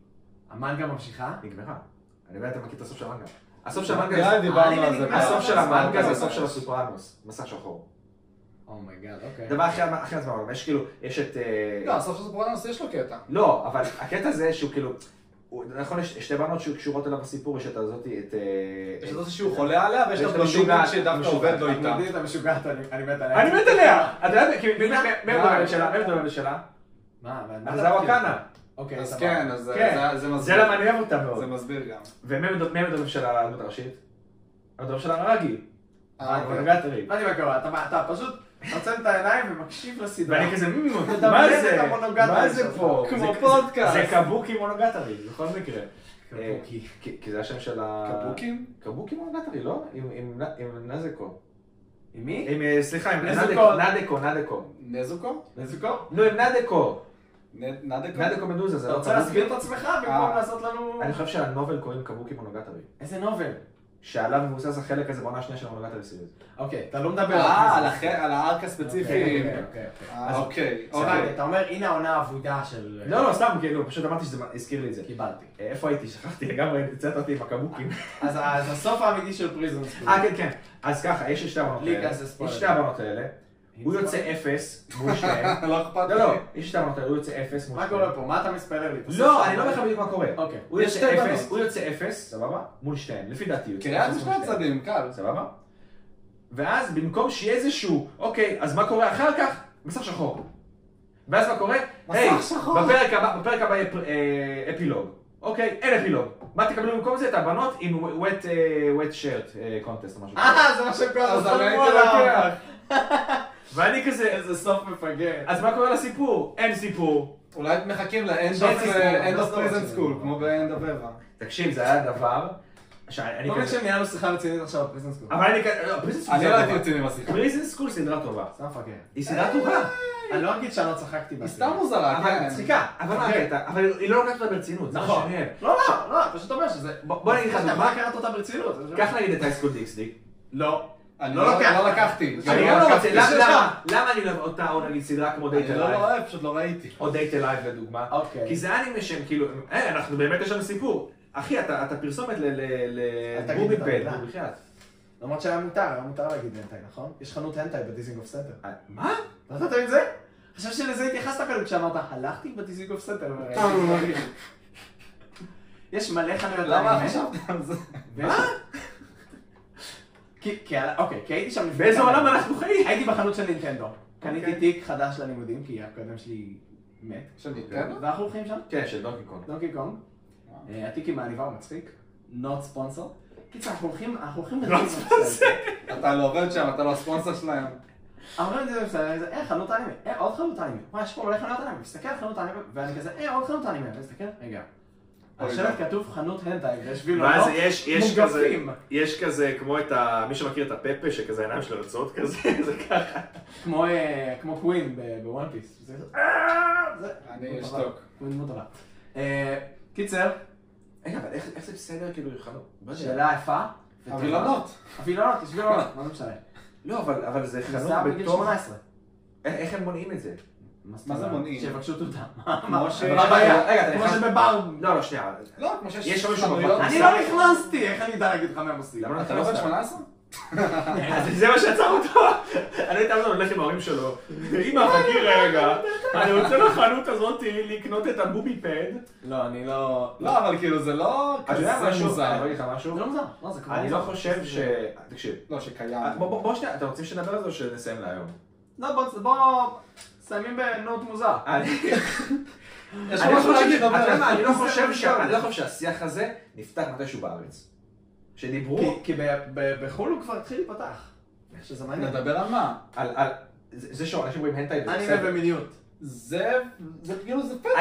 המנגה ממשיכה? נגמרה. אני יודע, אתה מכיר את הסוף של המנגה. הסוף של המנגה, הסוף של המנגה זה הסוף של הסופרנוס. מסך שחור. אומייגאד, אוקיי. דבר אחרי הזמן, יש כאילו, יש את... לא, הסוף של הסופרנוס יש לו קטע. לא, אבל הקטע זה שהוא כאילו... נכון, יש שתי בנות שקשורות אליו בסיפור, יש את הזאתי, את... יש את זאת שהוא חולה עליה, ויש את הבלונדינית שדווקא עובד לו איתה. את המשוגעת, אני מת עליה. אני מת עליה! אתה יודע, מי מדוברת שלה? מה? אז זה הוואקנה. אוקיי, אז כן, אז זה מסביר. זה למה אני אוהב אותה מאוד. זה מסביר גם. ומי מדוברת של הדמות הראשית? הדמות של הרגי. המונוגטרי. מה אני מקווה? אתה פשוט עוצם את העיניים ומקשיב לסדרה. ואני כזה, מה זה פה? כמו פודקאסט. זה קבוקי מונוגטרי, בכל מקרה. קבוקי. כי זה השם של ה... קבוקים? קבוקי מונוגטרי, לא? עם נזקו. עם מי? סליחה, עם נדקו. נזוקו? נזוקו? נו, עם נדקו. נדקו? נדקו מדוזה, זה לא אתה רוצה להסביר את עצמך במקום לעשות לנו... אני חושב שהנובל קוראים קבוקי מונוגטרי. איזה נובל? שעליו מבוסס החלק הזה בעונה השנייה של המונוגטרי סיריוז. אוקיי, אתה לא מדבר על הארק הספציפי. אוקיי. אתה אומר, הנה העונה האבודה של... לא, סתם, כאילו, פשוט אמרתי שזה הזכיר לי את זה. קיבלתי. איפה הייתי? שכחתי לגמרי, הצעת אותי עם הקבוקים. אז הסוף האמיתי של פריזן סקול. כן. אז ככה, יש שתי הבנות האלה. הוא יוצא 0 מול שניהם. לא אכפת לי. לא, יש שתי הבנות האלה, הוא יוצא 0 מול מה שניהם. קורה פה? מה אתה מספר לי? לא, אני לא אומר לך בדיוק מה קורה. אוקיי. הוא יוצא 0, סבבה? מול שניהם, לפי דעתי. קריאה משני הצדדים, קל. סבבה? ואז במקום שיהיה איזשהו, אוקיי, אז מה קורה אחר כך? מסך שחור. ואז מה קורה? היי, בפרק הבא יהיה אפילוג. אוקיי, אין אפילוג. מה תקבלו במקום זה? את הבנות עם wet shirt contest או משהו. זה מה שכל הזמן. ואני כזה... איזה סוף מפגר. אז מה קורה לסיפור? אין סיפור. אולי מחכים ל-end of prison school, כמו ב-end of ever. תקשיב, זה היה דבר... לא מבין שניהלנו שיחה רצינית עכשיו על פריזן סקול. אבל אני כזה... אני לא הייתי רציני בשיחה. פריזן סקול סדרה טובה. סתם מפגר. היא סדרה טובה. אני לא אגיד שאני לא צחקתי בה. היא סתם מוזרה, אבל כן. מצחיקה. אבל מה הקטע? אבל היא לא לוקחת אותה ברצינות. נכון. לא, פשוט אומר שזה... בוא נגיד לך מה קראת אותה ברצינות? קח נגיד את הייסקול דיקסדי. לא. אני לא לקחתי. אני גם לא רוצה. למה אני לא אוהב אותה או נגיד סדרה כמו דייט אלייב? אני לא אוהב, פשוט לא ראיתי. או דייט אלייב לדוגמה. אוקיי. כי זה אנימה שהם כאילו... אנחנו באמת יש לנו סיפור. אחי, אתה פרסומת לבובי פד. למרות שהיה מותר להגיד הנטאי, נכון? יש חנות הנטאי בדיזינגוף סנטר. מה? לא יודעת עם זה? חושב שלזה התייחסת כאן כשאמרת, הלכתי בדיזינגוף סנטר. יש מלא חנויות. למה חשבת על זה? מה? אוקיי, כי הייתי שם לפני... באיזה עולם אנחנו חיים? הייתי בחנות של נינטנדו. קניתי תיק חדש ללימודים, כי הקודם שלי מת. של נינטנדו? ואנחנו הולכים שם? כן, של דונקי קונג. דונקי קונג. התיק עם מעליבה הוא מצחיק. not sponsor. קיצר, אנחנו הולכים אתה לא עובד שם, אתה לא הספונסר שלהם. אומרים את זה, חנות אנימה, עוד חנות אנימה. מה, יש פה מלא חנות אנימה, מסתכל על חנות אנימה, ואני כזה, עוד חנות אנימה, ומסתכל, רגע. השלט כתוב חנות הנטאי, ויש וילונות מוגפים. יש כזה, כמו את מי שמכיר את הפפה, שכזה העיניים שלו יוצאות כזה, זה ככה. כמו קווין בוואן פיס. אני אשתוק. קווין מוטרה. קיצר. רגע, אבל איך זה בסדר כאילו חנות? שאלה יפה. הווילונות. הווילונות, יש וילונות, מה זה משנה? לא, אבל זה זה חנות היה בגיל בתור... 18. איך הם מונעים את זה? מה זה מונעים? שיבקשו תודה. כמו ש... מה הבעיה? רגע, כמו שבבר... לא, שנייה. לא, כמו שיש... יש משהו חנויות. אני לא נכנסתי, איך אני יודע להגיד לך מה הם עושים? למה אתה לא בן 18? זה מה שיצר אותו. אני הייתי הולך עם ההורים שלו. אמא, חכי רגע. אני רוצה לחנות הזאת לקנות את הבובי פד. לא, אני לא... לא, אבל כאילו זה לא כזה מוזר. אני אגיד לך משהו. זה לא מוזר. אני לא חושב ש... תקשיב. לא, שקיים. בוא שנייה, אתם רוצים שנדבר על זה או שנסיים להיום? לא, בוא... סיימים בנוט מוזר. יש לך משהו להגיד, אני לא חושב שהשיח הזה נפתח מתישהו בארץ. שדיברו... כי בחול הוא כבר התחיל להיפתח. שזה מעניין. נדבר על מה? על... זה שאנשים רואים הנטאי וזה אנימה ומיניות. זה כאילו זה פתח.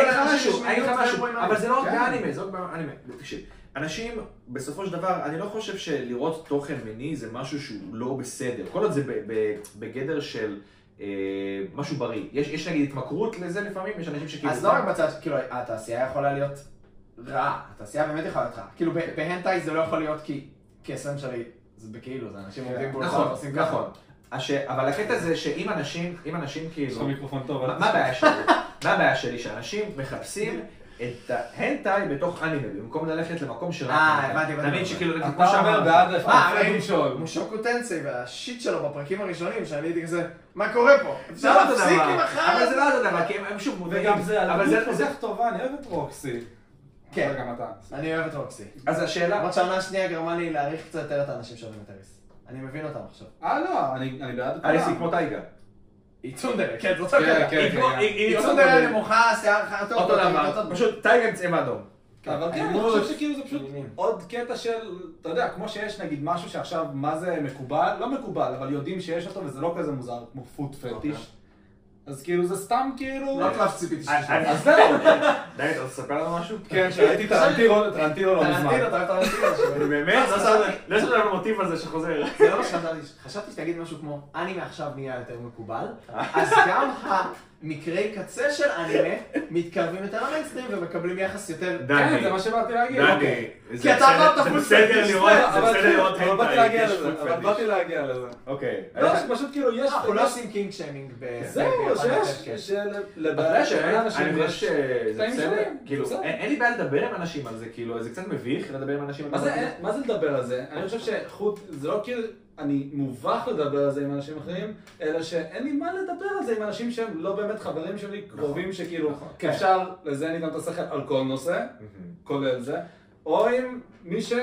אבל זה לא רק באנימה, זה לא רק באנימה. תקשיב, אנשים, בסופו של דבר, אני לא חושב שלראות תוכן מיני זה משהו שהוא לא בסדר. כל עוד זה בגדר של משהו בריא. יש נגיד התמכרות לזה לפעמים, יש אנשים שכאילו... אז לא רק בצד, כאילו, התעשייה יכולה להיות רעה. התעשייה באמת יכולה להיות רעה. כאילו, בהנטאי זה לא יכול להיות כי הסרט שלי זה בכאילו, זה אנשים עובדים בו ועושים ככה. נכון. אבל הקטע זה שאם אנשים כאילו... יש לך מיקרופון טוב. מה הבעיה שלי? מה הבעיה שלי? שאנשים מחפשים את ההנטאי בתוך אנימה, במקום ללכת למקום שרק... הבנתי. תמיד שכאילו... אתה אומר בעד הפרדים שול. מושוקו טנסי והשיט שלו בפרקים הראשונים, שאני הייתי כזה, מה קורה פה? אפשר להפסיק עם החיים? אבל זה לא אותו דבר, כי הם שוב מודעים. וגם זה על הדמות כל כך טובה, אני אוהב את רוקסי. כן, גם אתה. אני אוהב את רוקסי. אז השאלה... למרות שהעונה השנייה גרמה לי להעריך קצת יותר את האנשים שאוהבים את אריס. אני מבין אותם עכשיו. לא, אני בעד כולם. אליס היא כמו טייגה. היא צונדרה, כן, זאת אומרת. היא אותו צונדרה דבר. נמוכה, שיער חד אותו דבר. פשוט טייגה עם צבע אדום. אבל כן, אני חושב שכאילו זה פשוט עוד קטע של, אתה יודע, כמו שיש נגיד משהו שעכשיו מה זה מקובל, לא מקובל, אבל יודעים שיש אותו וזה לא כזה מוזר, כמו פוט פטיש. אז כאילו זה סתם כאילו... לא קלף ציפיתי שיש. אז זהו. די, אתה רוצה לספר לנו משהו? כן, שראיתי טרנטינו לא מזמן. טרנטינו, אתה אוהב טרנטינו. באמת? לא יש לנו המוטיב הזה שחוזר. זה לא מה שחשבתי. חשבתי שתגיד משהו כמו, אנימה עכשיו נהיה יותר מקובל, אז גם המקרי קצה של אנימה מתקרבים יותר למיינסטרים ומקבלים יחס יותר... כן, זה מה שבאתי להגיד. דני, כי אתה אמרת זה פול בסדר לראות, זה בסדר לראות אבל באתי להגיע לזה. אוקיי. לא, פשוט כאילו יש... אנחנו לא עושים קינג שיימינג זהו, שלבעיה שאין אנשים... אני חושב שזה בסדר, כאילו, אין לי בעיה לדבר עם אנשים על זה, כאילו, זה קצת מביך לדבר עם אנשים על זה. מה זה לדבר על זה? אני חושב שחוט, זה לא כאילו, אני מובך לדבר על זה עם אנשים אחרים, אלא שאין לי מה לדבר על זה עם אנשים שהם לא באמת חברים שלי, קרובים שכאילו, אפשר לזה אני גם את השכל על כל נושא, כולל זה, או עם מי ש...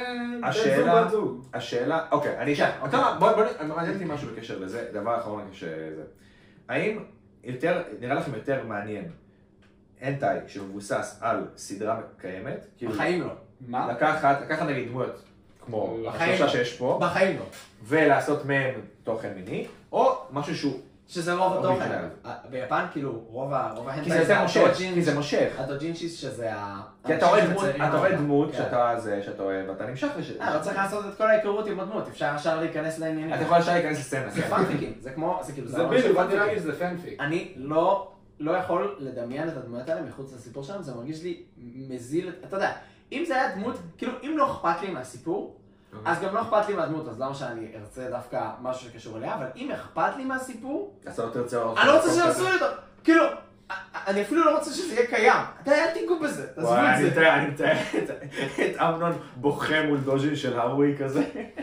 השאלה, אוקיי, אני אשאל, בוא נעניין לי משהו בקשר לזה, דבר אחרון כשזה. האם נראה לכם יותר מעניין הנטאי שמבוסס על סדרה קיימת? בחיים לא. מה? לקחת נגיד דמויות כמו השלושה שיש פה, בחיים לא. ולעשות מהם תוכן מיני, או משהו שהוא... שזה רוב התוכן. ביפן כאילו רוב ההנטאי כי זה מושך, כי זה מושך. הדוג'ינשיס שזה כי אתה רואה דמות שאתה אוהב ואתה נמשך לא צריך לעשות את כל ההיכרות עם הדמות, אפשר עכשיו להיכנס לעניינים. אתה יכול עכשיו להיכנס לסצנה. זה פאנפיקים, זה כמו, זה כאילו... זה בדיוק, באתי להגיד שזה פאנפיק. אני לא יכול לדמיין את הדמויות האלה מחוץ לסיפור שלנו, זה מרגיש לי מזיל, אתה יודע, אם זה היה דמות, כאילו אם לא אכפת לי מהסיפור, אז גם לא אכפת לי מהדמות, אז למה שאני ארצה דווקא משהו שקשור אליה, אבל אם אכפת לי מהסיפור, אז אתה לא תרצה... אני לא רוצה שיעשו לי אותו, כאילו, אני אפילו לא רוצה שזה יהיה קיים, אל תיגעו בזה, תעזבו את זה. אני מתאר את אמנון בוכה מול דוז'ין של האווי כזה.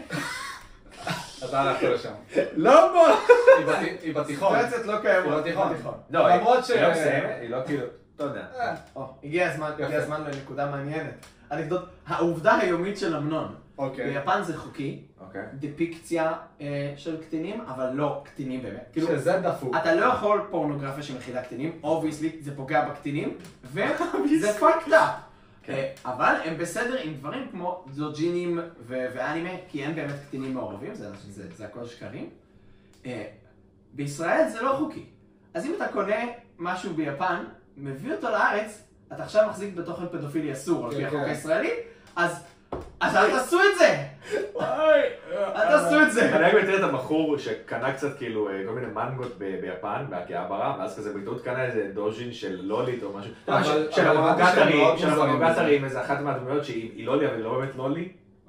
אתה הלכת לשם. לא בוא! היא בתיכון. סיטואציות לא קיימות. היא בתיכון. למרות ש... היא לא כאילו... אתה יודע. הגיע הזמן לנקודה מעניינת. העובדה היומית של אמנון. ביפן זה חוקי, דיפיקציה של קטינים, אבל לא קטינים באמת. שזה דפוק. אתה לא יכול פורנוגרפיה שמכילה קטינים, obviously זה פוגע בקטינים, וזה fucked up. אבל הם בסדר עם דברים כמו דוג'ינים ואנימה, כי אין באמת קטינים מעורבים, זה הכל שקרים. בישראל זה לא חוקי. אז אם אתה קונה משהו ביפן, מביא אותו לארץ, אתה עכשיו מחזיק בתוכן פדופילי אסור על פי החוק הישראלי, אז אל תעשו את זה! אל תעשו את זה! אני רק מתאר את הבחור שקנה קצת כאילו כל מיני מנגות ביפן, באקיהברה, ואז כזה בעיתות קנה איזה דוז'ין של לולית או משהו. של המוגטרי עם איזה אחת מהדמויות שהיא לולי, אבל היא לא באמת לולי.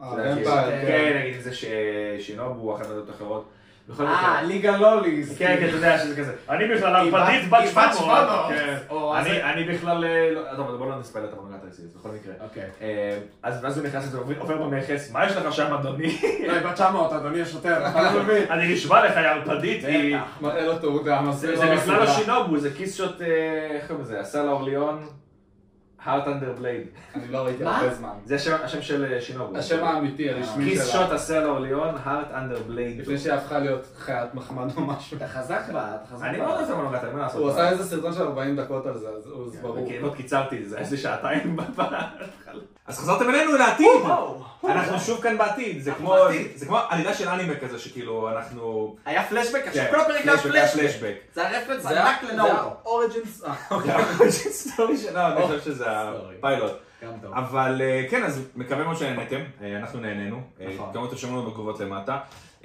כן, נגיד זה ששינובו, אחת מהדמות אחרות. ליגה לוליז. כן, אתה יודע שזה כזה. אני בכלל ערפדית בת 700. אני בכלל... טוב, בוא לא נספל את המנגת הרסיס, בכל מקרה. אז הוא נכנס לזה, עובר במכס, מה יש לך שם, אדוני? בת 700, אדוני השוטר. אני נשבע לך, היא ערפדית. מראה לו תעודה. זה בכלל לא שינובו, זה כיס שוט... איך קוראים לזה? הסל האורליון. Heart Under Blade. אני לא ראיתי הרבה זמן. זה השם של שינובו. השם האמיתי, הרשמי שלה. כיס שוט הסל האורליון, Heart Under Blade. לפני שהפכה להיות חיית מחמד או משהו. אתה חזק בה, אתה חזק בה. אני לא יודע מה נוגעת, אני מה לעשות. הוא עשה איזה סרטון של 40 דקות על זה, אז הוא ברור. עוד קיצרתי, זה איזה שעתיים אז חזרתם אלינו לעתיד! אנחנו שוב כאן בעתיד, זה כמו עלילה של אנימה כזה שכאילו אנחנו... היה פלשבק, עכשיו כל הפרק היה פלשבק. זה הרפרנס ענק לנאוטו. זה האוריג'ינס... האוריג'ינס סטורי שלנו, אני חושב שזה הפיילוט. אבל כן, אז מקווה מאוד שנהנתם, אנחנו נהנינו. גם תרשמו לנו בתגובות למטה.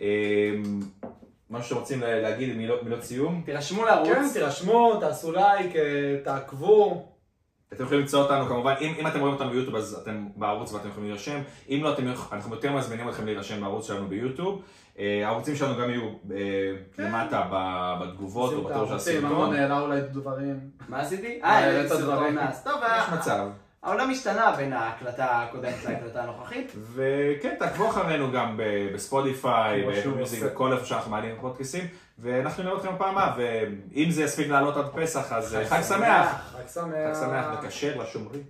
משהו שרוצים להגיד, מילות סיום? תירשמו לערוץ. כן, תירשמו, תעשו לייק, תעקבו. אתם יכולים למצוא אותנו כמובן, אם אתם רואים אותנו ביוטיוב אז אתם בערוץ ואתם יכולים להירשם, אם לא, אנחנו יותר מזמינים אתכם להירשם בערוץ שלנו ביוטיוב, הערוצים שלנו גם יהיו למטה בתגובות או בתור של הסרטון. אמנון העלה אולי דברים. מה עשיתי? העלה את הדברים. טוב, יש מצב. העולם השתנה בין ההקלטה הקודמת להקלטה הנוכחית. וכן, תעקבו אחרינו גם בספוטיפיי, בכל איפה שאנחנו מעלים פודקאסטים, ואנחנו נראה אתכם בפעם הבאה, ואם זה יספיק לעלות עד פסח, אז חג שמח. חג שמח. חג שמח, לקשר לשומרים.